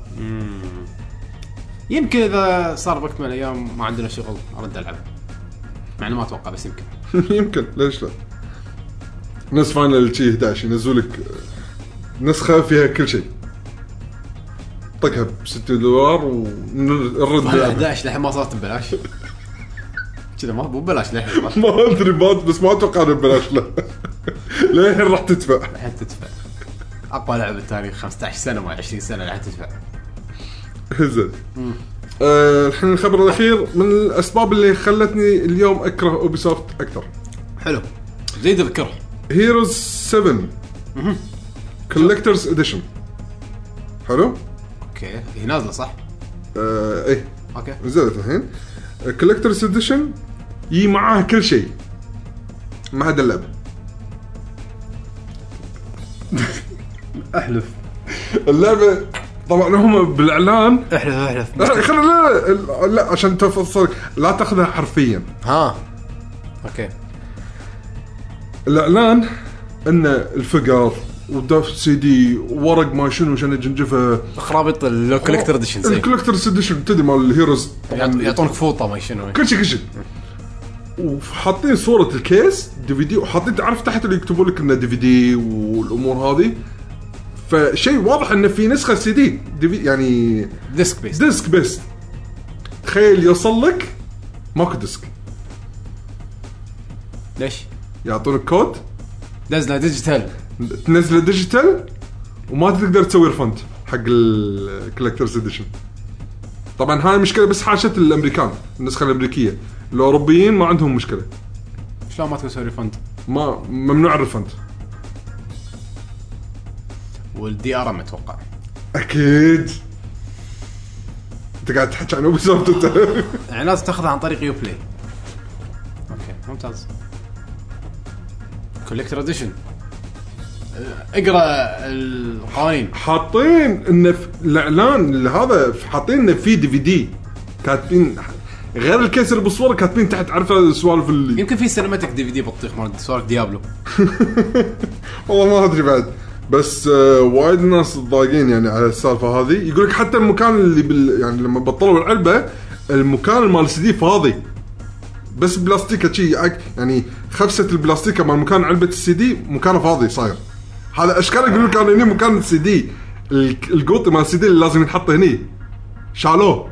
يمكن اذا صار وقت من الايام ما عندنا شغل ارد العبها، مع انه ما اتوقع بس يمكن يمكن ليش لا. نص فاينل شي إحدى عشر ينزل لك نسخه فيها كل شيء، طقها بستة دولار ونرد إحدى عشر لحين ما صارت ببلاش كذا، ما مو ببلاش لحين ما ادري بس ما اتوقع انه ببلاش لا للحين راح تدفع راح تدفع. اقوى لعبه بالتاريخ خمسة عشر سنه ما عشرين سنه راح تدفع. زين أه الحين الخبر الاخير من الاسباب اللي خلتني اليوم اكره اوبيسوفت اكثر. حلو زيد اذكره. هيروز سبعة كولكترز اديشن. حلو اوكي هي نازله صح؟ أه ايه اوكي نزلت الحين كولكترز اديشن، يي معاه كل شيء ما عدا اللعبه. احلف اللعبه طبعا هم بالاعلان احلف احلف لا خلينا لا لا عشان تفصل لا تاخذها حرفيا. ها اوكي الاعلان ان الفقر ودف سي دي وورق ما شنو عشان جنجفه خرابيط الكولكتر اديشن. الكولكتر اديشن تدري مال الهيروز يعطونك فوطه ما شنو كل شيء كل شيء، وحاطين صوره الكيس دي في دي وحاطين تعرف تحت اللي يكتبوا لك انه دي في دي والامور هذه، فشيء واضح انه في نسخه سي دي, دي في يعني ديسك بيس ديسك بيس. تخيل يوصل لك ماكو ديسك، ليش يعطونك كود نزله ديجيتال تنزله ديجيتال وما تقدر تسوي ريفند حق الكولكترز اديشن. طبعا هاي مشكله بس حاشت الامريكان، النسخه الامريكيه، الاوروبيين ما عندهم مشكله. شلون ما تسوي ريفند؟ ما ممنوع الريفند. والدي ار ام اتوقع اكيد. انت قاعد تحكي عن اوبيسوفت انت يعني لازم تاخذها عن طريق يو بلاي. اوكي ممتاز. كولكتر اديشن اقرا القوانين. حاطين ان الاعلان هذا حاطين انه في دي في دي، كاتبين غير الكيس اللي بالصوره كاتبين تحت عارفه السوالف اللي يمكن في سينماتيك دي في دي بطيخ مال سوالف ديابلو والله ما ادري بعد. بس آه وايد ناس ضايقين يعني على السالفه هذه. يقول لك حتى المكان اللي بال يعني لما بطلوا العلبه المكان مال السي دي فاضي بس بلاستيكه شيء يعني خفسه البلاستيكه مال مكان علبه السي دي مكانه فاضي صاير. هذا اشكال يقولون كان هني مكان السي دي، القوط مال السي دي اللي لازم ينحط هني شالوه.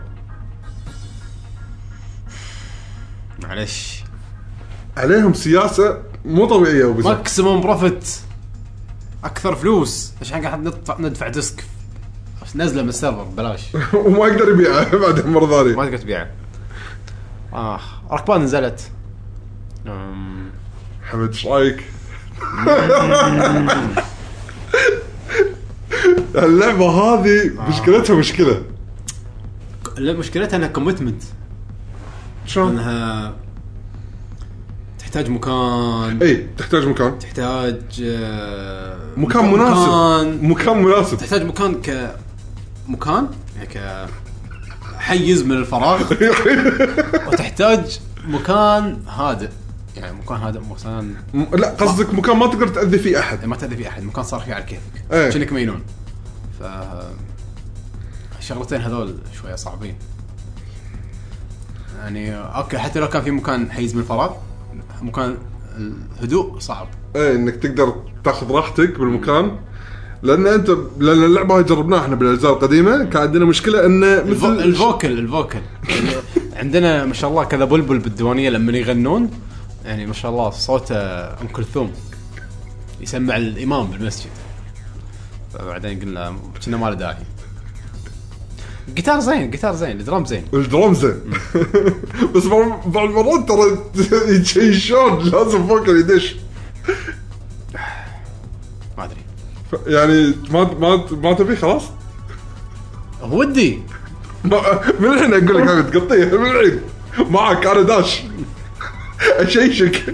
معلش عليهم سياسه مو طبيعيه وبزاف. ماكسيموم بروفيت، اكثر فلوس. عشان قاعد ندفع ندفع ديسك نزله من السيرفر ببلاش وما يقدر يبيعه بعدين مره ثانيه. ما تقدر تبيعه. اه ركبان نزلت. حمد ايش رايك؟ اللعبه هذه مشكلتها مشكله. لا مشكلتها انها كوميتمنت. شلون؟ انها تحتاج مكان. اي تحتاج مكان، تحتاج آه مكان, مكان مناسب مكان, مكان مناسب. تحتاج مكان ك مكان ك حيز من الفراغ وتحتاج مكان هادئ. يعني مكان هادئ مكان م... لا قصدك مكان ما تقدر تأذي فيه أحد. ما تأذي فيه أحد، مكان صار فيه على كيفك ايه. كأنك مينون. ف الشغلتين هذول شوية صعبين يعني. أوكي حتى لو كان في مكان حيز من الفراغ، مكان الهدوء صعب. ايه انك تقدر تاخذ راحتك بالمكان، لان انت لان اللعبه هاي جربناها احنا بالاجزاء القديمه كان عندنا مشكله ان مثل الفوكل الفوكل عندنا ما شاء الله كذا بلبل بالديوانيه لما يغنون يعني ما شاء الله صوته ام كلثوم يسمع الامام بالمسجد. فبعدين قلنا كنا ما له داعي. الجيتار زين، الجيتار زين، الدرام زين، الدرام زين بس بعض المرات ترى يشون لازم فوكل يدش ما ادري يعني ما ما ما تبي خلاص ودي من الحين اقول لك هاي تقطيه من الحين معك انا داش اشيشك.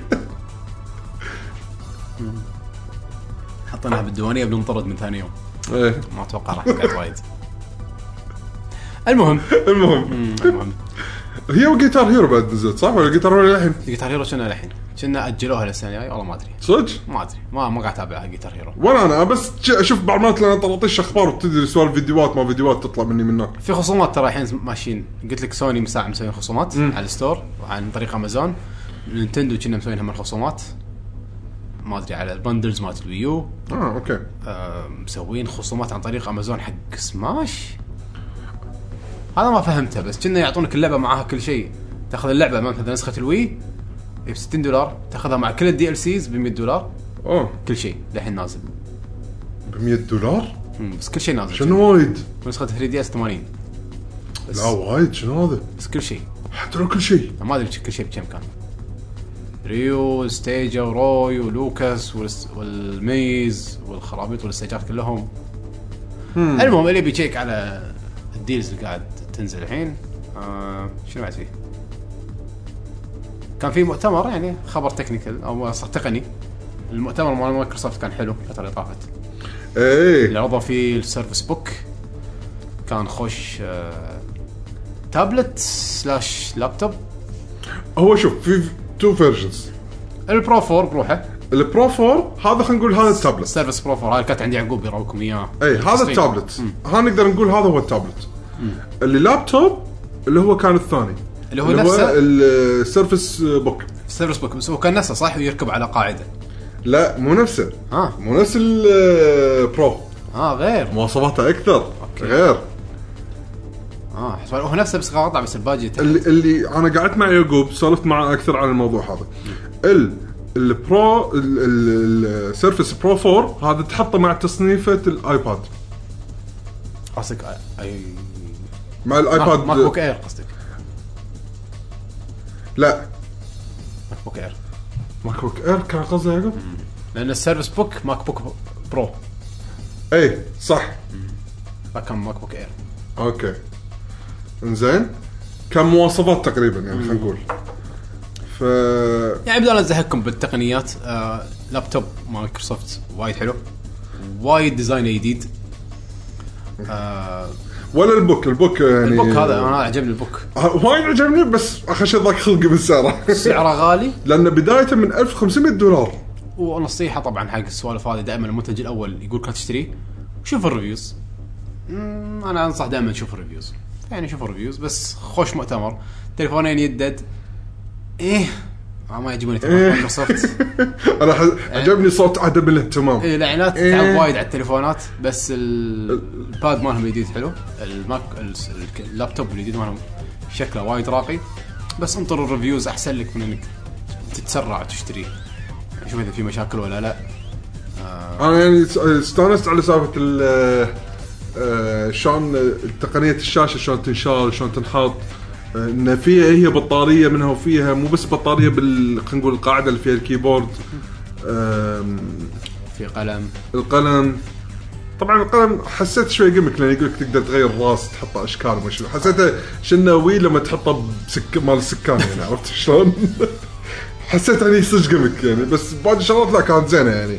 حطيناها بالديوانيه بننطرد من ثاني يوم. ايه ما اتوقع راح تقعد وايد. المهم المهم المهم هي وجيتار هيرو بعد نزلت صح ولا جيتار هيرو الحين؟ جيتار هيرو شنو الحين؟ كنا اجلوها للسنه الجايه والله ما ادري. صدق؟ ما ادري ما ما قاعد اتابعها جيتار هيرو. ولا انا بس اشوف بعض مرات لان طلعتش اخبار وتدري سوالف فيديوهات ما فيديوهات تطلع مني من هناك. في خصومات ترى الحين ماشيين. قلت لك سوني مساعد مسوين خصومات مم. على الستور وعن طريق امازون. نينتندو كنا مسوينها من خصومات ما ادري على البندلز مالت الويو. اه اوكي. آه مسوين خصومات عن طريق امازون حق سماش. هذا ما فهمته بس كنا يعطونك اللعبه معاها كل شيء. تاخذ اللعبه مثلا نسخه الوي ب ستين دولار تاخذها مع كل الدي ال سيز ب مية دولار. اوه كل شيء الحين نازل ب مية دولار بس كل شيء نازل. شنو وايد؟ نسخه ثري دي اس ثمانين بس. لا وايد شنو هذا؟ بس كل شيء حتى لو كل شيء ما ادري كل شيء بكم كان. ريو ستيجا وروي ولوكاس والميز والخرابيط والاستيجات كلهم. مم. المهم اللي بيشيك على الديلز اللي قاعد تنزل الحين. آه شنو بعد فيه؟ كان في مؤتمر يعني خبر تكنيكال او صح تقني. المؤتمر مال مايكروسوفت كان حلو الفتره اللي طافت. ايه اللي عرضوا فيه السيرفس بوك كان خوش. آه تابلت سلاش لابتوب. هو شوف في تو فيرجنز. البرو فور بروحه. البرو فور هذا خلينا نقول هذا التابلت. السيرفس برو فور هاي كانت عندي يعقوب يراوكم اياه. اي هذا التابلت ها نقدر نقول هذا هو التابلت. مم. اللي لابتوب اللي هو كان الثاني اللي هو نفسه السيرفس بوك. السيرفس بوك بس هو كان نفسه صح ويركب على قاعده. لا مو نفسه. ها مو نفس البرو. اه غير مواصفاته اكثر. أوكي. غير اه هو نفسه بس قاطع بس الباجي اللي, اللي انا قعدت مع يعقوب سولفت معه اكثر عن الموضوع هذا. ال البرو السيرفس برو فور هذا تحطه مع تصنيفه الايباد. قصدك اي مع الايباد ماك بوك اير قصدك؟ لا ماك بوك اير. ماك بوك اير كان قصدي يعقوب لان السيرفس بوك ماك بوك برو. اي صح فكان ماك بوك اير. اوكي انزين كان مواصفات تقريبا يعني خلينا نقول. ف يعني بدنا نزهقكم بالتقنيات. آه لابتوب مايكروسوفت وايد حلو وايد ديزاين جديد. آه ولا البوك البوك يعني البوك هذا انا عجبني البوك وايد عجبني بس اخر شيء ضاق خلقي بالسعر. سعره غالي لانه بدايته من ألف وخمسمية دولار. ونصيحه طبعا حق السوالف هذه دائما المنتج الاول يقول لك تشتري شوف الريفيوز. انا انصح دائما شوف الريفيوز يعني شوف الريفيوز بس خوش مؤتمر. تليفونين يدد ايه ما يعجبوني تليفون مايكروسوفت. انا عجبني صوت عدم الاهتمام. إيه الاعلانات إيه. تعب وايد على التليفونات بس الباد مالهم الجديد حلو. الماك اللابتوب الجديد مالهم شكله وايد راقي بس انطر الريفيوز احسن لك من انك تتسرع وتشتري. يعني شوف اذا في مشاكل ولا لا. آه. انا يعني استانست على سالفه ال شلون تقنيه الشاشه شلون تنشال شلون تنحط. ان فيها هي بطاريه منها وفيها مو بس بطاريه بال خلينا نقول القاعده اللي فيها الكيبورد. في قلم القلم طبعا القلم حسيت شوي قمك لان يقولك تقدر تغير الراس تحط اشكال مش حسيته شنوي لما تحطه بسك مال السكان يعني عرفت شلون. حسيت يعني صدق قمك يعني بس بعد الشغلات لا كانت زينه يعني.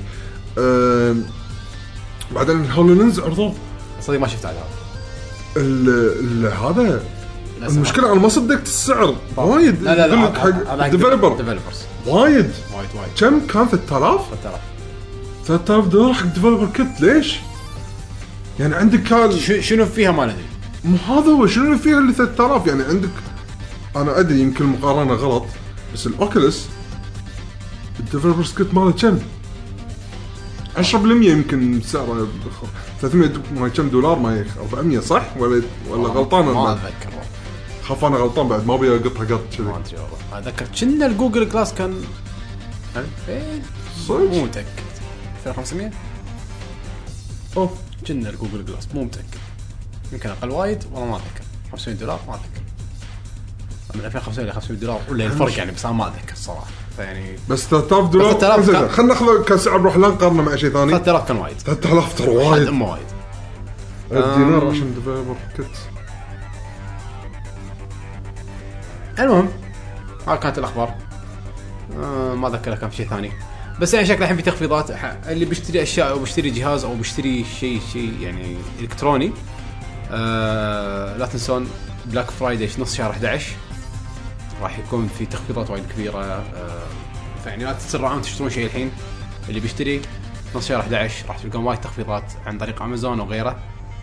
بعدين الهولولينز عرضوا صدق ما شفت على هذا ال هذا المشكله انا ما صدقت السعر وايد. لا لا لا حق ديفلوبر ديفلوبرز وايد وايد وايد. كم كان ثلاثة آلاف ثلاثة آلاف دولار حق ديفلوبر كت ليش يعني عندك كان شنو فيها ما ندري. مو هذا هو شنو فيها اللي ثلاثة آلاف يعني عندك. انا ادري يمكن المقارنه غلط بس الاوكيلس الديفلوبرز كت ماله كم عشرة بالمية يمكن سعره ثلاثمية ما كم دولار ما أربعمية صح ولا ولا غلطان ما اتذكر خاف انا غلطان بعد ما ابي اقطها قط كذي ما ادري والله. اتذكر كنا الجوجل كلاس كان ألفين مو متاكد ألفين وخمسمية. اوه كنا الجوجل كلاس مو متاكد يمكن اقل وايد والله ما اتذكر. خمسمية دولار ما اتذكر من ألفين وخمسمية ل خمسمية دولار ولا الفرق يعني بس انا ما اتذكر الصراحه يعني بس ثلاثة آلاف دولار. كان... خلينا ناخذ كسعر نروح لا نقارنه مع شيء ثاني. ثلاثة آلاف كان وايد. ثلاثة آلاف ترى وايد مو وايد. الدينار عشان ديفلوبر كت. المهم هاي كانت الاخبار. آه ما ذكر كان في شيء ثاني، بس يعني شكله الحين في تخفيضات. اللي بيشتري اشياء او بيشتري جهاز او بيشتري شيء شيء يعني الكتروني، آه لا تنسون بلاك فرايداي نص شهر أحد عشر راح يكون في تخفيضات وايد كبيره. آه فيعني لا تسرعون تشترون شيء الحين. اللي بيشتري نص شهر أحد عشر راح تلقون وايد تخفيضات عن طريق امازون وغيره.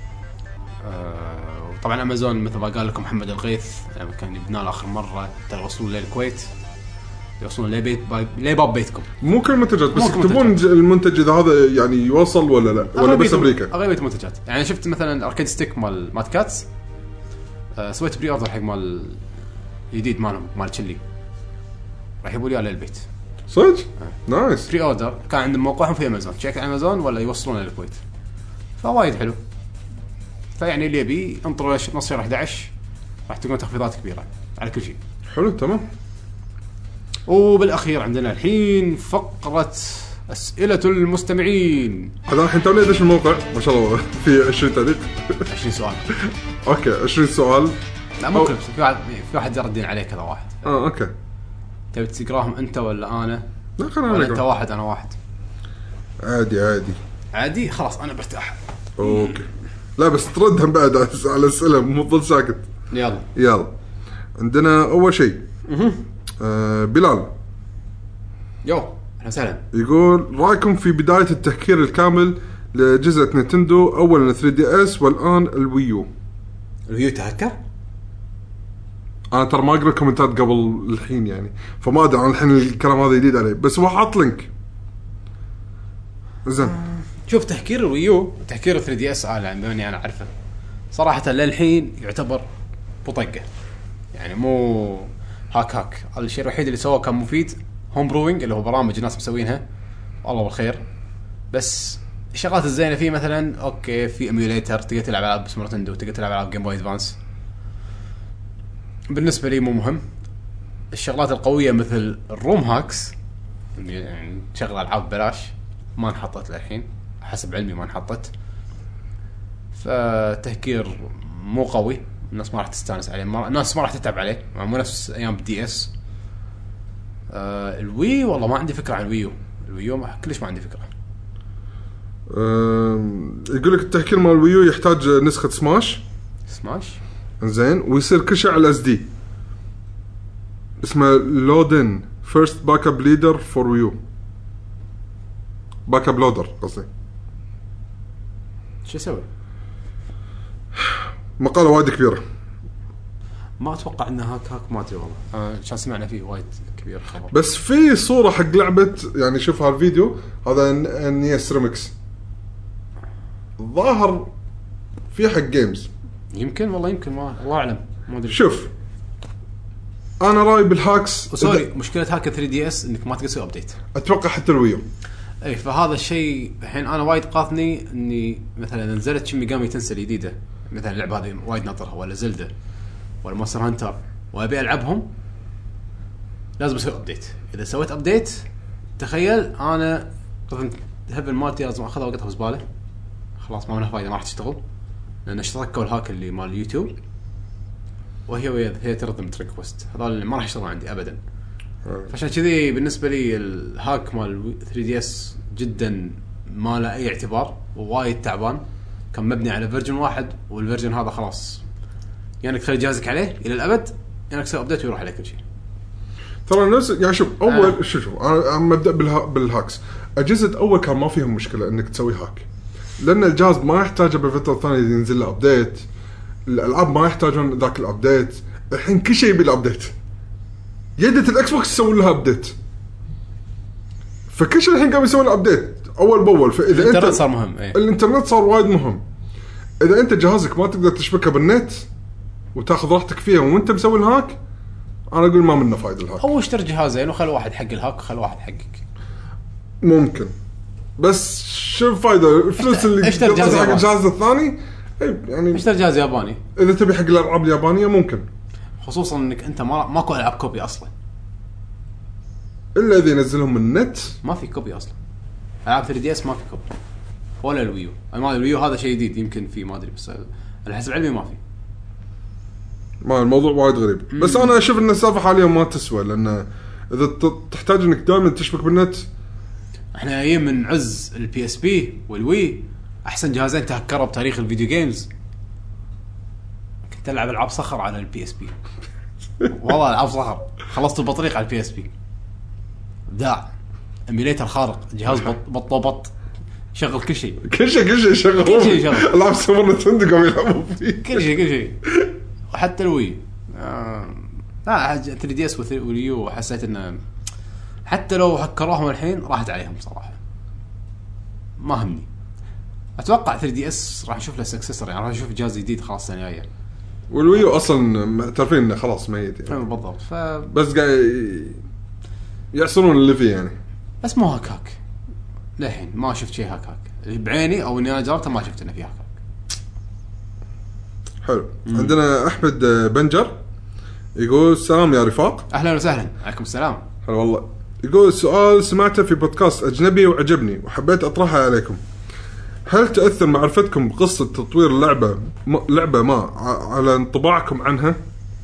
آه وطبعا امازون مثل ما قال لكم محمد الغيث لما كان يبنى له اخر مره توصلون للكويت، يوصلون لبيت لباب بيتكم. مو كل المنتجات بس تكتبون المنتج اذا هذا يعني يوصل ولا لا، ولا بس امريكا. اغلبيه المنتجات يعني شفت مثلا اركيد ستيك مال مات كاتس، آه سويت بري اوردر حق مال جديد مالهم مال تشيلي، راح يبوا لي على البيت صدق. آه. نايس. بري اوردر كان عند موقعهم في امازون، تشيك امازون ولا يوصلون للكويت، فوايد حلو. فيعني اللي يبي انطروا نص شهر أحد عشر راح تكون تخفيضات كبيره على كل شيء. حلو تمام. وبالاخير عندنا الحين فقره اسئله المستمعين. هذا الحين توني ادش الموقع ما شاء الله في عشرين تعليق عشرين سؤال. اوكي عشرين سؤال. لا مو كل في واحد في واحد يردين عليه كذا واحد. اه اوكي. تبي تقراهم انت ولا انا؟ لا خلينا انت واحد انا واحد. عادي عادي عادي خلاص انا برتاح. اوكي. لا بس تردهم بعد على الاسئله مو تظل ساكت. يلا يلا. عندنا اول شيء آه بلال. يو اهلا وسهلا. يقول رايكم في بدايه التهكير الكامل لجزء نينتندو، اولا ثري دي اس والان الويو. الويو تهكر؟ انا ترى ما اقرا كومنتات قبل الحين يعني، فما ادري عن الحين الكلام هذا جديد عليه، بس هو حاط لينك. زين شوف تهكير الويو تهكير ثري دي اس انا يعني انا عارفه صراحه للحين يعتبر بطقه، يعني مو هاك هاك. الشيء الوحيد اللي سواه كان مفيد هوم بروينج اللي هو برامج الناس مسوينها الله بالخير. بس الشغلات الزينه فيه مثلا اوكي في ايميوليتر تقدر تلعب العاب سوبر نينتندو، تقدر تلعب العاب جيم بوي ادفانس، بالنسبه لي مو مهم. الشغلات القويه مثل الروم هاكس يعني تشغل العاب ببلاش ما انحطت للحين حسب علمي، ما انحطت. فتهكير مو قوي، الناس ما راح تستانس عليه، ما الناس ما راح تتعب عليه، مو نفس ايام بدي اس. آه الوي والله ما عندي فكره عن الويو. الويو ما كلش ما عندي فكره. يقول لك التهكير مال الويو يحتاج نسخه سماش سماش زين، ويصير كل شيء على اس دي. اسمه لودن فيرست باك اب ليدر فور ويو، باك اب لودر قصدي. شو يسوي؟ مقاله وايد كبيره، ما اتوقع انها هاك هاك ما ادري والله. آه عشان سمعنا فيه وايد كبير خبر. بس في صوره حق لعبه يعني شوف هالفيديو هذا نيس ريمكس ظاهر في حق جيمز، يمكن والله يمكن ما الله اعلم ما ادري. شوف انا راي بالهاكس سوري إذا... مشكله هاك ثري دي اس انك ما تقدر تسوي ابديت. اتوقع حتى الويو اي فهذا الشيء الحين انا وايد قاطني اني مثلا نزلت شي ميجامي تنسل جديده مثلا اللعبه هذه وايد ناطرها ولا زلدة ولا مونستر هانتر وابي العبهم لازم اسوي ابديت. اذا سويت ابديت تخيل انا قفلت هبل مالتي لازم اخذها وقتها بزباله خلاص ما منها فايده ما راح تشتغل لان اشتركوا الهاك اللي مال اليوتيوب وهي وهي هي ترد ريكوست هذول اللي ما راح يشتغلون عندي ابدا. فعشان كذي بالنسبه لي الهاك مال ثري دي اس جدا ما له اي اعتبار ووايد تعبان. كان مبني على فيرجن واحد والفيرجن هذا خلاص يعني تخلي جهازك عليه الى الابد يعني تسوي ابديت ويروح عليك كل شيء. ترى الناس يعني شوف اول آه. شوف شوف انا مبدا بالها بالهاكس اجهزه اول كان ما فيهم مشكله انك تسوي هاك لان الجهاز ما يحتاج بالفتره الثانيه ينزل له ابديت. الالعاب ما يحتاجون ذاك الابديت. الحين كل شيء بالابديت يدة الاكس بوكس يسوون لها ابديت فكل شيء الحين قام يسوون ابديت اول باول. فاذا الانترنت انت صار مهم ايه؟ الانترنت صار وايد مهم. اذا انت جهازك ما تقدر تشبكه بالنت وتاخذ راحتك فيها وانت مسوي الهاك انا اقول ما منه فايده الهاك. او اشتري جهازين وخلي واحد حق الهاك وخلي واحد حقك ممكن بس شو الفايده الفلوس اللي اشتري جهاز حق الجهاز الثاني يعني اشتري جهاز ياباني اذا تبي حق الالعاب اليابانيه ممكن خصوصا انك انت ما ماكو العاب كوبي اصلا الا اذا ينزلهم من النت. ما في كوبي اصلا العاب ثري دي اس ما في كوبي ولا الويو. ما الويو هذا شيء جديد يمكن في ما ادري بس على حسب علمي ما في. ما الموضوع وايد غريب. مم. بس انا اشوف ان السالفه حاليا ما تسوى لان اذا تحتاج انك دائما تشبك بالنت. احنا ايام من عز البي اس بي والوي احسن جهازين تهكروا بتاريخ الفيديو جيمز. كنت العب العاب صخر على البي اس بي والله العاب صخر خلصت البطريق على البي اس بي. ابداع ايميليتر خارق جهاز بط بط بط شغل كل شيء كل شيء كل شيء شغل كل شيء شغل العاب سوبر نتندو قاموا يلعبوا فيه كل شيء كل شيء وحتى الوي آه... لا ثري دي اس واليو حسيت انه حتى لو هكروهم الحين راحت عليهم صراحه ما همني. اتوقع ثري دي اس راح نشوف له سكسسور يعني راح نشوف جهاز جديد خلاص السنه الجايه. والويو اصلا معترفين انه خلاص ميت يعني. بالضبط ف بس قاعد يعصرون اللي فيه يعني. بس مو هاك هاك للحين ما شفت شيء هاك هاك بعيني او اني انا جربته ما شفت انه فيه هاك هاك. حلو. مم. عندنا احمد بنجر يقول السلام يا رفاق. اهلا وسهلا. عليكم السلام. حلو والله. يقول سؤال سمعته في بودكاست اجنبي وعجبني وحبيت اطرحه عليكم. هل تأثر معرفتكم بقصة تطوير اللعبة م... لعبة ما على انطباعكم عنها؟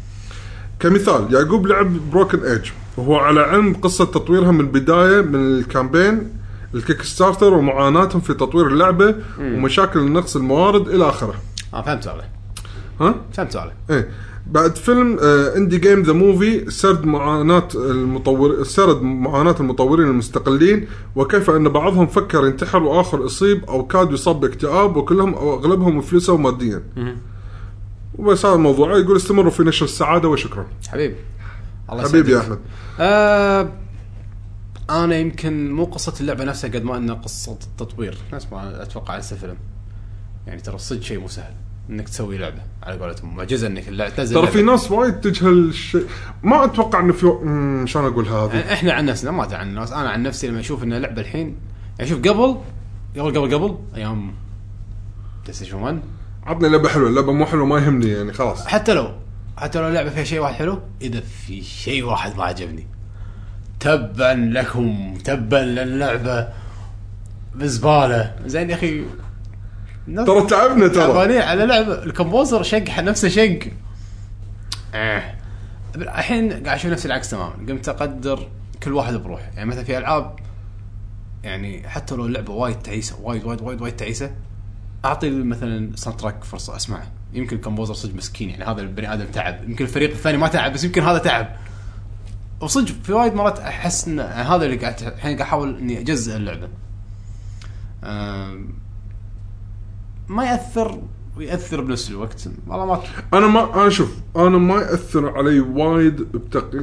كمثال يعقوب لعب بروكن ايج وهو على علم قصة تطويرها من البداية من الكامبين الكيك ستارتر ومعاناتهم في تطوير اللعبة مم. ومشاكل نقص الموارد إلى آخره. آه فهمت عليه. ها؟ فهمت عليه. إيه. بعد فيلم آه اندي جيم ذا موفي سرد معاناة المطور سرد معاناة المطورين المستقلين وكيف ان بعضهم فكر ينتحر واخر اصيب او كاد يصاب باكتئاب وكلهم او اغلبهم فلسوا ماديا. وبس هذا الموضوع. يقول استمروا في نشر السعادة وشكرا. حبيبي الله حبيبي يا احمد. آه انا يمكن مو قصة اللعبة نفسها قد ما انها قصة التطوير. ناس ما اتوقع على الفيلم يعني ترى صدق شيء مو سهل انك تسوي لعبه على قولتهم معجزه انك اللعبه تنزل. ترى في ناس وايد تجهل الشيء ما اتوقع انه في شلون اقول هذا يعني احنا عن نفسنا ما عن الناس. انا عن نفسي لما اشوف ان لعبه الحين يعني شوف قبل قبل قبل قبل ايام تسعة واحد عطني لعبه حلوه لعبه مو حلوه ما يهمني يعني خلاص. حتى لو حتى لو لعبه فيها شيء واحد حلو اذا في شيء واحد ما عجبني تبا لكم تبا للعبه بزباله. زين يا اخي ترى تعبنا ترى على لعبه الكمبوزر شق نفسه شق اه الحين قاعد اشوف نفس العكس تماما. قمت اقدر كل واحد بروحه يعني مثلا في العاب يعني حتى لو اللعبه وايد تعيسه وايد وايد وايد وايد تعيسه اعطي مثلا ساوند تراك فرصه اسمعه. يمكن الكمبوزر صدق مسكين يعني هذا البني ادم تعب يمكن الفريق الثاني ما تعب بس يمكن هذا تعب وصدق في وايد مرات احس ان هذا اللي قاعد الحين قاعد احاول اني اجزء اللعبه. ما يأثر ويأثر بنفس الوقت والله ما أنا ما أنا شوف أنا ما يأثر علي وايد بتقييم.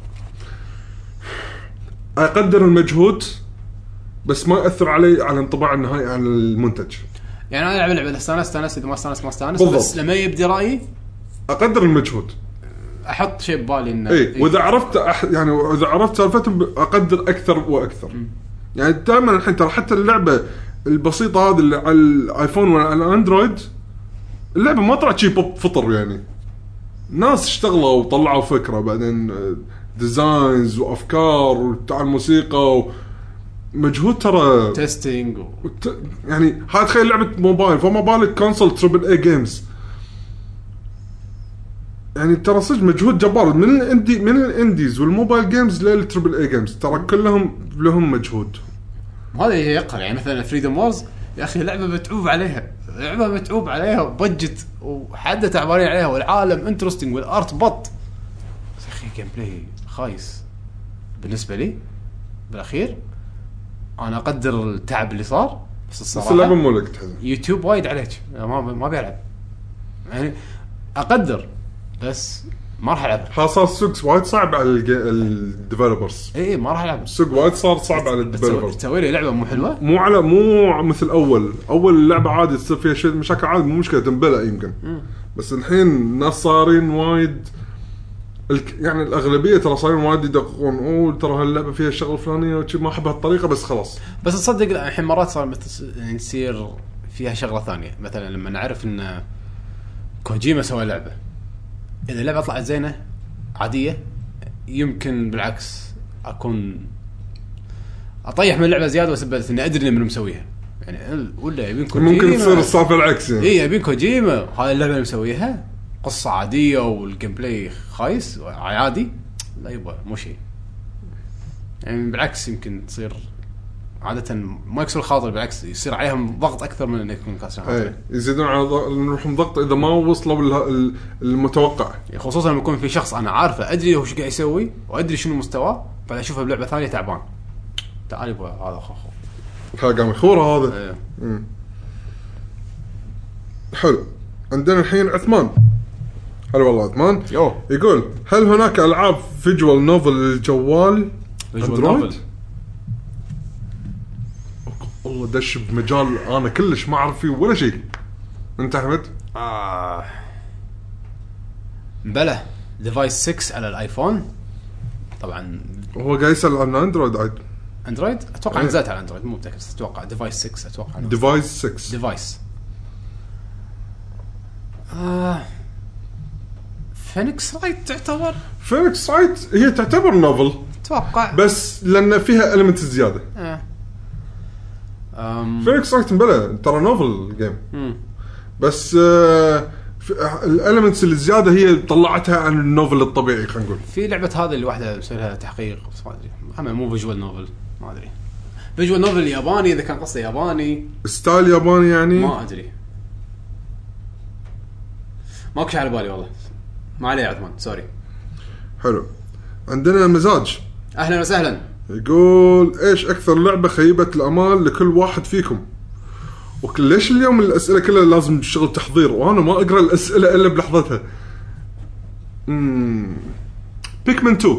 أقدر المجهود بس ما يأثر علي على انطباع النهائي عن المنتج. يعني أنا ألعب لعبة استانس استانس إذا ما استانس ما استانس بس لما يبدي رأيي أقدر المجهود أحط شيء ببالي إنه إيه وإذا عرفت أح... يعني وإذا عرفت سالفتهم أقدر أكثر وأكثر. م. يعني دائما الحين ترى حتى اللعبة البسيطة هذه اللي على الايفون ولا على الاندرويد اللعبة ما طلعت شيء بوب فطر يعني ناس اشتغلوا وطلعوا فكرة بعدين ديزاينز وافكار وتاع الموسيقى ومجهود ترى تيستينج وت... يعني هاي تخيل لعبة موبايل فما بالك كونسول تريبل اي جيمز يعني ترى صدق مجهود جبار من الاندي من الانديز والموبايل جيمز للتريبل اي جيمز ترى كلهم لهم مجهود. هذا يقل يعني مثلا فريدوم وورز يا اخي لعبه متعوب عليها لعبه متعوب عليها بجت وحد تعبانين عليها والعالم انترستينج والارت بط يا اخي جيم بلاي خايس بالنسبه لي بالاخير. انا اقدر التعب اللي صار بس الصراحه اللعبه مو لك تحزن يوتيوب وايد عليك ما ما بيلعب يعني اقدر بس ما راح العبها. خاصه السوق وايد صعب على الديفلوبرز. اي ما راح العب السوق وايد صار صعب على الديفلوبرز. تسوي لي لعبه مو حلوه مو على مو مثل اول اول لعبه عادي تصير فيها شيء مشاكل عادي مو مشكله تنبلع يمكن م. بس الحين الناس صارين وايد يعني الاغلبيه ترى صارين وايد يدققون او ترى هاللعبه فيها الشغله الفلانيه وشي ما احب هالطريقه بس خلاص. بس تصدق الحين مرات صار يعني تصير فيها شغله ثانيه مثلا لما نعرف ان كوجيما سوى لعبه إذا اللعبة طلعت زينة عادية يمكن بالعكس أكون أطيح من اللعبة زيادة وسببت إني أدري من مسويها يعني ولا يبين كوجيما ممكن تصير الصافة العكس يعني. إيه يبين كوجيما هاي اللعبة اللي مسويها قصة عادية والجيم بلاي خايس عادي لا يبغى مو شيء يعني بالعكس يمكن تصير عاده ما يكسر الخاطر، بالعكس يصير عليهم ضغط اكثر من انه يكون كاسر خاطر. اي يزيدون على نروحهم ضغط اذا ما وصلوا المتوقع، خصوصا لما يكون في شخص انا عارفه ادري هو ايش قاعد يسوي وادري شنو مستواه، بعد اشوفه بلعبه ثانيه تعبان تعال يبغى هذا خو خو قام يخور هذا. ايه. امم حلو. عندنا الحين عثمان. هلا والله عثمان. يو. يقول هل هناك العاب فيجوال نوفل للجوال اندرويد؟ والله دش بمجال انا كلش ما اعرف فيه ولا شيء. انت احمد؟ آه. بلى ديفايس ستة على الايفون طبعا. هو قاعد يسال عن اندرويد عاد. اندرويد اتوقع ايه. نزلت على اندرويد مو متاكد، اتوقع ديفايس ستة اتوقع ديفايس ستة ديفايس. آه. فينيكس رايت تعتبر فينيكس رايت هي تعتبر نوفل اتوقع، بس لان فيها المنت زياده. اه امم فينيكس رايت بلا ترى نوفل جيم. امم بس آه الالمنتس اللي زياده هي طلعتها عن النوفل الطبيعي. خلينا نقول في لعبه هذا اللي واحده مسويها تحقيق بس ما ادري، اما مو فيجوال نوفل ما ادري. فيجوال نوفل ياباني اذا كان قصده ياباني ستايل ياباني يعني ما ادري، ماكو شيء على بالي والله. ما عليه عثمان سوري. حلو. عندنا مزاج. اهلا وسهلا. يقول ايش اكثر لعبه خيبت الامال لكل واحد فيكم؟ وكليش اليوم الاسئله كلها لازم شغل تحضير وانا ما اقرا الاسئله الا بلحظتها. امم بيكمن تو.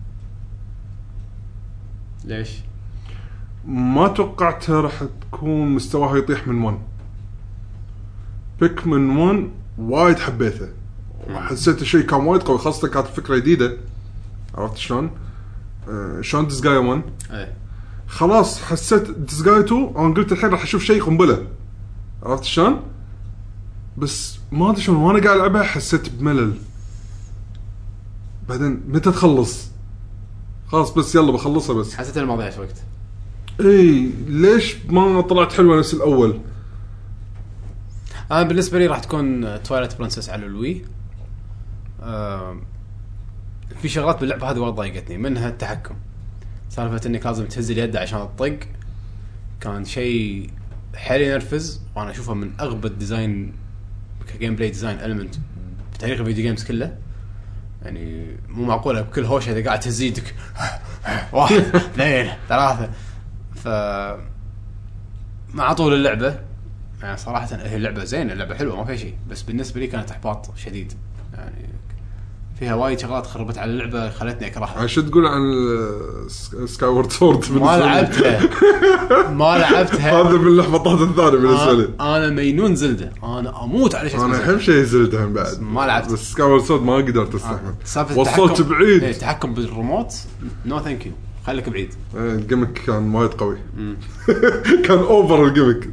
ليش؟ ما توقعتها راح تكون مستواها يطيح من واحد. بيكمن واحد وايد حبيته وحسيت الشيء كان وايد قوي، خاصه كانت فكره جديده. عرفت شلون؟ آه شلون ديسغايا واحد ايه خلاص حسيت ديسغايا اثنين انا قلت الحين راح اشوف شيء قنبله. عرفت شلون؟ بس ما ادري شلون وانا قاعد العبها حسيت بملل. بعدين متى تخلص؟ خلاص بس يلا بخلصها بس حسيت انه ما ضيعت وقت. اي ليش ما طلعت حلوه نفس الاول؟ انا بالنسبه لي راح تكون تويلايت برنسس على الوي. آه في شغلات باللعبه هذه وايد ضايقتني، منها التحكم. سالفه انك لازم تهز اليد عشان تطق كان شيء حيل ينرفز، وانا اشوفه من اغبى الديزاين كجيم بلاي ديزاين المنت بتاريخ الفيديو جيمز كله. يعني مو معقوله بكل هوشه اذا قاعد تزيدك واحد اثنين ثلاثه. ف مع طول اللعبه يعني صراحه هي اللعبه زينه، اللعبه حلوه ما فيها شيء، بس بالنسبه لي كانت احباط شديد. يعني فيها وايد شغلات خربت على اللعبه خلتني اكرهها. عشان تقول عن سكاي وورد سورد ما لعبتها ما لعبتها هذا من اللحظات الثانيه بالنسبه لي. انا مينون زلده، انا اموت على شيء. انا احب شيء زلده بعد ما لعبت بس سكاي وورد سورد ما قدرت استحمل. وصلت بعيد. التحكم بالريموت نو ثانك يو، خليك بعيد. الجيمك كان وايد قوي. كان اوفر الجيمك.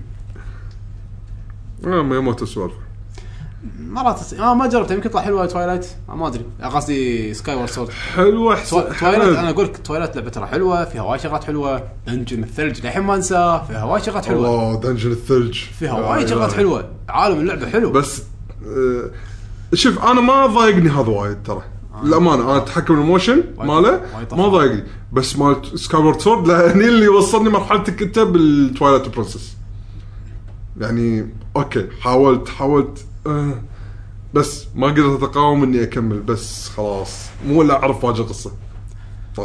ما يموت السوالف مرات اه ما جربت. يمكن يطلع حلوه تويلايت ما ادري، قصدي سكاي وورد سورد حلوه. تويلايت انا اقول لك تويلايت لعبه ترى حلوه، فيها وايد شغلات حلوه. دنجن الثلج الحين ما انساه، فيها وايد شغلات حلوه. اوه دنجن الثلج فيها وايد شغلات حلوه، عالم اللعبه حلو. بس آه شوف انا ما ضايقني هذا وايد ترى آه. الامانه انا اتحكم الموشن ماله ما ضايقني، بس مال سكاي وورد سورد لاني اللي وصلني مرحلتك انت بالتويلايت برنسس. يعني اوكي حاولت حاولت آه بس ما قدرت اتقاوم اني اكمل. بس خلاص مو ولا اعرف واجه قصه طف.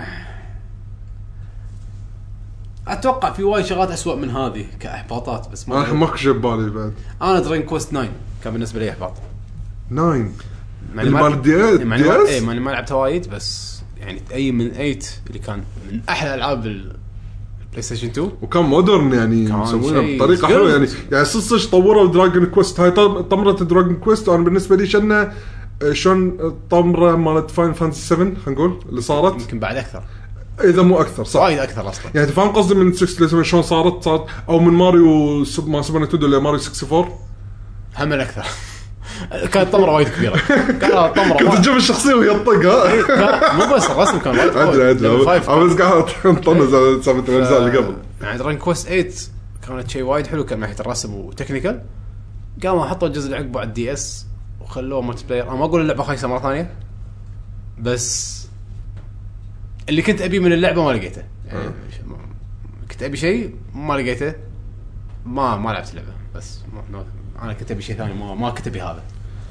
اتوقع في وايد شغلات اسوأ من هذه كاحباطات، بس ما انا ما خشب بالي بعد. انا درين كويست تسعة كان بالنسبه لي احباط. تسعة اللي مال دي اس اي ما ما لعبتها وايد، بس يعني اي من ثمانية اللي كان من احلى العاب البلاي ستيشن اثنين، وكان مودرن يعني مسوينها بطريقه حلوه. يعني يعني صصش طوروا دراجون كويست. هاي طمره دراجون كويست وانا بالنسبه لي شنه شلون طمره مالت فاين فانتسي سبعة خلينا نقول اللي صارت يمكن بعد اكثر اذا مو اكثر صح وايد اكثر اصلا. يعني تفهم قصدي من ستة لسبعة شلون صارت صارت او من ماريو سب ما سوبر نتندو ولا ماريو ستة وستين هم اكثر. كانت طمره وايد كبيره. كانت طمره كنت تجيب الشخصيه وهي تطقها. مو بس الرسم كان وايد ادري ادري بس قاعد طنز على سبعة الاجزاء اللي قبل. يعني درين كويست ثمانية كانت شيء وايد حلو كان من ناحيه الرسم وتكنيكال. قاموا حطوا الجزء اللي عقبه على الدي اس وخلوه مالتي بلاير. انا ما اقول اللعبه خايسه مره ثانيه، بس اللي كنت ابي من اللعبه ما لقيته يعني. كنت ابي شيء ما لقيته ما ما لعبت اللعبه بس ما انا كنت ابي شيء ثاني ما ما كنت ابي هذا.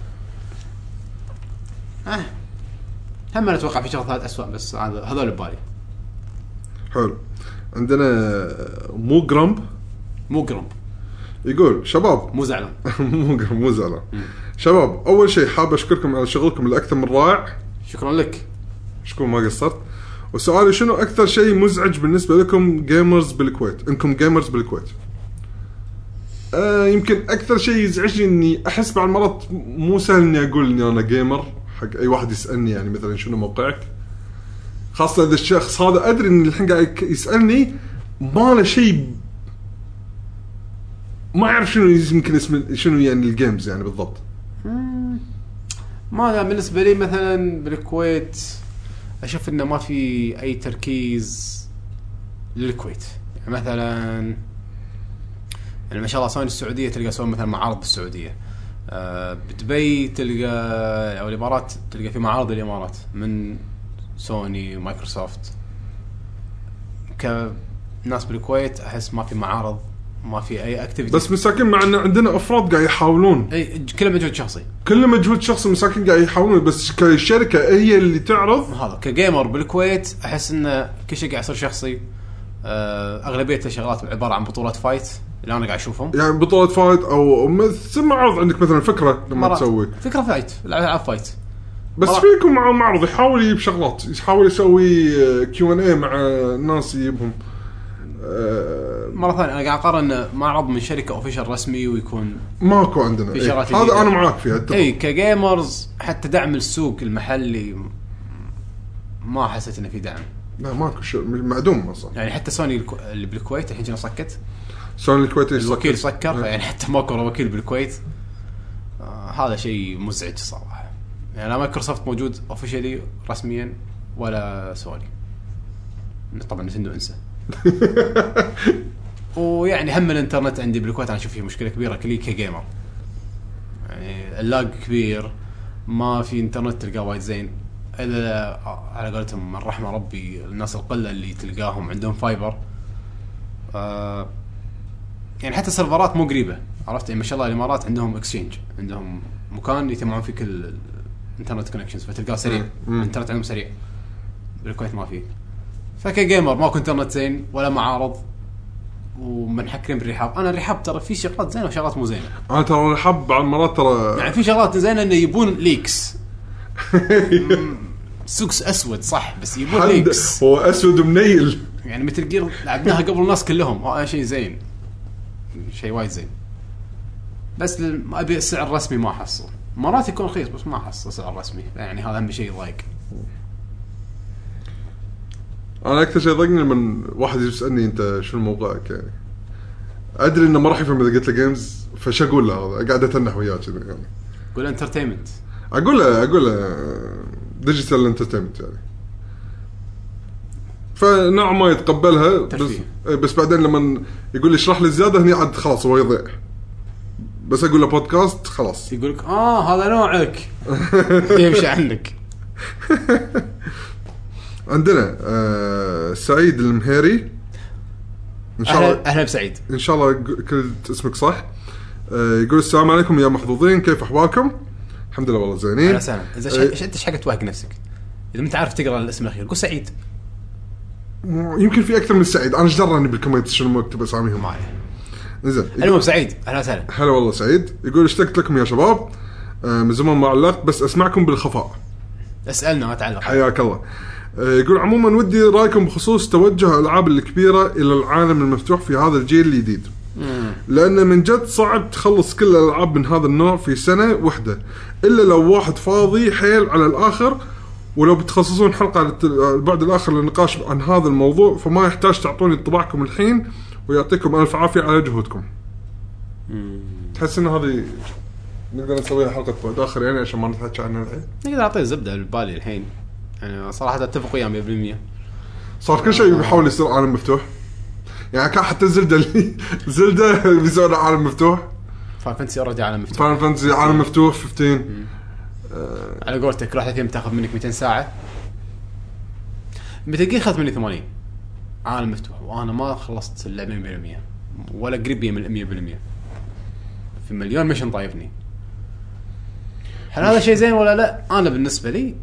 اه هم انا اتوقع في شغلات اسوأ بس هذا هذول ببالي. حلو. عندنا مو جرامب مو جرامب يقول شباب مو زعلان مو جرامب مو زعلان شباب اول شيء حاب اشكركم على شغلكم الاكثر من رائع. شكرا لك. شكرا ما قصرت. وسؤالي شنو اكثر شيء مزعج بالنسبه لكم جيمرز بالكويت انكم جيمرز بالكويت؟ آه يمكن اكثر شيء يزعجني اني احس بعض المرات مو سهل اني اقول اني انا جيمر حق اي واحد يسالني يعني مثلا شنو موقعك، خاصه اذا الشخص هذا ادري ان الحين قاعد يسالني ما له شيء ما اعرف شنو يمكن اسم شنو يعني الجيمز يعني بالضبط. ما بالنسبه لي مثلا بالكويت اشوف انه ما في اي تركيز للكويت يعني مثلا يعني ما شاء الله سوني السعوديه تلقى سوون مثلا معارض بالسعوديه، أه بدبي تلقى او الامارات تلقى في معارض الامارات من سوني ومايكروسوفت. كناس بالكويت احس ما في معارض ما في اي اكتيفيتي بس مساكين مع ان عندنا افراد قاعد يحاولون اي كله مجهود شخصي كله مجهود شخصي مساكين قاعد يحاولون بس كشركه هي اللي تعرض هذا كجيمر بالكويت احس انه كل شيء قاعد يصير شخصي. أه اغلبيه الشغلات عباره عن بطولات فايت اللي انا قاعد اشوفهم يعني بطولات فايت او مثل معرض عندك مثلا فكره لما تسوي فكره فايت العاب فايت بس فيكم مع معرض يحاول يجيب شغلات يحاول يسوي كيو ان اي مع ناس يجيبهم. أه مره ثانيه انا قاعد اقارن معرض من شركه اوفيشال رسمي ويكون ماكو عندنا إيه. هذا انا معاك فيها اي كجيمرز حتى دعم السوق المحلي ما حسيت انه في دعم. لا ماكو شيء معدوم اصلا يعني حتى سوني اللي بالكويت الحين جينا سكت سوني الكويتي الوكيل سكر يعني حتى ماكو وكيل بالكويت. آه هذا شيء مزعج صراحه يعني لا مايكروسوفت موجود اوفيشالي رسميا ولا سوني طبعا نتندو انسى. ويعني هم الانترنت عندي بالكويت انا اشوف فيه مشكله كبيره كلي كجيمر يعني اللاج كبير ما في انترنت تلقاه وايد زين اذا على قولتهم من رحمه ربي الناس القله اللي تلقاهم عندهم فايبر. آه يعني حتى السيرفرات مو قريبه عرفت يعني ما شاء الله الامارات عندهم اكسشينج عندهم مكان يتجمعون فيه كل الانترنت كونكشنز فتلقاه سريع الانترنت عندهم سريع. بالكويت ما فيه فكجيمر ماكو انترنت زين ولا معارض ومنحكرين بالرحاب. انا الرحاب ترى في شغلات زينه وشغلات مو زينه. انا ترى الرحاب بعض المرات ترى يعني في شغلات زينه انه يبون ليكس سوكس اسود صح بس يبون ليكس هو اسود ومنيل يعني مثل جير لعبناها قبل الناس كلهم هذا شيء زين شيء وايد زين بس ما ابي السعر الرسمي ما احصل مرات يكون رخيص بس ما احصل سعر رسمي يعني هذا اهم شيء ضايق. انا اكثر شيء ضايقني لما واحد يسالني انت شنو موقعك يعني ادري انه ما راح يفهم اذا قلت له جيمز فش اقول له هذا قاعد اتنح وياه كذا يعني قول انترتينمنت اقول له اقول له ديجيتال انترتينمنت يعني فنوع ما يتقبلها بس, بس بعدين لما يقول لي اشرح لي زياده هني عاد خلاص هو يضيع بس اقول له بودكاست خلاص يقول لك اه هذا نوعك يمشي عنك. عندنا آه سعيد المهيري ان شاء الله اهلا بسعيد ان شاء الله قلت اسمك صح. آه يقول السلام عليكم يا محظوظين كيف احوالكم؟ الحمد لله والله زينين. اهلا وسهلا. اذا ايش انت ايش حق توهق نفسك اذا انت عارف تقرا الاسم الاخير قول سعيد. يمكن في اكثر من سعيد انا ايش دراني بالكومنت شنو مكتوب اساميهم معي. زين المهم سعيد اهلا وسهلا. هلا والله سعيد. يقول اشتقت لكم يا شباب آه من زمان ما علقت بس اسمعكم بالخفاء. اسالنا ما تعلق. حياك الله. يقول عموما ودي رايكم بخصوص توجه الألعاب الكبيرة إلى العالم المفتوح في هذا الجيل الجديد لأن من جد صعب تخلص كل الألعاب من هذا النوع في سنة واحدة إلا لو واحد فاضي حيل على الآخر ولو بتخصصون حلقة البعد الآخر للنقاش عن هذا الموضوع فما يحتاج تعطوني انطباعكم الحين ويعطيكم ألف عافية على جهودكم. تحس إن هذه نقدر نسويها حلقة بعد آخر يعني عشان ما نتحكي عنها الحين نقدر نعطيه زبدة بالبالي الحين يعني صراحة اتفق وياه مية بالمية. صار كل شيء بيحاول يصير عالم مفتوح يعني كان حتى زلدة اللي زلدة بيسوي عالم مفتوح فان فانتسي اوريدي عالم مفتوح فان فانتسي عالم مفتوح خمسة عشر آه على قولتك راح فيلم تاخذ منك مئتين ساعة متل جير خذت مني ثمانين عالم مفتوح وانا ما خلصت اللعبه مية بالمية ولا قريب من مية بالمية في مليون ميشن طايفني. هل هذا شيء زين ولا لا؟ انا بالنسبه لي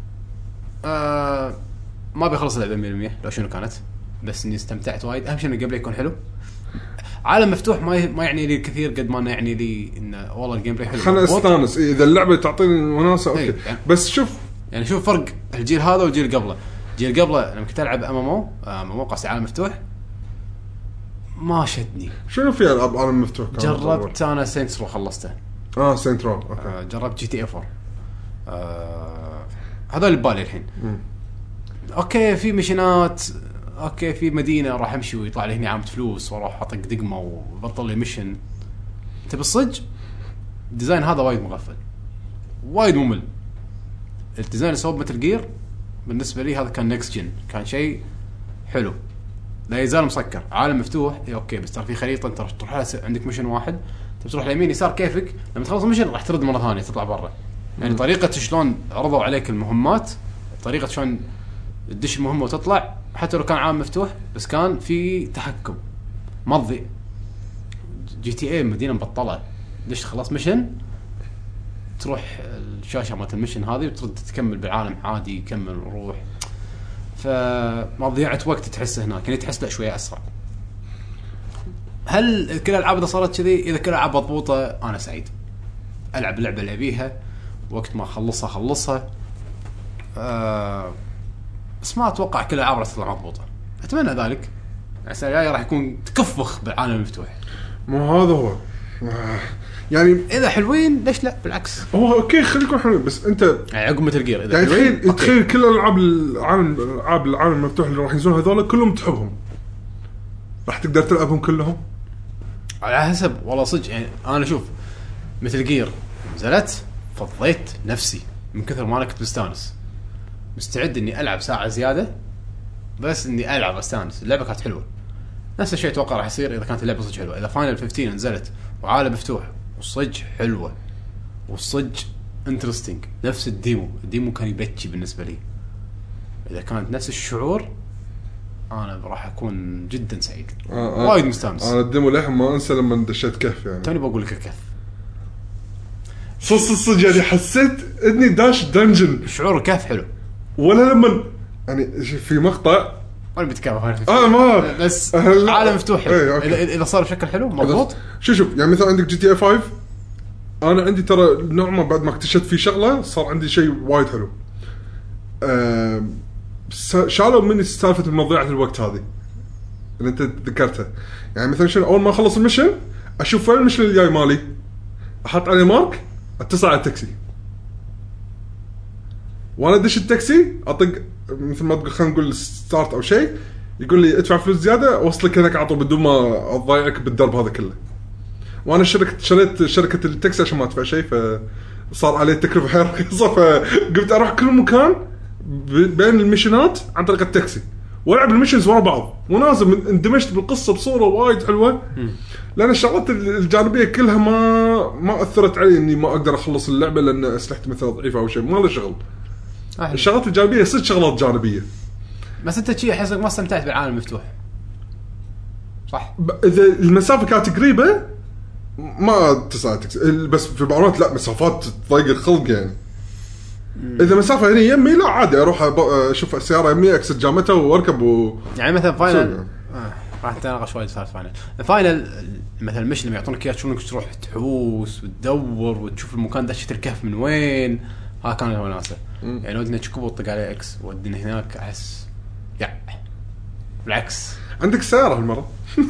آه ما بيخلص اللعبه مية بالمية لو شنو كانت، بس اني استمتعت وايد. اهم شيء انه قبل يكون حلو. عالم مفتوح ما ما يعني لي كثير قد ما يعني لي انه والله الجيم بلاي حلو خلنا استانس. اذا اللعبه تعطيني وناسه اوكي يعني بس شوف يعني شوف فرق الجيل هذا والجيل قبله. الجيل قبله لما كنت العب ام ام او موقع عالم مفتوح ما شدني. شنو في العاب عالم مفتوح؟ جربت انا سينترو خلصته. اه سينترو اوكي. آه جربت جي تي اي فور. آه هذول ببالي الحين. م. اوكي في ميشنات، اوكي في مدينه راح امشي ويطلع لي هنا عامه فلوس واروح اطق دقمه وبطل لي ميشن. انت بالصج الديزاين هذا وايد مغفل وايد ممل. الديزاين اللي سووه متل جير بالنسبه لي هذا كان نكست جن، كان شيء حلو لا يزال مسكر. عالم مفتوح إيه اوكي بس ترى في خريطه انت راح تروح عندك ميشن واحد تروح اليمين يسار كيفك، لما تخلص الميشن راح ترد مره ثانيه تطلع برا. يعني طريقه شلون عرضوا عليك المهمات، طريقه شلون تدش المهمه وتطلع حتى لو كان عالم مفتوح بس كان في تحكم ما تضيع. جي تي اي مدينه مبطله دش خلاص ميشن تروح الشاشه مالت الميشن هذه وترد تكمل بالعالم عادي يكمل وروح. فما ضيعت وقت تحس هناك يعني تحس لا شويه اسرع. هل كل الالعاب اذا صارت كذي؟ اذا كل الالعاب مضبوطه انا سعيد العب اللعبه اللي ابيها وقت ما اخلصها خلصها. أه بس ما اتوقع كل الالعاب راح تطلع مضبوطه. اتمنى ذلك. السنه الجايه راح يكون تكفخ بالعالم المفتوح. مو هذا هو يعني اذا حلوين ليش لا؟ بالعكس هو اوكي خلي يكون حلو بس انت يعني عقب متل جير اذا يعني حلوين تخيل تخيل كل الالعاب العالم الالعاب العالم المفتوح اللي راح ينزلون هذول كلهم تحبهم راح تقدر تلعبهم كلهم على حسب. والله صدق يعني انا اشوف متل جير نزلت فضيت نفسي من كثر ما انا كنت مستانس مستعد اني العب ساعه زياده بس اني العب استانس. اللعبه كانت حلوه. نفس الشيء اتوقع راح يصير اذا كانت اللعبه صدق حلوه. اذا فاينل خمسة عشر نزلت وعالم مفتوح والصج حلوه والصج انترستينج نفس الديمو الديمو كان يبكي بالنسبه لي. اذا كانت نفس الشعور انا راح اكون جدا سعيد. آه وايد مستانس. انا الديمو للحين ما انسى لما دشيت كهف يعني توني بقول لك الكهف صص صص يعني حسيت اني داش دنجن. شعور الكهف حلو ولا لما يعني في مقطع ولا بتكلم اه ما بس أهلا. عالم مفتوح حلو. ايه اذا اذا صار بشكل حلو مضبوط. شو شوف يعني مثلا عندك جي تي اي خمسة انا عندي ترى نوع ما بعد ما اكتشفت في شغله صار عندي شيء وايد حلو. أه شالوا مني سالفه المضيعه الوقت هذه اللي انت ذكرتها. يعني مثلا شنو اول ما اخلص المشن اشوف وين المشن الجاي مالي احط عليه مارك اتصل على التاكسي وانا ادش التاكسي اطق مثل ما تقول خلينا نقول ستارت او شيء يقول لي ادفع فلوس زياده اوصلك هناك على طول بدون ما اضيعك بالدرب هذا كله. وانا شركت شريت شركه التاكسي عشان ما ادفع شيء فصار عليه تكلفه حيل رخيصه فقمت اروح كل مكان بين الميشنات عن طريق التاكسي والعب الميشنز ورا بعض ونازل اندمجت بالقصه بصوره وايد حلوه. لان الشغلات الجانبيه كلها ما ما اثرت علي اني ما اقدر اخلص اللعبه لان اسلحتي مثلا ضعيفه او شيء ما له شغل. أحلى. الشغلات الجانبيه صدق شغلات جانبيه بس انت شيء احسك ما استمتعت بالعالم المفتوح صح؟ اذا المسافه كانت قريبه ما تساعدك بس في بعضات لا مسافات تضيق الخلق يعني. مم. اذا مسافه هنا يمي لا عادي اروح اشوف السياره يمي اكسر جامتها واركب و... يعني مثلا فاينل آه. راح نتناقش وايد صار فاينل فاينل مثلا مش لما يعطونك اياه شلونك تروح تحوس وتدور وتشوف المكان دشة الكهف من وين. ها كان وناسه يعني ودنا تشكب وطق عليه اكس ودنا هناك احس يا بالعكس عندك سياره هالمره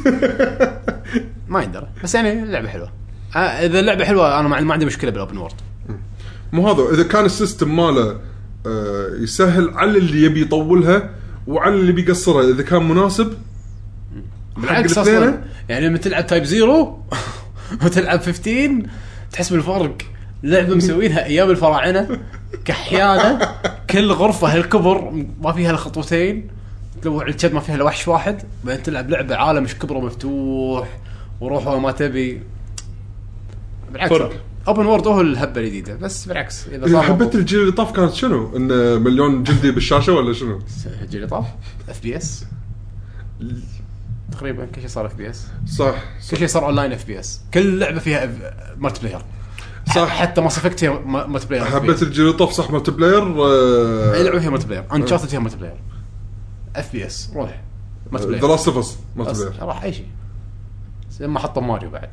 ما يندرى بس يعني اللعبه حلوه. آه اذا اللعبه حلوه انا ما عندي مشكله بالاوبن وورد. مو هذا اذا كان السيستم ماله آه يسهل على اللي يبي يطولها وعلى اللي بيقصرها اذا كان مناسب بالعكس اصلا يعني لما تلعب تايب زيرو وتلعب خمستاشر تحس بالفرق. لعبه مسوينها ايام الفراعنه كحيانه كل غرفه هالكبر ما فيها الخطوتين لو الشد ما فيها الا وحش واحد بعدين تلعب لعبه عالم مش كبره مفتوح وروح وما تبي بالعكس فرق اوبن وورد هو الهبه الجديده، بس بالعكس اذا صار حبيت الجيل اللي طاف كانت شنو؟ ان مليون جلدي بالشاشه ولا شنو؟ الجيل اللي طاف اف بي اس تقريبا كل شيء صار اف بي اس. صح, صح. كل شيء صار اونلاين اف بي اس، كل لعبه فيها مالتي بلاير. صح. حتى ماس افكت هي مالتي بلاير. حبيت الجيل اللي طاف صح مالتي بلاير. آه... اي لعبه فيها مالتي بلاير، انشارتد فيها مالتي بلاير، اف بي اس روح مالتي بلاير. ذا لاست اوف اس مالتي بلاير راح اي شيء زي ما حطوا ماريو بعد.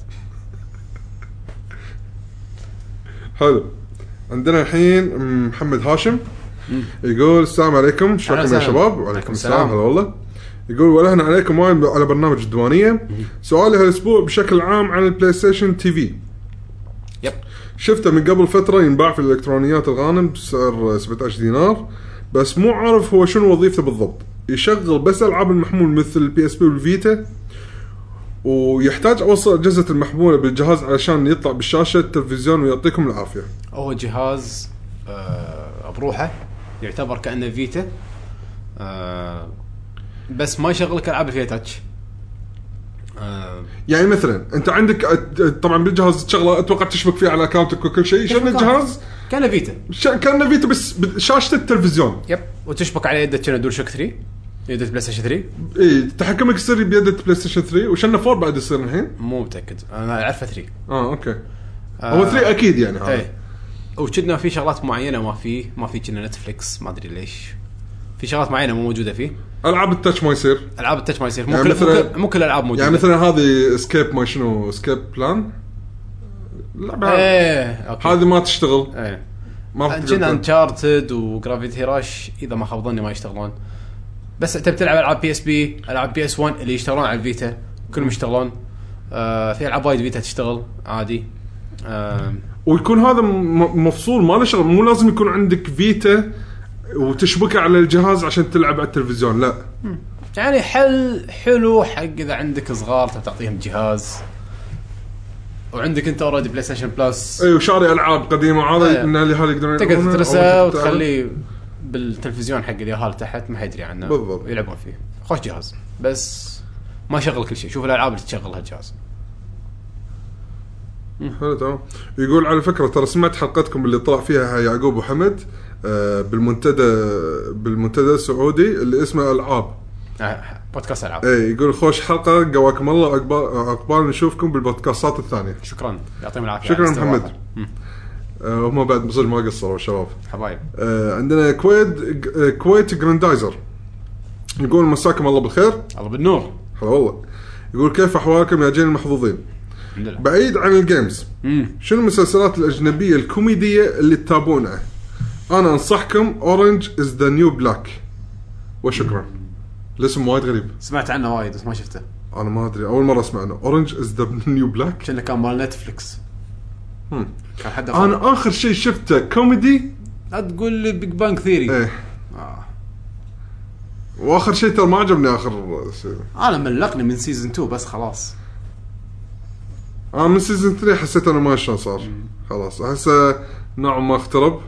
حلو. عندنا الحين محمد هاشم يقول السلام عليكم، شلونكم يا شباب؟ وعليكم السلام. هلا والله. يقول ولهنا عليكم وايد على برنامج الديوانيه. سؤالي هالاسبوع بشكل عام عن البلاي ستيشن تي في. يب شفته من قبل فتره ينباع في الالكترونيات الغانم بسعر سبعة عشر دينار، بس مو عارف هو شنو وظيفته بالضبط. يشغل بس العاب المحمول مثل البي اس بي والفيتا، ويحتاج اوصل اجهزه المحموله بالجهاز علشان يطلع بالشاشه التلفزيون. ويعطيكم العافيه. هو جهاز آه بروحه يعتبر كانه فيتا، آه بس ما يشغلك العاب فيها تاتش. آه يعني مثلا انت عندك طبعا بالجهاز تشغله اتوقع تشبك فيه على اكاونتك وكل شيء، شنو الجهاز كانه فيتا شا... كانه فيتا بس شاشه التلفزيون. يب. وتشبك على يده كنا دول شوك ثري، يده بلاي ستيشن ثري. اي تحكمك يصير بيده بلاي ستيشن ثري وشنا فور بعد يصير الحين. مو متاكد انا اعرفه ثري. اه اوكي. آه هو ثري اكيد يعني هذا. ايه. وكنا في شغلات معينه ما في ما في كنا نتفليكس ما ادري ليش في شغلات معينه مو موجوده فيه. العاب التاتش ما يصير. العاب التاتش ما يصير. مو يعني كل مو كل الالعاب موجوده. يعني مثلا هذه اسكيب ما شنو اسكيب بلان لعبه ايه هذه ما تشتغل. ايه ما كنا انشارتد وجرافيتي راش اذا ما خاب ظني ما يشتغلون. بس انت بتلعب العاب بي اس بي، العاب بي اس ون اللي يشتغلون على الفيتا كلهم يشتغلون. آه في العاب وايد فيتا تشتغل عادي. آه ويكون هذا مفصول ما له شغل. مو لازم يكون عندك فيتا وتشبكه على الجهاز عشان تلعب على التلفزيون، لا. يعني حل حلو حق اذا عندك صغار تعطيهم جهاز وعندك انت اوريدي بلاي ستيشن بلس. اي وشاري العاب قديمه عادي ان اللي هذا يقدرون تقدر تدرسه وتخليه بالتلفزيون حق اليهال تحت ما يدري عنه بالضبط. يلعبون فيه. خوش جهاز بس ما شغل كل شيء. شوف الالعاب اللي تشغلها الجهاز. حلو تمام. يقول على فكره ترى سمعت حلقتكم اللي طلع فيها يعقوب وحمد بالمنتدى بالمنتدى السعودي اللي اسمه العاب بودكاست العاب. اي يقول خوش حلقه قواكم الله. عقبال عقبال نشوفكم بالبودكاستات الثانيه. شكرا يعطيهم العافيه. شكرا محمد. هم بعد مصر ما قصروا الشباب حبايب. آه عندنا كويت كويت جراندايزر يقول مساكم الله بالخير. الله بالنور. هلا والله. يقول كيف احوالكم يا جيل المحظوظين؟ بعيد عن الجيمز مم. شنو المسلسلات الاجنبيه الكوميديه اللي تتابعونها؟ انا انصحكم اورنج از ذا نيو بلاك. وشكرا. الاسم وايد غريب سمعت عنه وايد بس ما شفته. انا ما ادري اول مره اسمع عنه اورنج از ذا نيو بلاك. كأنه كان مال نتفليكس. هم. كان حد انا اخر شيء شفته كوميدي لا تقول لي بيج بانج ثيري. ايه آه. واخر شيء ترى ما عجبني اخر شيء. انا ملقني من سيزن تو بس خلاص. اه من سيزن ثري حسيت انا ما شلون صار. خلاص احس نوع ما اخترب.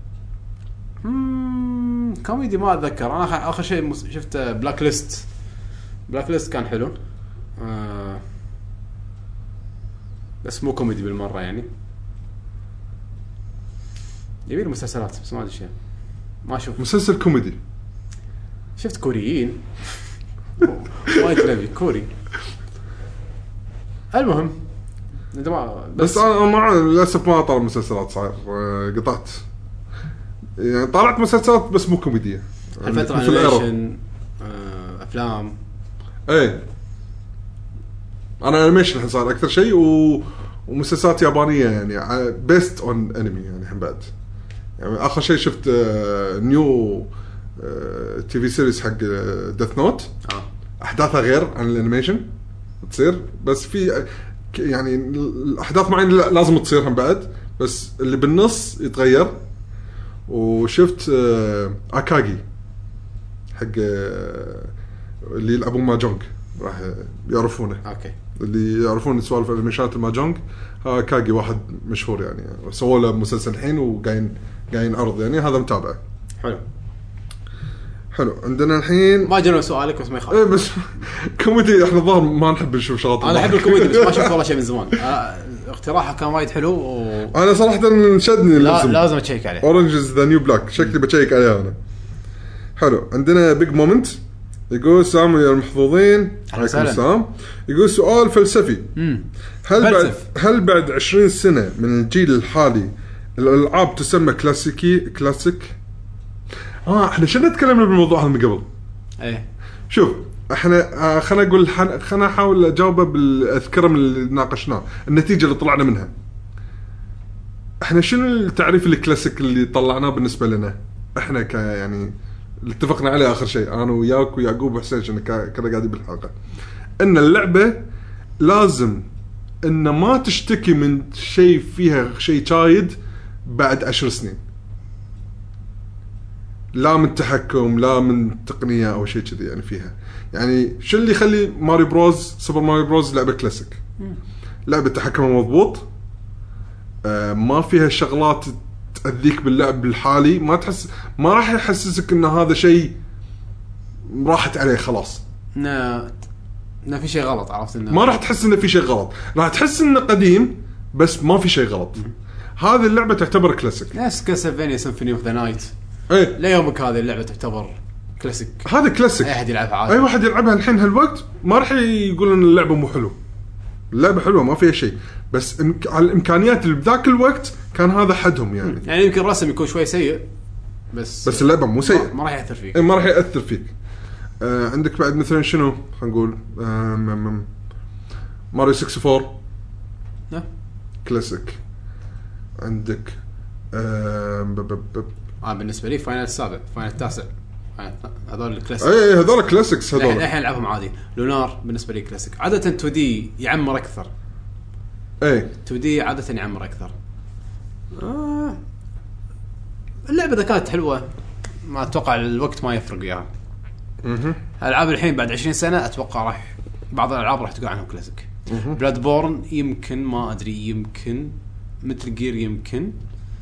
امم كوميدي ما اتذكر. انا اخر شيء شفت بلاك ليست. بلاك ليست كان حلو آه بس مو كوميدي بالمره يعني. يبي المسلسلات بس ما ادري شيء ما اشوف مسلسل كوميدي. شفت كوريين وايد نبي كوري. المهم انت ما بس, بس انا مع للاسف ما طالع مسلسلات صاير قطعت يعني. طلعت مسلسلات بس مو كوميديه. الفتره انيميشن آه، افلام. ايه انا انيميشن الحين صار اكثر شيء و... ومسلسلات يابانيه يعني بيست اون انمي يعني الحين بعد. يعني اخر شيء شفت آه نيو آه تي في سيريز حق ديث نوت. اه احداثها غير عن الانيميشن تصير بس في يعني الاحداث معينه لازم تصير هم بعد بس اللي بالنص يتغير. وشفت آه اكاغي حق آه اللي يلعبون ماجونج راح يعرفونه. اوكي اللي يعرفون سوالف الانيميشنات الماجونج اكاغي واحد مشهور يعني سووا له مسلسل الحين وقاين قاين عرض يعني هذا متابعه. حلو حلو. عندنا الحين ما جانا سؤالك بس ما يخالف. ايه بس كوميدي احنا ظاهر ما نحب نشوف شغلات. انا احب الكوميدي بس ما شفت والله شيء من زمان. آه اقتراحه كان وايد حلو و... انا صراحه شدني لا لازم اشيك عليه. اورنج از ذا نيو بلاك شكلي بشيك عليه انا. حلو. عندنا بيج مومنت يقول السلام يا المحظوظين. عليكم السلام. يقول سؤال فلسفي. مم. هل بعد هل بعد عشرين سنة من الجيل الحالي الألعاب تسمى كلاسيكي كلاسيك؟ آه إحنا شنو تكلمنا بالموضوع هذا من قبل؟ إيه. شوف إحنا آه خلنا أقول خلنا أحاول أجاوبه بالأذكره من اللي ناقشناه النتيجة اللي طلعنا منها. إحنا شنو التعريف الكلاسيك اللي طلعناه بالنسبة لنا؟ إحنا ك يعني اللي اتفقنا عليه آخر شيء أنا وياك ويعقوب وحسين شنو كنا قاعدين بالحلقة إن اللعبة لازم إن ما تشتكي من شيء فيها شيء شايد بعد عشر سنين. لا من تحكم لا من تقنية أو شيء كذي يعني فيها. يعني شو اللي يخلي ماري بروز سوبر ماري بروز لعبة كلاسيك؟ لعبة تحكمها مضبوط. آه ما فيها شغلات تأذيك باللعب الحالي. ما تحس ما راح يحسسك إن هذا شيء راحت عليه خلاص. لا لا في شيء غلط. عرفت إنه ما راح تحس إنه في شيء غلط. راح تحس إنه قديم بس ما في شيء غلط. هذه اللعبة تعتبر كلاسيك. ناس كاسلفينيا سيمفوني اوف ذا نايت. ايه ليومك هذه اللعبة تعتبر كلاسيك. هذا كلاسيك. اي احد يلعبها عادي. اي واحد يلعبها الحين هالوقت ما راح يقول ان اللعبة مو حلو. اللعبة حلوة ما فيها شيء بس إمك... على الامكانيات اللي بذاك الوقت كان هذا حدهم يعني. يعني يمكن الرسم يكون شوي سيء بس بس اللعبة مو سيء. ما راح يأثر فيك. اي ما راح يأثر فيك. آه عندك بعد مثلا شنو خلينا نقول آه م- م- ماريو أربعة وستين نعم كلاسيك. عندك آه ب- ب- ب- اه بالنسبه لي فاينل السابع فاينل التاسع هذول الكلاسيك. اي هذول كلاسيكس هذول الحين العبهم عادي. لونار بالنسبه لي كلاسيك. عاده تو دي يعمر اكثر. اي تو دي عاده يعمر اكثر. آه. اللعبه اذا كانت حلوه ما اتوقع الوقت ما يفرق وياها. اها الالعاب الحين بعد عشرين سنه اتوقع راح بعض الالعاب راح تقول عنهم كلاسيك. بلاد بورن يمكن ما ادري يمكن مثل جير يمكن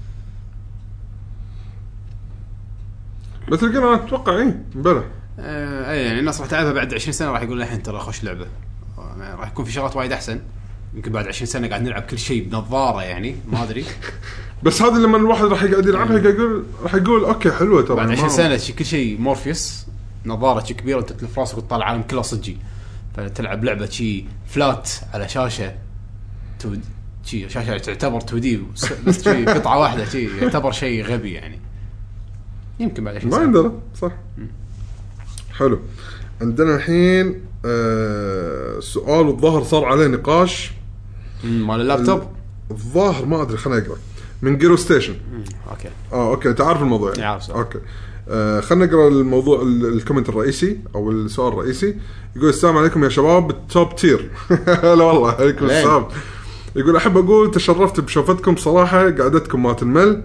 مثل كذا انا اتوقع ايه بلا آه اي يعني الناس راح تلعبها بعد عشرين سنه راح يقول الحين ترى خوش لعبه. راح يكون في شغلات وايد احسن. يمكن بعد عشرين سنه قاعد نلعب كل شيء بنظاره يعني ما ادري. بس هذا لما الواحد راح يقعد يلعبها يقول راح يقول اوكي حلوه ترى. بعد عشرين سنه شيء كل شيء مورفيوس نظاره شيء كبيره وانت تلف راسك وتطالع العالم كله صجي. فتلعب لعبه شيء فلات على شاشه تو شيء شاشه تعتبر تو دي بس شيء قطعه واحده شيء يعتبر شيء غبي يعني. يمكن بعد عشرين سنه ما عندنا صح. م. حلو. عندنا الحين آه سؤال والظاهر صار عليه نقاش مال اللابتوب. الظاهر ما ادري خلينا نقرا من جيرو ستيشن. اوكي اه اوكي تعرف الموضوع يعني. عارف اوكي آه خلينا نقرا الموضوع الكومنت الرئيسي او السؤال الرئيسي. يقول السلام عليكم يا شباب التوب تير. لا والله عليكم السلام. يقول احب اقول تشرفت بشوفتكم صراحه قعدتكم ما تمل.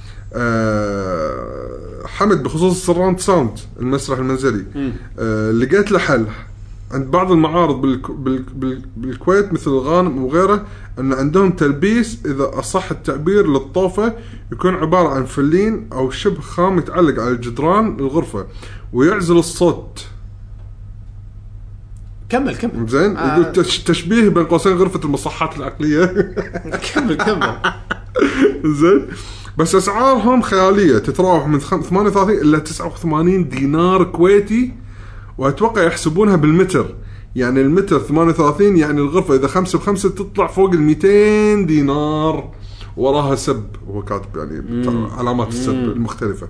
أه حمد بخصوص السراوند ساوند المسرح المنزلي أه لقيت له حل عند بعض المعارض بالك بال بال بالكويت مثل الغانم وغيره ان عندهم تلبيس اذا اصح التعبير للطوفه يكون عباره عن فلين او شبه خام يتعلق على جدران الغرفه ويعزل الصوت. كمل كمل زين. آه. يقول تشبيه بين قوسين غرفه المصحات العقليه. كمل كمل. زين. بس اسعارهم خياليه تتراوح من ثمانية وثلاثين الى تسعة وثمانين دينار كويتي واتوقع يحسبونها بالمتر. يعني المتر ثمانية وثلاثين يعني الغرفه اذا خمسة بخمسة تطلع فوق المئتين دينار. وراها سب هو كاتب يعني مم. علامات السب مم. المختلفه.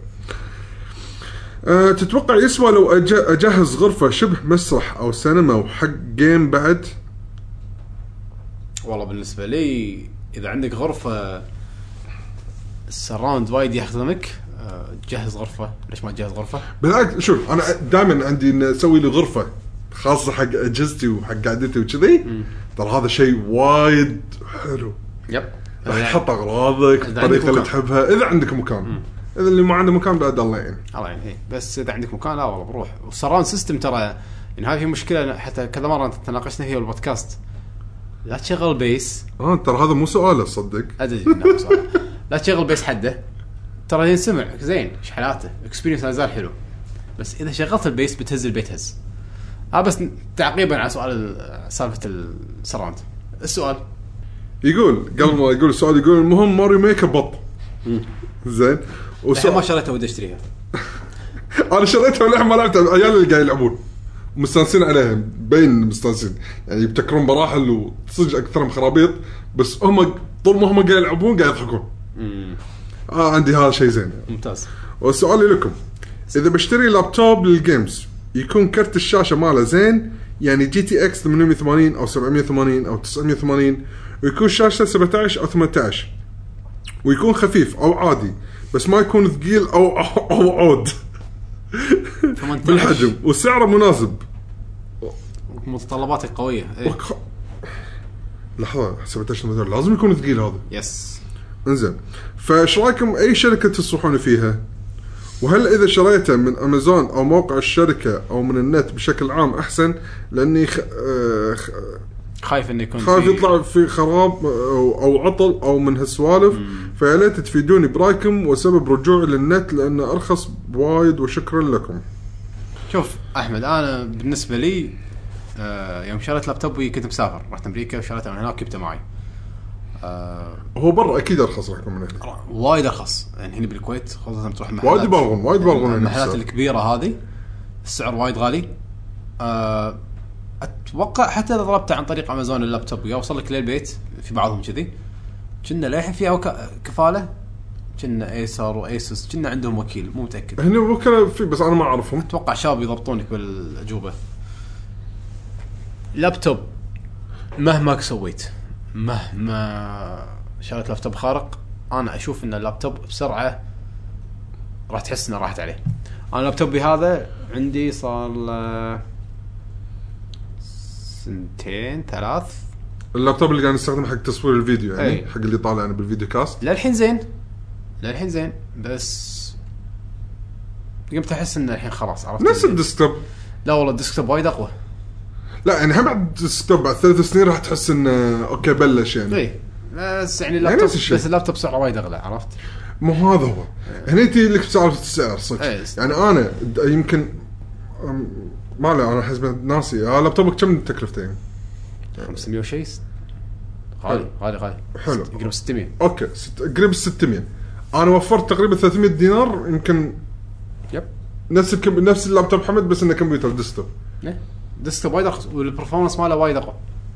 أه تتوقع يسوى لو اجهز غرفه شبه مسرح او سينما وحق جيم بعد؟ والله بالنسبه لي اذا عندك غرفه السراوند وايد يخدمك تجهز غرفه. ليش ما تجهز غرفه؟ بالعكس شوف انا دائما عندي نسوي لي غرفه خاصه حق اجهزتي وحق قعدتي وكذي. ترى هذا شيء وايد حلو. يب راح تحط اغراضك الطريقه اللي تحبها اذا عندك مكان. مم. اذا اللي ما عنده مكان بعد الله يعين. الله يعين. بس اذا عندك مكان لا والله بروح. والسراوند سيستم ترى يعني هذه مشكله حتى كذا مره تناقشنا فيها بالبودكاست. لا تشغل بيس. اه ترى هذا مو سؤال صدق. ادري انه سؤال. لا تشغل بيس حده ترى ينسمع زين شحالاته اكسبيرينس نزال حلو. بس اذا شغلت البيس بتهز البيت هز. اه بس تعقيبا على سؤال سالفه السراوند. السؤال يقول قبل ما يقول السؤال يقول المهم ماريو ميكر بط زين وسؤال ما شريتها ودي اشتريها. انا شريتها ولحم ما لعبتها العيال اللي قاعد يلعبون مستانسين عليها بين مستانسين يعني يبتكرون مراحل وتصج اكثر من خرابيط بس هم طول ما هم قاعد يلعبون قاعد يضحكون. اه عندي هذا شيء زين ممتاز. والسؤال لكم اذا بشتري لابتوب للجيمز يكون كرت الشاشه ماله زين يعني جي تي اكس ثمانمية وثمانين او سبعمية وثمانين او تسعمية وثمانين ويكون شاشته سبعة عشر او ثمانية عشر ويكون خفيف او عادي بس ما يكون ثقيل او او عود بالحجم وسعره مناسب متطلباته قويه. إيه؟ وك... لحظه سبعة عشر لازم يكون ثقيل هذا. يس انزين فايش رايكم اي شركه تنصحون فيها وهل اذا شريته من امازون او موقع الشركه او من النت بشكل عام احسن لاني خ... خ... خايف انه يكون خايف يطلع في خراب او عطل او من هالسوالف فيا ليت تفيدوني برايكم وسبب رجوعي للنت لانه ارخص بوايد وشكرا لكم. شوف احمد انا بالنسبه لي آه يوم شريت لابتوبي كنت مسافر رحت امريكا وشريته من هناك جبته معي. آه هو برا اكيد ارخص راح يكون من هنا وايد ارخص يعني هنا بالكويت خاصه تروح محلات وايد يبالغون وايد يبالغون المحلات الكبيره هذه السعر وايد غالي. آه اتوقع حتى اذا طلبته عن طريق امازون اللابتوب يوصل لك للبيت في بعضهم كذي كنا للحين في كفاله كنا ايسر وايسوس كنا عندهم وكيل مو متاكد هنا وكلاء في بس انا ما اعرفهم اتوقع شباب يضبطونك بالاجوبه. لابتوب مهما سويت مهما شريت لابتوب خارق انا اشوف ان اللابتوب بسرعه راح تحس انه راحت عليه. انا لابتوبي هذا عندي صار سنتين ثلاث اللابتوب اللي قاعد نستخدمه حق تصوير الفيديو يعني أي. حق اللي طالع يعني بالفيديو كاست للحين زين للحين زين بس قمت احس ان الحين خلاص عرفت نفس الديسكتوب. لا والله الديسكتوب وايد اقوى. لا يعني هم بعد الديسكتوب بعد ثلاث سنين راح تحس انه اوكي بلش يعني اي بس يعني اللابتوب يعني بس اللابتوب سعره وايد اغلى عرفت مو هذا هو هنا تي لك سعر السعر صدق يعني انا يمكن ما له انا حسب ناسي ها لابتوبك كم تكلفته يعني خمسمية وشيء غالي غالي غالي حلو قريب ستمية اوكي ست... قريب ستمية انا وفرت تقريبا ثلاثمية دينار يمكن يب نفس الكم... نفس اللابتوب حمد بس انه كمبيوتر ديسكتوب ايه ديسكتوب وايد ارخص والبرفورمانس ماله وايد اقوى.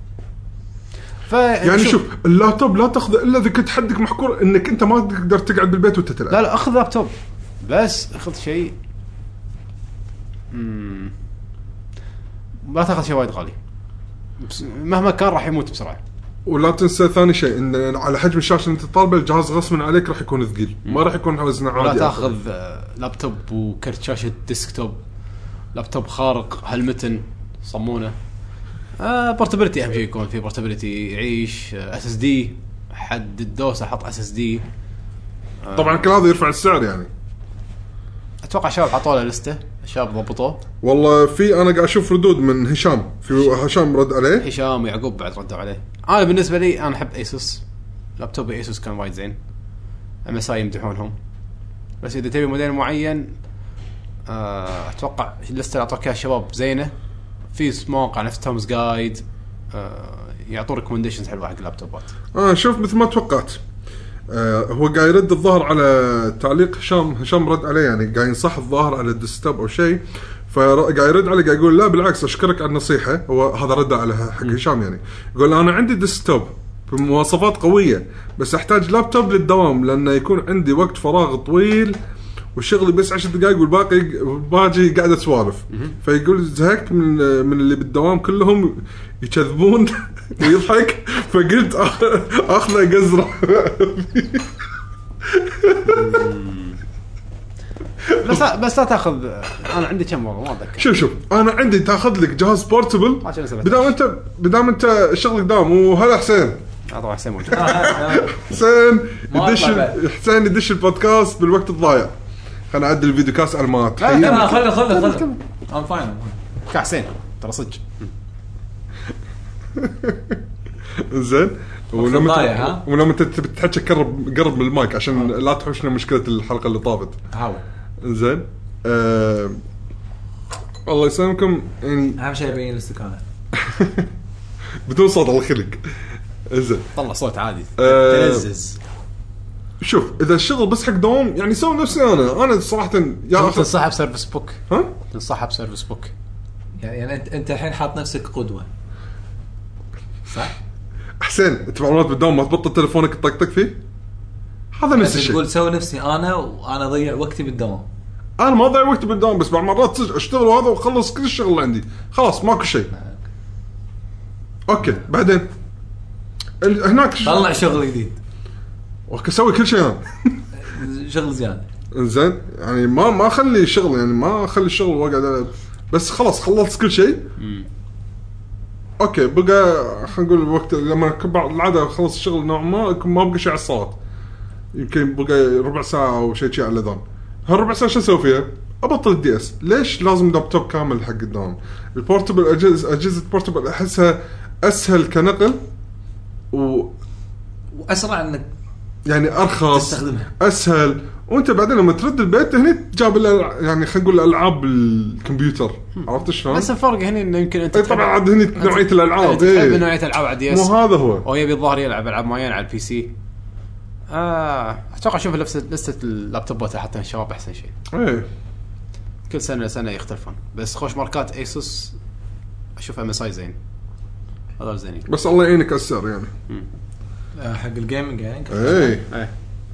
يعني شوف, شوف اللابتوب لا تاخذه الا اذا كنت حدك محكور انك انت ما تقدر تقعد بالبيت وتتلعب. لا لا اخذ لابتوب بس اخذ شيء امم لا تاخذ شيء وايد غالي مهما كان راح يموت بسرعه. ولا تنسى ثاني شيء ان على حجم الشاشه اللي انت طالبه الجهاز غصب عليك راح يكون ثقيل ما راح يكون وزنه عادي. لا تاخذ لابتوب وكرت شاشه ديسكتوب لابتوب خارق هالمتن صمونه. آه بورتابيلتي اهم شيء يكون في بورتابيلتي يعيش اس اس دي حد الدوسه حط اس اس دي. آه طبعا كل هذا يرفع السعر يعني. اتوقع شباب حطوا له لسته شباب ضبطوه والله. في انا قاعد اشوف ردود من هشام في هشام رد عليه هشام ويعقوب بعد ردوا عليه. انا بالنسبه لي انا احب ايسوس لابتوب ايسوس كان وايد زين ام اس اي يمدحونهم بس اذا تبي موديل معين آه اتوقع اللسته اللي اعطوك اياها الشباب زينه في مواقع نفس تومز جايد آه يعطوا ريكومنديشنز حلوه حق اللابتوبات. اه شوف مثل ما توقعت آه هو قاعد يرد الظاهر على تعليق هشام هشام رد عليه يعني قاعد ينصح الظاهر على الديسكتوب او شيء فقاعد يرد عليه قاعد يقول لا بالعكس اشكرك على النصيحه. هو هذا رد على حق هشام يعني يقول انا عندي ديسكتوب بمواصفات قويه بس احتاج لابتوب للدوام لانه يكون عندي وقت فراغ طويل وشغلي بس عشر دقائق والباقي باجي قاعد اسوالف. فيقول زهقت من من اللي بالدوام كلهم يكذبون ويضحك فقلت اخذ قزره. بس بس لا تاخذ انا عندي كم والله ما اتذكر. شوف شوف انا عندي تاخذ لك جهاز بورتبل بدام انت بدام انت شغلك دام وهلا حسين طبعا حسين موجود. حسين يدش حسين يدش البودكاست بالوقت الضايع. خلنا نعدل الفيديو كاست على ما تخيل. لا خلي خلي خلي ام فاين كحسين ترى صدق زين. ولما ولما انت تحكي قرب قرب من المايك عشان لا تحوشنا مشكله الحلقه اللي طافت. حاول زين. أه... الله يسلمكم يعني اهم شيء يبين الاستكانه بدون صوت الله يخليك. زين طلع صوت عادي أه تلزز. شوف اذا الشغل بس حق دوام يعني سوي نفسي انا انا صراحه يا اخي تنصحها بسيرفس بوك. ها تنصحها بسيرفس بوك يعني انت انت الحين حاط نفسك قدوه صح؟ حسين انت بعض بالدوام ما تبطل تلفونك تطقطق فيه هذا نفس الشيء. تقول سوي نفسي انا وانا اضيع وقتي بالدوام. انا ما اضيع وقتي بالدوام بس بعض مرات اشتغل وهذا واخلص كل الشغل اللي عندي خلاص ماكو شيء. اوكي بعدين هناك طلع شغل جديد واسوي كل شيء انا شغل زياده. زين يعني ما ما اخلي شغل يعني ما اخلي الشغل واقعد بس خلاص خلصت كل شيء. اوكي بقى خلينا نقول الوقت لما كبر العاده خلص الشغل نوع ما ما بقى شيء على الصوت يمكن بقى ربع ساعه او شيء شيء على الاذان. هالربع ساعه شو اسوي فيها؟ ابطل الدي اس. ليش لازم لابتوب كامل حق الدوام؟ البورتبل اجهزه اجهزه بورتبل احسها اسهل كنقل و واسرع انك يعني ارخص تستخدمها اسهل. وانت بعدين لما ترد البيت هنا تجاب يعني خلينا نقول الالعاب الكمبيوتر عرفت شلون؟ بس الفرق هنا انه يمكن انت طبعا عاد هنا نوعيه الالعاب تحب إيه؟ نوعيه الالعاب على دي اس مو هذا هو او يبي الظاهر يلعب العاب معينه على البي سي. اه اتوقع اشوف لسته اللابتوبات حتى الشباب احسن شيء. ايه كل سنه سنه يختلفون بس خوش ماركات ايسوس اشوف ام اس اي زين هذا زين بس الله يعينك السعر يعني آه حق الجيمنج يعني. ايه ايه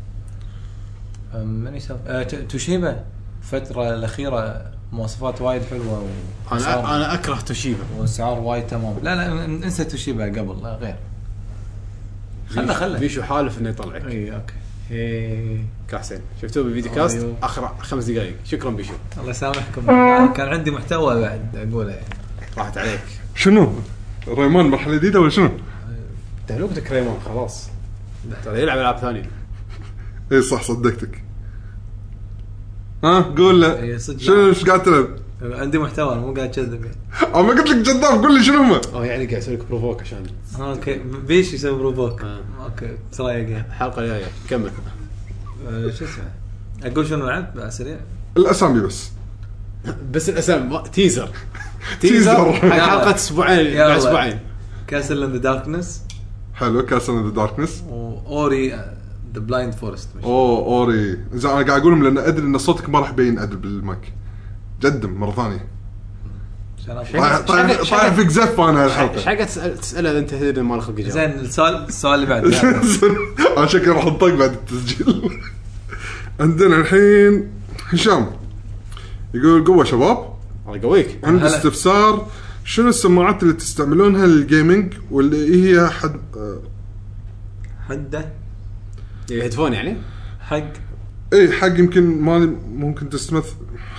من يسوي آه توشيبا الفتره الاخيره مواصفات وايد حلوه انا انا اكره توشيبا والسعر وايد تمام. لا لا انسى توشيبا قبل لا غير خله خله بيشو حالف انه يطلعك. اي اوكي ايه كحسين شفتوه بالفيديو كاست أيوه. اخر خمس دقائق. شكرا بيشو الله يسامحكم كان عندي محتوى بعد اقوله يعني راحت عليك. شنو ريمان مرحله جديده ولا شنو؟ تهلوكتك ريمان خلاص ترى يلعب العاب ثانيه. اي صح صدقتك. ها قول له شنو ايش قاعد تلعب؟ عندي محتوى مو قاعد اكذب يعني. او ما قلت لك جذاب قول لي شنو هم. اه يعني قاعد يسوي لك بروفوك عشان اوكي بيش يسوي بروفوك. آه. اوكي ترايق يعني الحلقه الجايه كمل. آه شو اسمه اقول شنو لعبت سريع الاسامي بس بس الاسامي تيزر تيزر حلقه اسبوعين بعد اسبوعين. كاسل ان ذا داركنس حلو كاسل ان ذا داركنس واوري ذا بلايند فورست. اوه اوري اذا انا قاعد اقولهم لان ادري ان صوتك ما راح يبين عدل بالمايك. جدم مره ثانيه طيب طيب فيك زف انا هالحلقه ايش حاجه تساله انت هذا ما خلق جواب. زين السؤال السؤال اللي بعد انا شكلي راح انطق بعد التسجيل. عندنا الحين هشام يقول قوه شباب الله يقويك. عندي استفسار شنو السماعات اللي تستعملونها للجيمنج واللي هي حد حده هيدفون يعني حق اي حق يمكن ما ممكن تستمثل.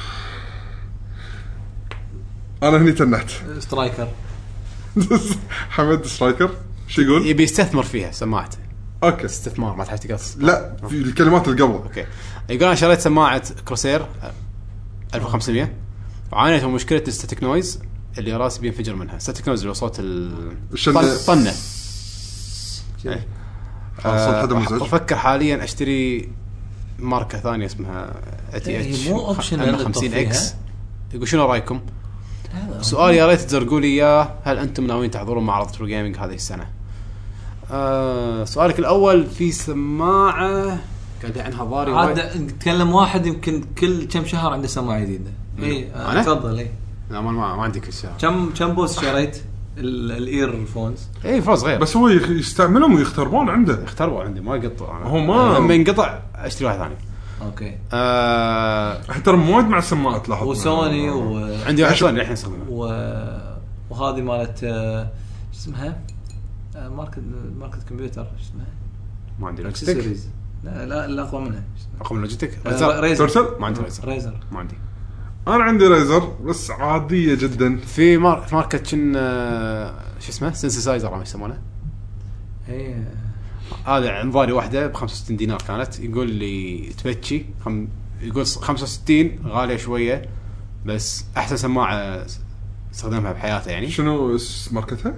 انا هني تنحت سترايكر حمد سترايكر شو يقول يبي يستثمر فيها سماعته. اوكي استثمار ما تحتاج تقص لا في الكلمات اللي قبل. اوكي يقول انا شريت سماعه كروسير ألف وخمسمية وعانيت من مشكله الستاتيك نويز اللي راسي بينفجر منها. ستاتيك نويز اللي صوت الطنه. ايه افكر حاليا اشتري ماركه ثانيه اسمها اتي اتش مو اوبشنال خمسين اكس. يقول شنو رايكم؟ سؤال يا ريت تزرقوا لي اياه. هل انتم ناويين تحضرون معرض ترو جيمنج هذه السنه؟ آه سؤالك الاول في سماعه قاعد عنها ضاري عاد نتكلم واحد يمكن كل كم شهر عنده سماعه جديده. اي تفضل. اي لا ما ما عندي كل شهر. كم كم بوس شريت الاير فونز؟ اي فوز غير بس هو يستعملهم ويختربون عنده. اختربوا عندي ما يقطع. هو ما لما ينقطع اشتري واحد ثاني. اوكي آه حتى مواد مع السماعات لاحظت. وسوني وعندي واحد ثاني الحين استخدمه و... وهذه مالت شو اسمها ماركت ماركت كمبيوتر شو اسمها ما عندي لوجيتك. لا لا الاقوى منها اقوى من لوجيتك. ريزر ما عندي ريزر. ريزر ما عندي. انا عندي ريزر بس عاديه جدا. في مار... ماركه كن شو اسمه سينسيسايزر ما يسمونه. اي هذا عنباري واحده ب خمسة وستين دينار كانت. يقول لي تبتشي خم... يقول خمسة وستين غاليه شويه بس احسن سماعه استخدمها بحياته يعني. شنو ماركتها؟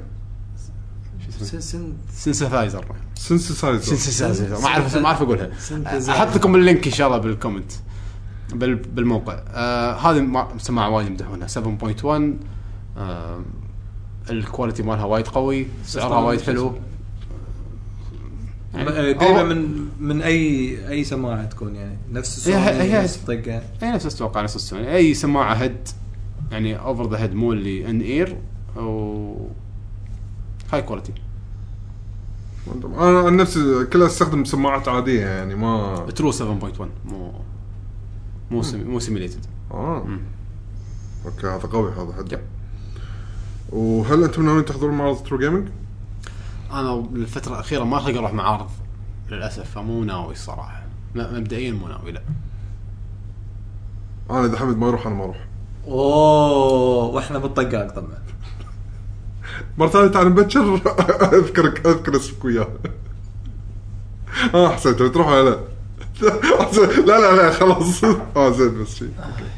سينسيسايزر سينسيسايزر سينسيسايزر ما اعرف ما اعرف اقولها. احط لكم اللينك ان شاء الله بالكومنت بالموقع. آه هذه سماعه وايد يمدحونها سبعة فاصلة واحد. آه الكواليتي مالها وايد قوي. سعرها وايد حلو. قريبه من من اي اي سماعه تكون يعني نفس السوني هي نفس الطقه اي نفس اتوقع نفس السوني اي سماعه هيد يعني اوفر ذا هيد مو اللي ان اير او هاي كواليتي. انا عن نفسي كلها استخدم سماعات عاديه يعني ما ترو سبعة فاصلة واحد مو مو سمي... مو سيميليتد. اه مم. اوكي هذا قوي هذا حد. يب. وهل انتم ناويين تحضرون معرض ترو جيمنج؟ انا بالفتره الاخيره ما اخلق اروح معارض للاسف فمو ناوي الصراحه مبدئيا مو ناوي لا. انا اذا حمد ما يروح انا ما اروح. اوه واحنا بالطقاق طبعا مرة ثانية تعال نبكر اذكرك اذكر اسمك وياه. اه حسيت تروح ولا لا؟ لا لا لا خلاص اه زين بس شيء.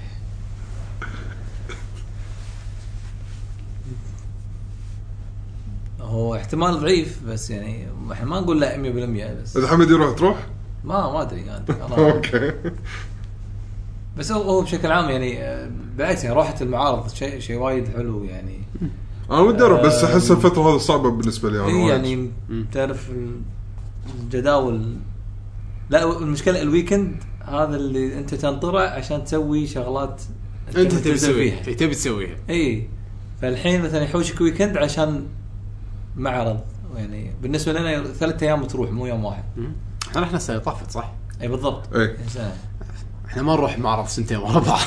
هو احتمال ضعيف بس يعني احنا ما نقول لا مية بالمية بس اذا حمد يروح تروح؟ ما ما ادري يعني اوكي. بس هو بشكل عام يعني بعد يعني روحة المعارض شيء شيء وايد حلو يعني. انا ودي اروح بس احس الفتره هذه صعبه بالنسبه لي انا يعني تعرف الجداول. لا المشكله الويكند هذا اللي انت تنطره عشان تسوي شغلات انت تبي تسويها تبي تسويها اي. فالحين مثلا يحوشك ويكند عشان معرض يعني بالنسبه لنا ثلاثة ايام تروح مو يوم واحد. احنا رحنا السنه طافت صح. اي بالضبط اي. احنا ما نروح معرض سنتين ورا بعض.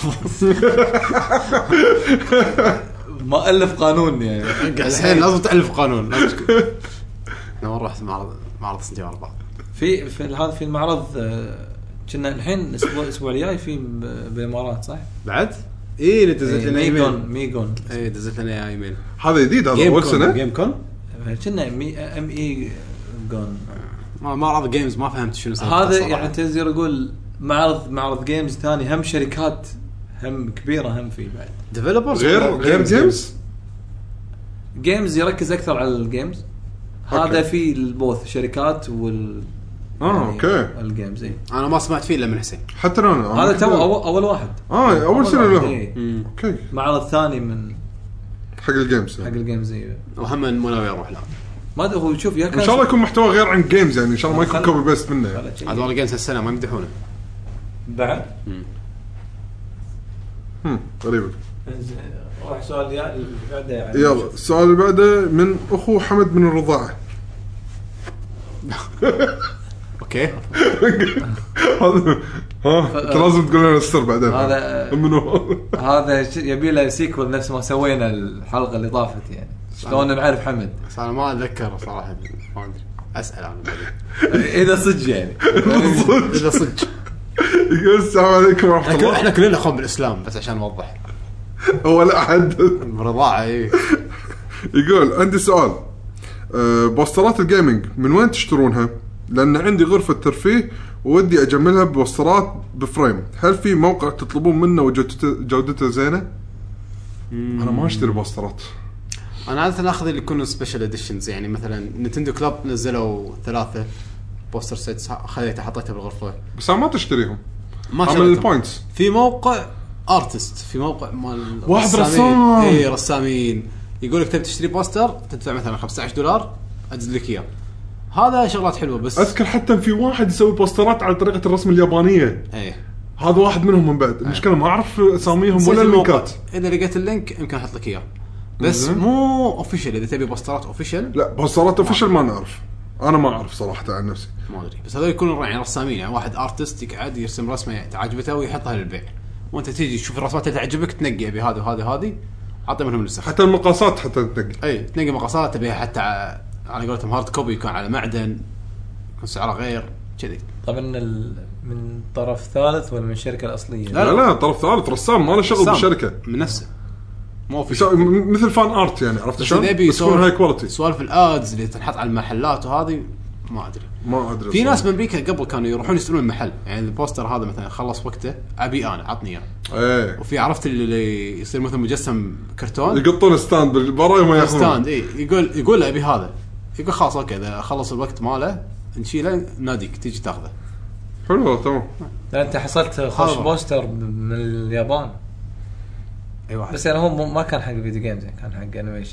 ما الف قانون يعني الحين لازم تعرف قانون. احنا ما نروح معرض معرض سنتين ورا بعض. في في هذا في المعرض كنا الحين الاسبوع الاسبوع الجاي في بالامارات صح بعد. ايه نزلت لنا ايميل ميجون. ايه نزلت لنا ايميل. هذا جديد هذا اول سنه جيم كون كنا ام اي جون ما معرض جيمز ما فهمت شنو هذا يعني تنزل يقول معرض معرض جيمز ثاني هم شركات هم كبيره هم في بعد ديفلوبرز غير غير جيمز جيمز يركز اكثر على الجيمز. هذا في البوث شركات وال اه يعني اوكي الجيمز اي انا ما سمعت فيه الا من حسين حتى انا هذا تو أول, اول واحد اه اول سنه له ايه. اوكي معرض ثاني من حق الجيمز حق الجيمز اي وهم مو ناوي اروح له ما ادري هو شوف يا كان ان شاء الله يكون محتوى غير عن جيمز يعني ان شاء الله ما يكون كوبي بيست منه يعني. عاد والله جيمز هالسنه ما يمدحونه بعد امم غريبه. راح سؤال اللي بعده يعني يلا السؤال اللي بعده من اخو حمد من الرضاعه. اوكي هذا ها انت لازم تقول لنا السر بعدين. هذا منو هذا يبي له سيكول نفس ما سوينا الحلقه اللي طافت يعني شلون نعرف حمد. بس انا ما اتذكر صراحه ما ادري اسال عنه بعدين اذا صدق يعني اذا صدق. يقول السلام عليكم ورحمه الله. احنا كلنا اخوان بالاسلام بس عشان نوضح هو لا احد رضاعه. ايه يقول عندي سؤال أه بوسترات الجيمنج من وين تشترونها؟ لان عندي غرفه ترفيه ودي اجملها بوسترات بفريم. هل في موقع تطلبون منه وجودته جودته زينه؟ انا ما اشتري بوسترات. انا عاده اخذ اللي يكونوا سبيشال اديشنز يعني مثلا نينتندو كلوب نزلوا ثلاثه بوستر سيتس خليته حطيتها بالغرفه بس ما تشتريهم ما عمل البوينتس في موقع ارتست في موقع مال واحد رسام اي رسامين يقول لك تبي تشتري بوستر تدفع مثلا خمسة عشر دولار ادز لك اياه. هذا شغلات حلوه بس اذكر حتى في واحد يسوي بوسترات على طريقه الرسم اليابانيه. ايه هذا واحد منهم من بعد المشكله ما اعرف اساميهم ولا اللينكات. اذا لقيت اللينك يمكن احط لك اياه بس مو اوفيشال. اذا تبي بوسترات اوفيشال لا بوسترات اوفيشال ما نعرف. انا ما اعرف صراحه عن نفسي ما ادري بس هذول يكونوا يعني رسامين يعني واحد ارتست يقعد يرسم رسمه تعجبته ويحطها للبيع وانت تيجي تشوف الرسمات اللي تعجبك تنقي ابي هذا وهذا وهذه عطي منهم النسخ حتى المقاسات حتى تنقي اي تنقي مقاسات تبيها حتى على قولتهم هارد كوبي يكون على معدن يكون سعره غير كذي. طبعا من طرف ثالث ولا من الشركه الاصليه؟ لا لا, لا طرف ثالث رسام ما له شغل بالشركه من نفسه مو في مثل فان ارت يعني عرفت شلون بس يكون هاي كواليتي. سوالف الادز اللي تنحط على المحلات وهذه ما ادري ما ادري في ناس من امريكا قبل كانوا يروحون يسالون المحل يعني البوستر هذا مثلا خلص وقته ابي انا عطني اياه ايه. وفي عرفت اللي يصير مثلا مجسم كرتون يقطون ستاند بالبرايه ما ياخذون ستاند اي يقول يقول ابي هذا يقول خلاص اوكي اذا خلص الوقت ماله نشيله ناديك تيجي تاخذه. حلو تمام. لا انت حصلت خوش بوستر من اليابان. اي واحد بس يعني هو ما كان حق فيديو جيمز كان حق انيميشن.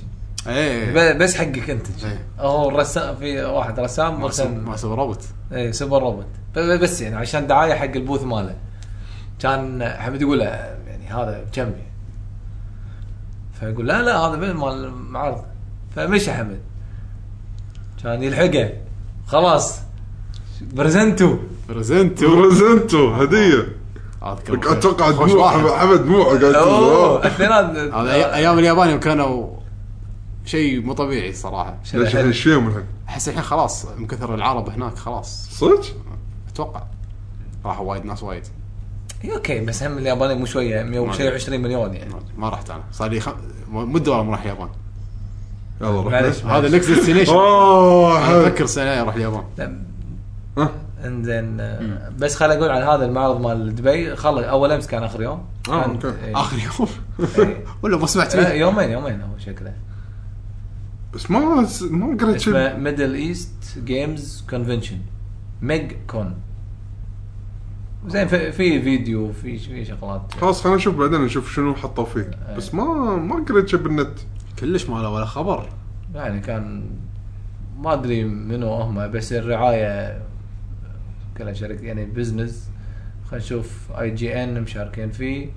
ايه بس حقك انت هو الرسام في واحد رسام مرسم ما سوبر روبوت ايه سوبر روبوت بس يعني عشان دعايه حق البوث ماله كان حمد يقول يعني هذا بكم فيقول لا لا هذا مال المعرض فمشي حمد كان يلحقه خلاص برزنتو برزنتو برزنتو هديه اتوقع دموع حمد دموع قاعد اوه اثنين ايام اليابان كانوا شيء مو طبيعي صراحه. ليش الحين شيء من الحين احس الحين خلاص من كثر العرب هناك خلاص صدق اتوقع راحوا وايد ناس وايد. اوكي بس هم اليابان مو شويه مية وعشرين مليون يعني ما رحت انا صار لي خم... مده ولا ما راح اليابان. يلا روح هذا نكست ديستنيشن اوه افكر سنه اروح اليابان. ها انزين بس خليني اقول على هذا المعرض مال دبي خلص اول امس كان اخر يوم اه اوكي ايه. اخر يوم ايه. ولا ما سمعت ايه يومين يومين هو شكله بس ما ما قريت شيء اسمه ميدل ايست جيمز كونفنشن ميج كون زين في, في فيديو في في شغلات خلاص خلينا نشوف بعدين نشوف شنو حطوا فيه ايه. بس ما ما قريت شيء بالنت كلش ما له ولا خبر يعني كان ما ادري منو هم بس الرعايه كلها شركه يعني بزنس. خلينا نشوف اي جي ان مشاركين فيه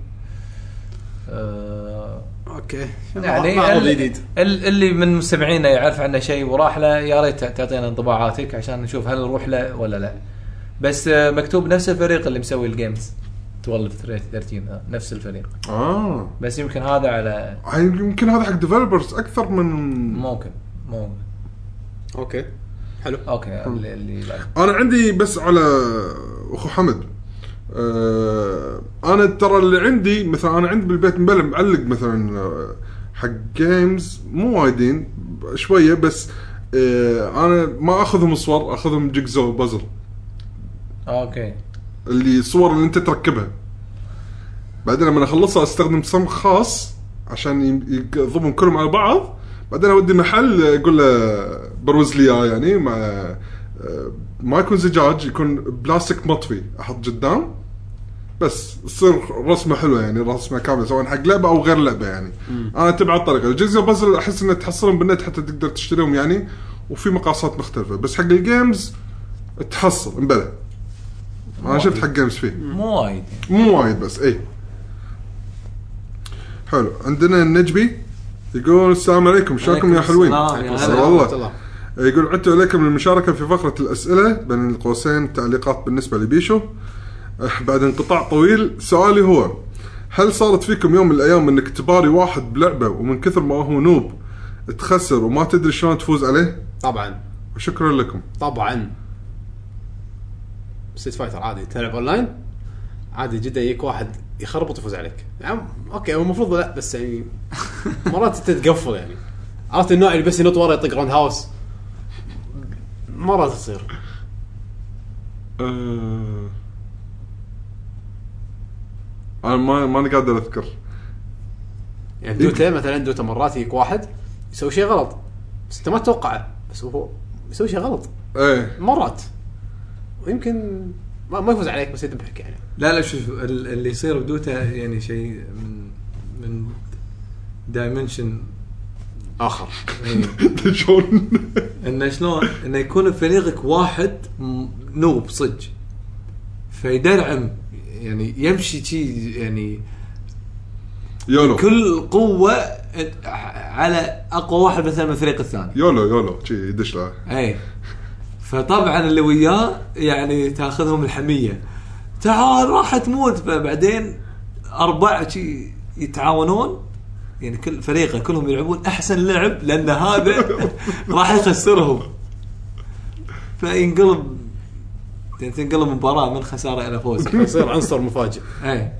أه اوكي يعني ال اللي من مستمعينا يعرف عنه شيء وراح له يا ريت تعطينا انطباعاتك عشان نشوف هل نروح له ولا لا. بس مكتوب نفس الفريق اللي مسوي الجيمز اثنا عشر ثلاثين نفس الفريق اه بس يمكن هذا على يمكن هذا حق ديفلوبرز اكثر من ممكن ممكن اوكي حلو اوكي اللي, اللي انا عندي بس على اخو حمد أه انا ترى اللي عندي مثلا انا عندي بالبيت مبلم معلق مثلا حق جيمز مو وايدين شويه بس أه انا ما اخذهم صور اخذهم جيكزو بازل اوكي اللي صور اللي انت تركبها بعدين لما اخلصها استخدم صمغ خاص عشان يضبطهم كلهم على بعض بعدين اودي محل اقول له بروز لي يعني مع ما يكون زجاج يكون بلاستيك مطفي احط قدام بس تصير رسمه حلوه يعني رسمه كامله سواء حق لعبه او غير لعبه يعني م. انا تبع الطريقه الجزء بازل احس انك تحصلهم بالنت حتى تقدر تشتريهم يعني وفي مقاسات مختلفه بس حق الجيمز تحصل مبلى انا شفت حق جيمز فيه مو وايد مو وايد بس اي حلو. عندنا النجبي يقول السلام عليكم شلونكم يا حلوين والله يقول عدت عليكم للمشاركة في فقرة الأسئلة بين القوسين تعليقات بالنسبة لبيشو بعد انقطاع طويل. سؤالي هو هل صارت فيكم يوم من الأيام أنك تباري واحد بلعبة ومن كثر ما هو نوب تخسر وما تدري شلون تفوز عليه؟ طبعا وشكرا لكم. طبعا ستريت فايتر عادي تلعب أونلاين عادي جدا يجيك واحد يخربط يفوز عليك يعني أوكي هو المفروض لا بس يعني مرات تتقفل يعني عرفت النوع اللي بس ينط ورا يطق راوند هاوس مرات تصير أه... انا ما ما قادر اذكر يعني دوتا مثلا دوتا مرات يجيك واحد يسوي شيء غلط بس انت ما تتوقعه بس هو يسوي شيء غلط ايه مرات ويمكن ما, ما يفوز عليك بس يذبحك يعني. لا لا شوف اللي يصير بدوتا يعني شيء من من دايمنشن اخر شلون انه شلون انه يكون فريقك واحد نوب صج فيدرعم يعني يمشي شيء يعني يولو كل قوه على اقوى واحد مثلا من الفريق الثاني يولو يولو شيء يدش له اي فطبعا اللي وياه يعني تاخذهم الحميه تعال راح تموت فبعدين اربعه شيء يتعاونون يعني كل فريقه كلهم يلعبون احسن لعب لان هذا راح يخسرهم فينقلب يعني تنقلب مباراه من خساره الى فوز يصير عنصر مفاجئ. اي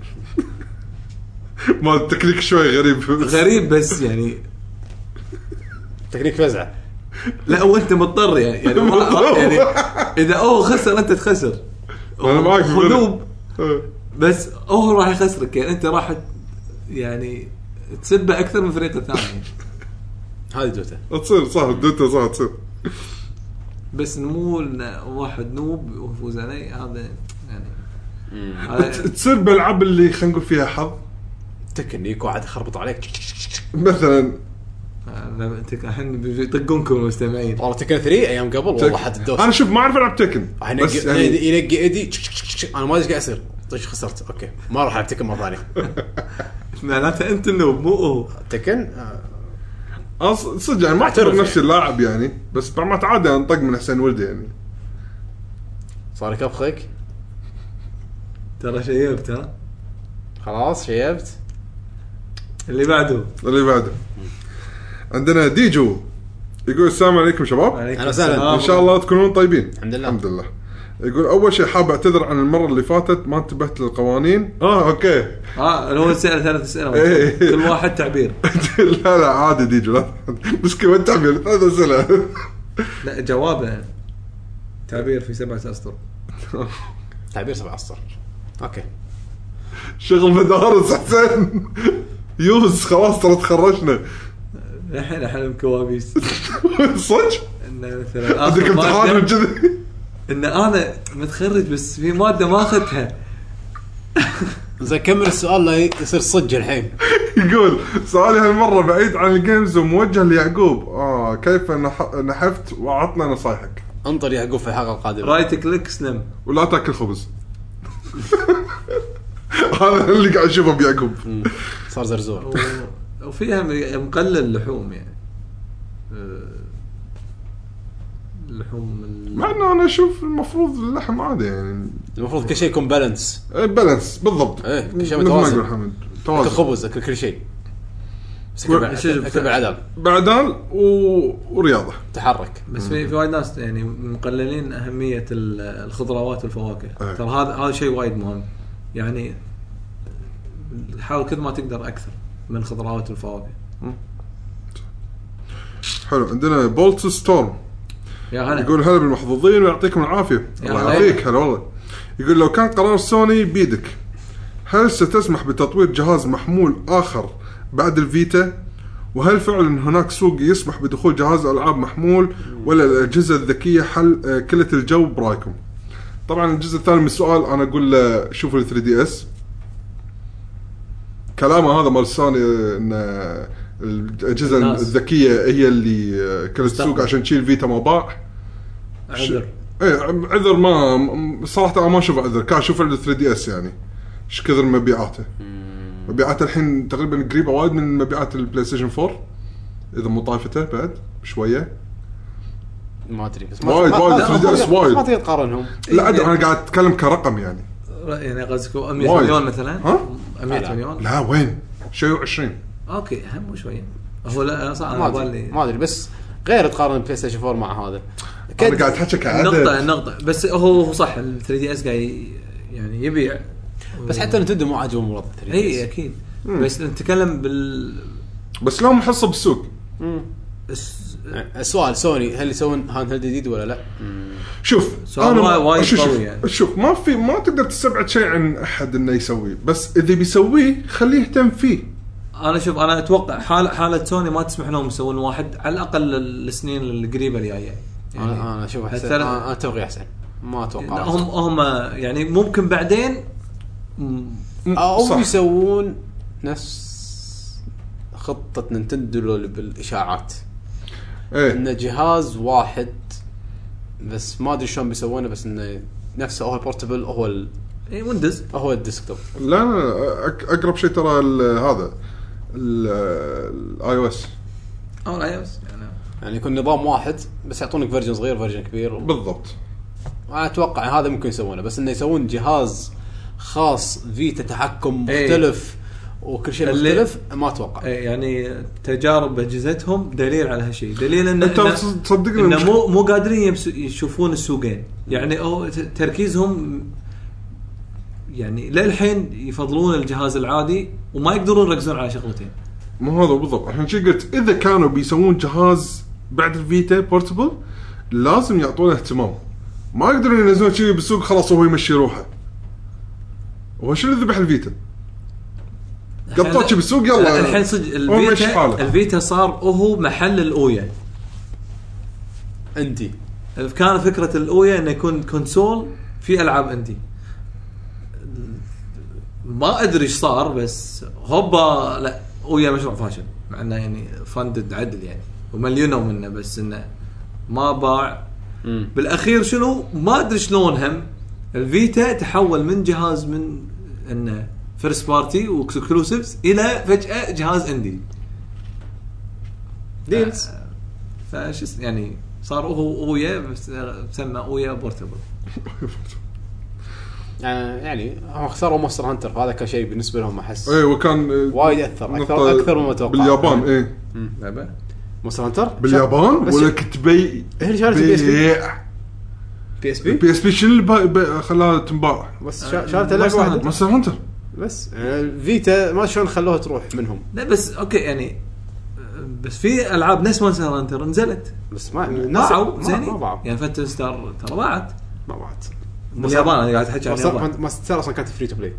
ما التكنيك شوي غريب غريب بس يعني تكنيك فزعه لا وانت مضطر يعني يعني, يعني اذا هو خسر انت تخسر انا معك خلوب بس هو راح يخسرك يعني انت راح يعني تسبه اكثر من فريق الثاني. هذه دوتا تصير صح دوتا صح تصير بس مو واحد نوب ويفوز علي هذا يعني تصير بالعاب اللي خلينا نقول فيها حظ تكنيك واحد يخربط عليك مثلا انت الحين بيطقونكم المستمعين. والله تكن ثري ايام قبل والله حد الدوس. انا شوف ما اعرف العب تكن بس يعني ينقي ايدي انا ما ادري ايش قاعد يصير. طيش خسرت اوكي ما راح العب تكن مره ثانيه. معناته انت النوب مو هو تكن اصلا صدق يعني ما اعتبر نفسي اللاعب يعني بس بعد ما تعادل انطق من حسين ولدي يعني صار يكفخك ترى شيبت ها خلاص شيبت. اللي بعده اللي بعده عندنا ديجو يقول السلام عليكم شباب. اهلا وسهلا ان شاء الله تكونون طيبين. الحمد لله الحمد لله. يقول اول شيء حاب اعتذر عن المره اللي فاتت ما انتبهت للقوانين. اه اوكي اه هو سأل ثلاث اسئله كل واحد تعبير. لا لا عادي ديجو لا مشكله وين تعبير ثلاث اسئله. لا جوابه تعبير في سبعة اسطر. تعبير سبعة اسطر اوكي شغل مدارس حسين يوز خلاص ترى تخرجنا الحين حلم كوابيس. صدق انه مثلا عندك امتحان من كذي ان انا متخرج بس في ماده ما اخذتها. زين كمل السؤال لا يصير صدق الحين. يقول سؤالي هالمره بعيد عن الجيمز وموجه ليعقوب. اه كيف نح... نحفت وعطنا نصايحك. انطر يعقوب في الحلقه القادمه. رايت كليك سلم ولا تاكل خبز. هذا اللي قاعد اشوفه بيعقوب صار زرزور وفيها مقلل لحوم يعني اللحوم مع انه انا اشوف المفروض اللحم عادي يعني المفروض كل شيء يكون بالانس بالانس بالضبط ايه كل شيء متوازن حمد توازن خبز اكل كل شيء اكل بالعدل بعدل و... ورياضه تحرك. بس في في وايد ناس يعني مقللين اهميه الخضروات والفواكه أيه. ترى هذا هذا شيء وايد مهم يعني حاول كل ما تقدر اكثر من الخضروات والفواكه. حلو عندنا بولت ستورم يا هلا يقول هلا بالمحظوظين ويعطيكم العافيه. الله يعافيك هلا والله. يقول لو كان قرار سوني بيدك هل ستسمح بتطوير جهاز محمول آخر بعد الفيتا وهل فعلا هناك سوق يسمح بدخول جهاز ألعاب محمول ولا الأجهزة الذكية حل كلة الجو برايكم. طبعا الجزء الثاني من السؤال أنا أقول شوفوا ال ثري دي إس كلامه هذا مال سوني إن الأجهزة الناس. الذكية هي اللي كلة السوق عشان تشيل فيتا ما باع عذر. ايه عذر ما صراحة ما أشوف عذر كان أشوف ال ثري دي إس يعني ايش كثر مبيعاته. مبيعاته الحين تقريبا قريبه وايد من مبيعات البلاي ستيشن فور اذا مو طايفته بعد شويه ما ادري بس وايد وايد ثري دي إس وايد ما تقدر تقارنهم. لا انا قاعد اتكلم كرقم يعني يعني قصدك مية مليون مثلا ها مية مليون لا وين شيء عشرين اوكي هم شويه هو لا صح ما ادري ما ادري بس غير تقارن البلاي ستيشن فور مع هذا انا قاعد احكي كعدد نقطه النقطه بس هو هو صح ال ثري دي إس قاعد يعني يبيع بس حتى نتندو مو عاجبهم مرض ثري دي إس. اي اكيد مم. بس نتكلم بال بس لهم محصه بالسوق. السؤال سوني هل يسوون هاند هيلد جديد ولا لا؟ مم. شوف انا وايد قوي يعني شوف ما في ما تقدر تستبعد شيء عن احد انه يسويه بس اذا بيسويه خليه يهتم فيه. انا شوف انا اتوقع حاله حاله سوني ما تسمح لهم يسوون واحد على الاقل السنين القريبه الجايه يعني انا انا اشوف احسن انا اتوقع احسن ما اتوقع هم هم يعني ممكن بعدين او يسوون نفس خطه نينتندو بالاشاعات ايه انه جهاز واحد بس ما ادري شلون بيسوونه بس انه نفسه هو البورتبل هو ال... اي ويندوز هو الديسكتوب. لا لا اقرب شيء ترى هذا الاي او اس او الاي او اس يعني يعني يكون نظام واحد بس يعطونك فيرجن صغير فيرجن كبير و... بالضبط. انا اتوقع هذا ممكن يسوونه بس انه يسوون جهاز خاص فيتا تحكم مختلف ايه. وكل شيء مختلف ما اتوقع ايه يعني تجارب اجهزتهم دليل على هالشيء دليل ان انت تصدقني إن مو مو قادرين يشوفون السوقين يعني او تركيزهم يعني للحين يفضلون الجهاز العادي وما يقدرون يركزون على شغلتين. مو هذا بالضبط عشان شي قلت اذا كانوا بيسوون جهاز بعد الفيتا بورتبل لازم يعطونه اهتمام ما يقدرون ينزلون شيء بالسوق خلاص هو يمشي روحه. هو شو اللي ذبح الفيتا قطعتش بالسوق يلا الحين صدق الفيتا الفيتا صار هو محل الاويا عندي كان فكره الاويا انه يكون كونسول في العاب عندي ما ادري ايش صار بس هوبا لا اويا مشروع فاشل مع انه يعني فندد عدل يعني ومليونوا منه بس انه ما باع. مم. بالاخير شنو ما ادري شلون هم الفيتا تحول من جهاز من انه فيرست بارتي واكسكلوسيفز الى فجاه جهاز اندي ديلز. فايش يعني صار هو اويا بس سمى اويا بورتبل. يعني هم خسروا مونستر هانتر هذا كان شيء بالنسبه لهم احس ايه وكان وايد اثر اكثر اكثر مما توقعت باليابان. ايه لعبه مونستر هانتر باليابان ولا كنت بي هي شارت بي اس بي بي اس بي بي اس بي شنو اللي خلاها تنباع بس شارت لعبه واحده مونستر هانتر بس فيتا ما شلون خلوها تروح منهم. لا بس اوكي يعني بس في العاب نفس مونستر هانتر نزلت بس ما باعوا زين ما باعوا يعني فتل ستار ترى باعت ما باعت باليابان. انا قاعد احكي عن اليابان. ما ستار اصلا كانت فري تو بلاي.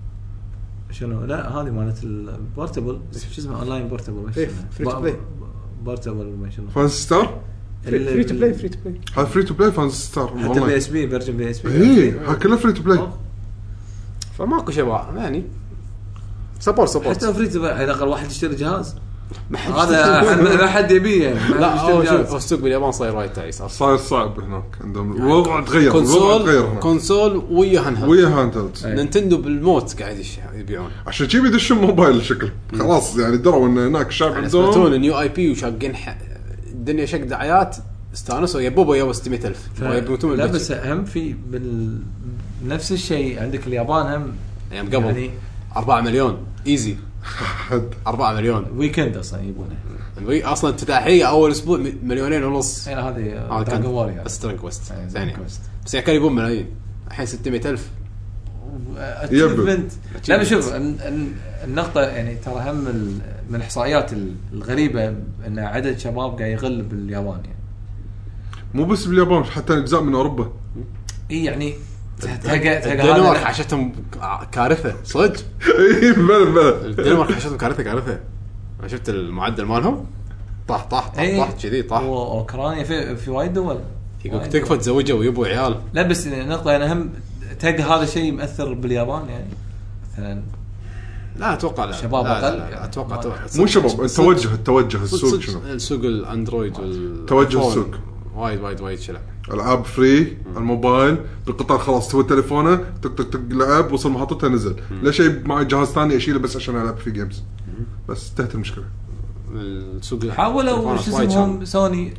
شنو لا هذه مالت البورتبل شو اسمه اونلاين بورتبل إيه فري تو بلاي بورتبل ما شنو فانز ستار فري تو بلاي فري تو بلاي هذا فري تو بلاي فانز ستار حتى بي اس بي فيرجن بي اس بي ايه هذا كله فري تو بلاي. فماكو شباب يعني سبورت سبورت حتى فري تو بلاي على الاقل واحد يشتري جهاز هذا ما حد يبيه يعني. لا هو شوف السوق باليابان صاير وايد تعيس صاير صعب هناك عندهم الوضع تغير. كونسول تغير كونسول ويا هاند ويا هاند نينتندو بالموت قاعد يبيعون عشان شي بيدشون موبايل شكل خلاص يعني دروا ان هناك الشعب عندهم سبتون نيو اي بي وشاقين الدنيا شق دعايات استانسوا يبوبا يا ستمية ألف ويبوتون. لا بس هم في بال... نفس الشيء عندك اليابان هم ايام قبل يعني أربعة مليون ايزي أربعة مليون ويكند اصلا يبونه وي اصلا افتتاحيه اول اسبوع مليونين ونص. يعني هذه دراجون واريور بس دراجون كويست ثاني بس يعني كان يبون ملايين الحين ستمية ألف اتشيفمنت. لا بس شوف النقطه يعني ترى هم من الاحصائيات الغريبه ان عدد شباب قاعد يغل باليابان يعني مو بس باليابان حتى اجزاء من اوروبا. اي يعني الدنمارك حشتهم كارثه صدق. اي بلا بلا الدنمارك حشتهم كارثه كارثه. انا شفت المعدل مالهم طاح طاح طاح طاح كذي طاح. واوكرانيا في في وايد دول يقولك تكفى تزوجوا ويبوا عيال. لا بس نقطه انا هم تلقى هذا شيء مؤثر باليابان يعني مثلا. لا اتوقع لا شباب لا اقل لا لا اتوقع مو شباب التوجه التوجه السوق شنو السوق الاندرويد توجه السوق وايد وايد وايد شلع العاب فري الموبايل بالقطار خلاص تسوي تليفونه تك تك تك لعب وصل محطته نزل لا شيء معي جهاز ثاني اشيله بس عشان العب في جيمز بس انتهت المشكله. السوق حاولوا شو اسمهم سوني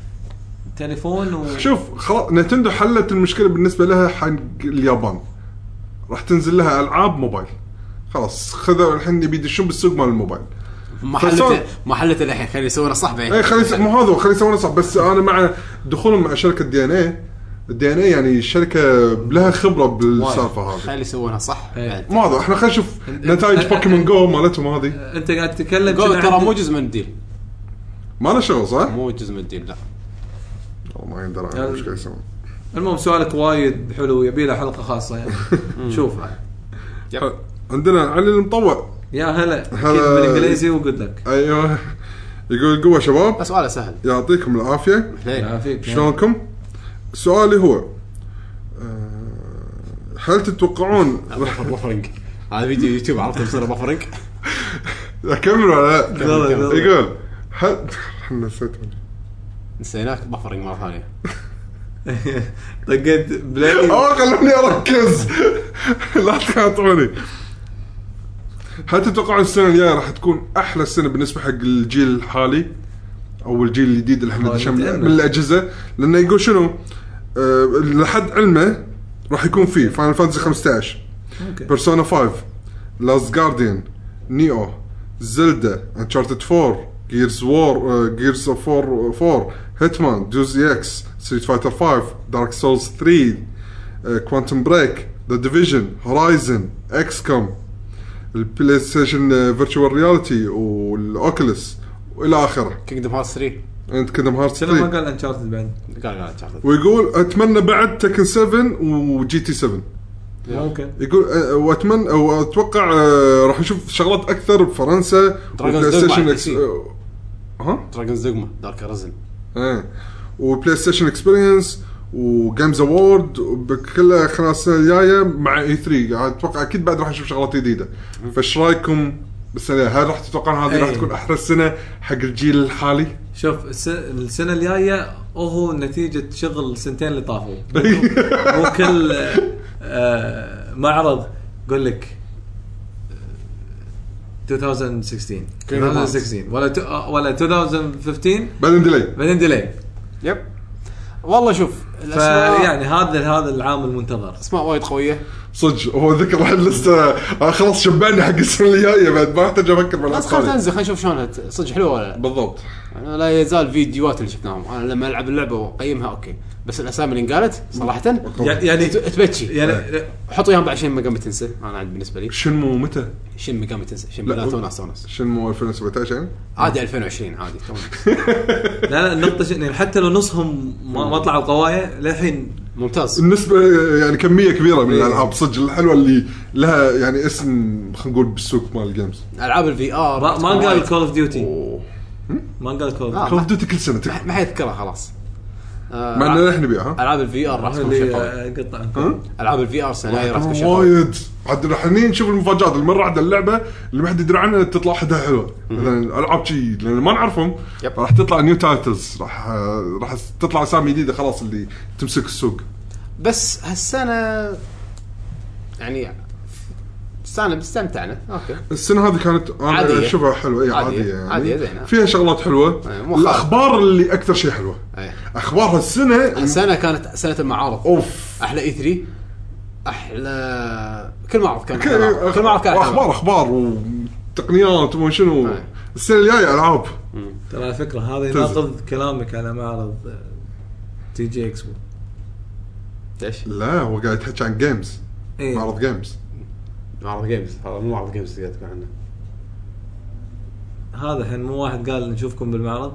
تليفون و... شوف خلاص نينتندو حلت المشكله بالنسبه لها حق اليابان راح تنزل لها العاب موبايل خلاص خذوا الحين بيدشون بالسوق مال الموبايل محلته محلته الحين خلي يسوونه صح بعدين. اي خلي مو هذا خلي يسوونه صح بس انا مع دخولهم مع شركه دي ان اي الدي ان اي يعني الشركه لها خبره بالسالفه هذه خلي يسوونها صح. ما هذا احنا خلينا نشوف نتائج بوكيمون جو مالتهم هذه. انت قاعد تتكلم ترى مو جزء من الديل ما له شغل صح مو جزء من الديل لا والله ما يندرى على ايش قاعد يسوون. المهم سؤالك وايد حلو يبي له حلقه خاصه يعني. شوف عندنا علي المطوع يا هلا كيف بالانجليزي وقلت لك ايوه يقول قوه شباب سؤال سهل يعطيكم العافيه يعافيك شلونكم. سؤالي هو هل تتوقعون بفرنج هذا فيديو يوتيوب عرفت بصير بفرنج اكمل ولا لا يقول هل نسيت نسيناك بفرنج مره ثانيه طقيت بلاي اه خلوني اركز لا تقاطعوني. هل تتوقعون السنه الجايه راح تكون احلى سنه بالنسبه حق الجيل الحالي او الجيل الجديد اللي احنا دشمنا من الاجهزه لانه يقول شنو أه لحد علمه راح يكون فيه فاينل فانتسي خمسة عشر بيرسونا خمسة لاست جارديان نيو زلدا انشارتد فور جيرز وور جيرز اوف فور هيتمان دوزي اكس ستريت فايتر خمسة دارك سولز ثري كوانتم بريك ذا ديفيجن هورايزن اكس كوم البلاي ستيشن فيرتشوال رياليتي والاوكيلس والى اخره. كينجدم هارت ثري انت كينجدم هارت ثري ما قال انشارتد بعد قال قال انشارتد ويقول اتمنى بعد تكن سبعة وجي تي سبعة ممكن يقول واتمنى واتوقع راح نشوف شغلات اكثر بفرنسا بلاي ستيشن اكس ها دراجونز دوغما دارك ريزن ايه وبلاي ستيشن اكسبيرينس وجيمز اوورد بكل خلال السنه الجايه مع اي ثري اتوقع اكيد بعد راح نشوف شغلات جديده. فايش رايكم بس هل راح تتوقع هذه أي. راح تكون احرى سنه حق الجيل الحالي؟ شوف الس- السنه الجايه هو نتيجه شغل سنتين اللي طافوا مو كل آه معرض يقول لك ألفين وستة عشر ألفين وستة عشر ولا تو- ولا ألفين وخمستاشر بعدين ديلي بعدين ديلي. يب والله شوف الاسماء فيعني هذا هذا العام المنتظر. اسماء وايد قويه صدق. هو ذكر الحين لسه آه خلاص شبعني حق السنه الجايه بعد ما احتاج افكر بس بالاسماء خلينا ننزل خلينا نشوف شلونها صدق حلوه ولا لا. بالضبط. أنا لا يزال فيديوهات اللي شفناهم انا لما العب اللعبه واقيمها اوكي بس الاسامي اللي انقالت صراحه يعني ت- تبكي يعني حط وياهم بعد شيء ميجامي تنسى انا عاد بالنسبه لي شنمو متى؟ شين ميجامي تنسى شين لا، لا هو- تونس تونس شنمو ألفين وسبعة عشر عادي ألفين وعشرين عادي تونس لا لا النقطه شنو يعني حتى لو نصهم ما, ما طلعوا قوايا للحين ممتاز النسبة يعني كمية كبيرة من الألعاب صدق الحلوة اللي لها يعني اسم خلينا نقول بالسوق مال الجيمز. العاب الفي ار ما, ما قال كول اوف ديوتي أوه. ما قال كول آه. كول اوف ديوتي كل سنة تكفى. ما حيذكرها خلاص آه، مع انه احنا نبيعها. العاب الفي ار راح تكون شيء قوي اللي قطع ها؟ العاب الفي ار سنه راح تكون شيء قوي وايد عاد الحين نشوف المفاجآت المرة واحدة اللعبة اللي ما حد يدري عنها تطلع حدها حلوة مثلا العاب شيء لان ما نعرفهم يب. راح تطلع نيو تايتلز راح راح تطلع اسامي جديدة خلاص اللي تمسك السوق. بس هالسنه يعني السنه استمتعنا اوكي السنة هذه كانت انا عادية. اشوفها حلوة. اي عادية. عادية يعني عادية زينة. فيها شغلات حلوة. أي، مو خالص. الاخبار اللي اكثر شيء حلوة أي. اخبار هالسنة. السنه كانت سنه المعارض اوف احلى اي ثلاثة احلى كل معرض كان كل أحلى. كل معرض كان أحلى. اخبار اخبار وتقنيات وما شنو. أي. السنة الجاية العاب. ترى على فكره هذا يناقض كلامك على معرض تي جي اكسبو. ليش لا هو قاعد يتحكي عن جيمز. إيه. معرض جيمز. معرض جيمز هذا مو معرض جيمز قاعد تقول عنه هذا الحين مو واحد قال نشوفكم بالمعرض.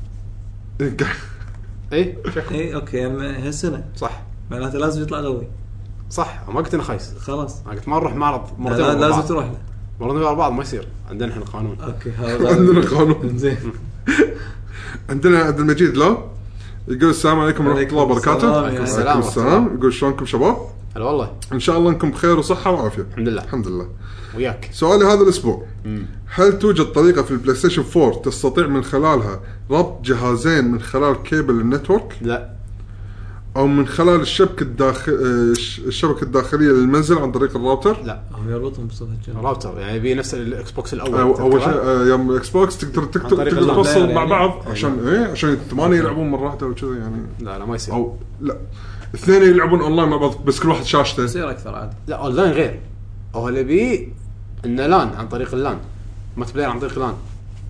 اي اي اوكي يعني هالسنه صح معناته لازم يطلع قوي. صح ما قلت انا خايس خلاص انا قلت ما نروح معرض مرتين لا- ورا لازم بعض. تروح له. مرتين ورا بعض ما يصير عندنا احنا قانون اوكي هذا عندنا قانون. زين. عندنا عبد المجيد لا يقول السلام عليكم ورحمة الله وبركاته. عليكم السلام وعليكم ورحمة السلام. يقول شلونكم شباب؟ هلا والله ان شاء الله انكم بخير وصحة وعافية. الحمد لله الحمد لله. وياك سؤالي هذا الاسبوع هل توجد طريقة في البلاي ستيشن فور تستطيع من خلالها ربط جهازين من خلال كيبل النتورك لا او من خلال الشبكة الداخل الشبكة الداخلية للمنزل عن طريق الراوتر؟ لا هو يربطهم بصفه الجو. راوتر يعني يبي نفس الاكس بوكس الاول أو اول شيء تذكره؟ آه، يوم الاكس بوكس تقدر تقدر طريق تقدر اللان توصل يعني. مع بعض أيوة. عشان ايه عشان الثمانية يلعبون مرة واحدة وكذا يعني. لا لا ما يصير او لا اثنين يلعبون اونلاين مع بعض بس كل واحد شاشته. يصير اكثر عاد. لا اونلاين غير هو اللي بي انه لان عن طريق اللان ما تبلاي عن طريق لان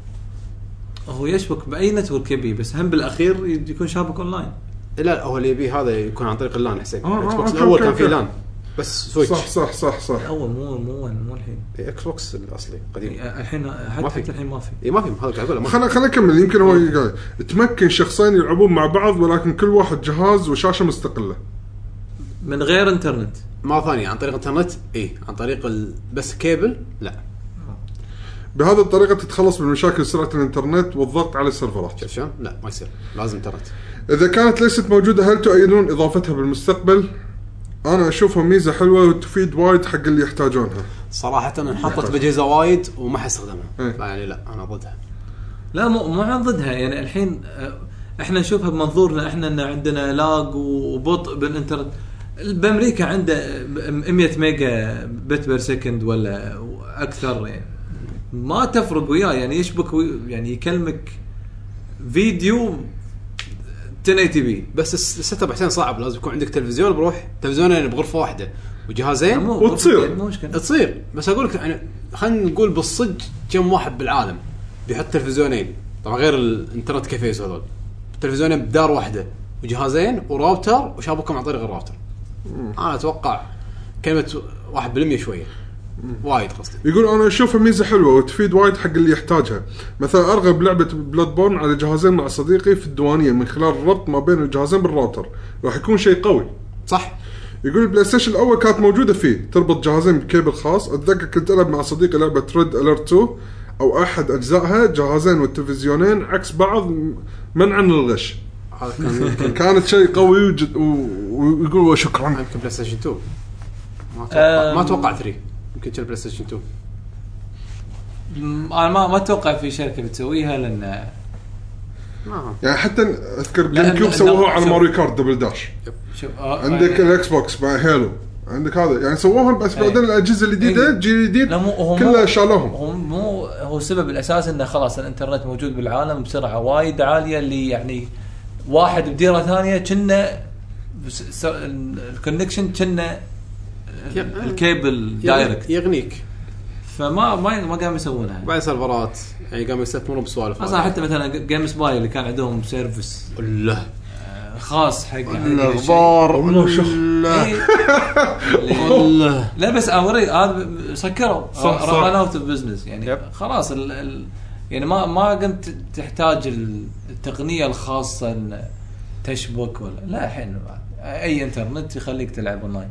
هو يشبك باي نتورك يبي بس هم بالاخير يكون شابك اونلاين. لا هو اللي يبي هذا يكون عن طريق اللان حسين آه، الاكس آه، بوكس أوكي، الاول أوكي، كان فيه أوكي. لان بس سويتش صح صح صح صح. اول مو مو مو الحين. اكس بوكس الاصلي قديم الحين ما حتى, في. حتى الحين ما في. اي ما في هذا قاعد اقول ما في. خلينا خلينا نكمل يمكن هو قاعد تمكن شخصين يلعبون مع بعض ولكن كل واحد جهاز وشاشة مستقلة من غير انترنت. مره ثانيه عن طريق انترنت اي عن طريق ال... بس كيبل لا بهذه الطريقة تتخلص من مشاكل سرعة الانترنت والضغط على السيرفرات. شوف شلون لا ما يصير لازم انترنت إذا كانت ليست موجودة هل تؤيدون إضافتها بالمستقبل؟ أنا أشوفها ميزة حلوة وتفيد وايد حق اللي يحتاجونها. صراحه انا انحطت بجهزه وايد وما حستخدمها إيه. يعني لا انا ضدها لا مو مو عن ضدها يعني الحين آه، احنا نشوفها بمنظورنا احنا ان عندنا لاج وبطء بالانترنت. بامريكا عنده مية ميجا بت بير سكند ولا اكثر يعني ما تفرق وياه يعني يشبك وي يعني يكلمك فيديو ألف وثمانين بي. بس السيت اب حسين صعب لازم يكون عندك تلفزيون بروح تلفزيونين بغرفه واحده وجهازين وتصير. مو مشكله تصير بس اقول لك يعني خلينا نقول بالصدق كم واحد بالعالم بيحط تلفزيونين طبعا غير الانترنت كافيز هذول تلفزيونين بدار واحده وجهازين وراوتر وشابكهم عن طريق الراوتر. انا اتوقع كلمه واحد بالمية شويه وايد قصدي. يقول أنا أشوفها ميزة حلوة وتفيد وايد حق اللي يحتاجها. مثلا أرغب لعبة بلاد بورن على جهازين مع صديقي في الديوانية من خلال الربط ما بين الجهازين بالراوتر راح يكون شيء قوي. صح يقول البلاي ستيشن الأول كانت موجودة فيه تربط جهازين بكيبل خاص. أتذكر كنت ألعب مع صديقي لعبة ريد أليرت تو أو أحد أجزائها جهازين والتلفزيونين عكس بعض منعا للغش. هذا كان كانت شيء قوي وجد ويقول شكرا. يمكن بلاي ستيشن تو ما اتوقع ما اتوقع ثلاثة يمكن كان بلاي ستيشن تو انا ما ما اتوقع في شركه بتسويها لان ما يعني حتى اذكر لا، جيم كيوب لا، سووها لا، على شوف. ماريو كارت دبل داش. شوف آه عندك يعني الاكس بوكس مع هيلو، عندك هذا يعني سووها بس أي. بعدين الاجهزه الجديده أي. الجيل الجديد لا، مو- هو كلها مو- شالوهم. هو مو هو السبب الاساسي انه خلاص الانترنت موجود بالعالم بسرعه وايد عاليه اللي يعني واحد بديره ثانيه كنا الكونكشن كنا الكيبل دايركت، يغنيك. فما ما ما قاموا يسوونها. بعد سيرفرات يعني قاموا يستثمرون بسوالف اصلا حتى مثلا جيم سباي اللي كان عندهم سيرفيس الله خاص حق الاخبار والله شوف الله. لا بس اوري هذا سكروا صح، صح. ران اوت اوف بزنس يعني يب. خلاص ال ال يعني ما ما قمت تحتاج التقنيه الخاصه ان تشبك ولا لا. الحين اي انترنت يخليك تلعب اونلاين.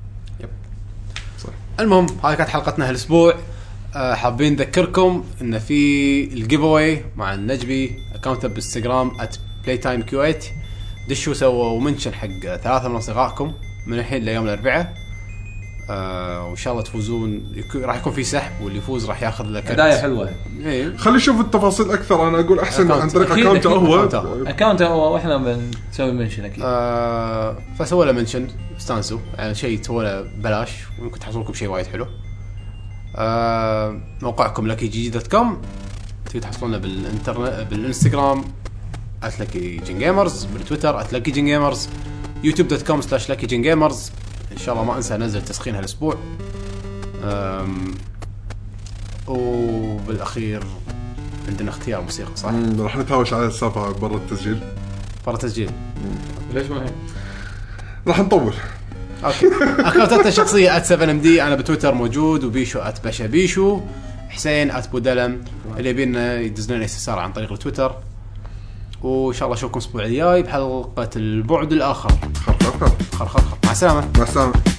المهم هاي كانت حلقتنا هالاسبوع. أه حابين نذكركم ان في الجيف اواي مع النجبي اكونت بالانستغرام بلاي تايم كيو ثمانية. دشوا سووا منشن حق ثلاثه من اصدقائكم من الحين ليوم الاربعاء. أه وان شاء الله تفوزون. يكو راح يكون في سحب واللي يفوز راح ياخذ له كرت هدايا حلوه. ايه خلي نشوف التفاصيل اكثر. انا اقول احسن أكاونت. عن طريق أكيد، اكونت أكيد. هو أكاونت. اكونت هو واحنا بنسوي منشن اكيد. أه فسووا له منشن استانسوا يعني شيء سووا له بلاش ويمكن تحصلون لكم شيء وايد حلو. أه موقعكم لكي جي دوت كوم تقدر تحصلونه بالانترنت بالانستغرام @lucky gen gamers بالتويتر @lucky gen gamers يوتيوب دوت كوم سلاش lucky gen gamers. ان شاء الله ما انسى انزل تسخين هالاسبوع. أم وبالاخير عندنا اختيار موسيقى صح؟ مم، راح نتهاوش على السالفه برا التسجيل. برا تسجيل. ليش ما هي راح نطول. اوكي اكونتاتنا الشخصيه سفن ام دي انا بتويتر موجود وبيشو باشا بيشو حسين بودلم اللي بينا يدز لنا اس ار عن طريق التويتر. وان شاء الله اشوفكم الاسبوع الجاي بحلقه البعد الاخر. خر خر خر خر خر خر. مع السلامه. مع السلامه.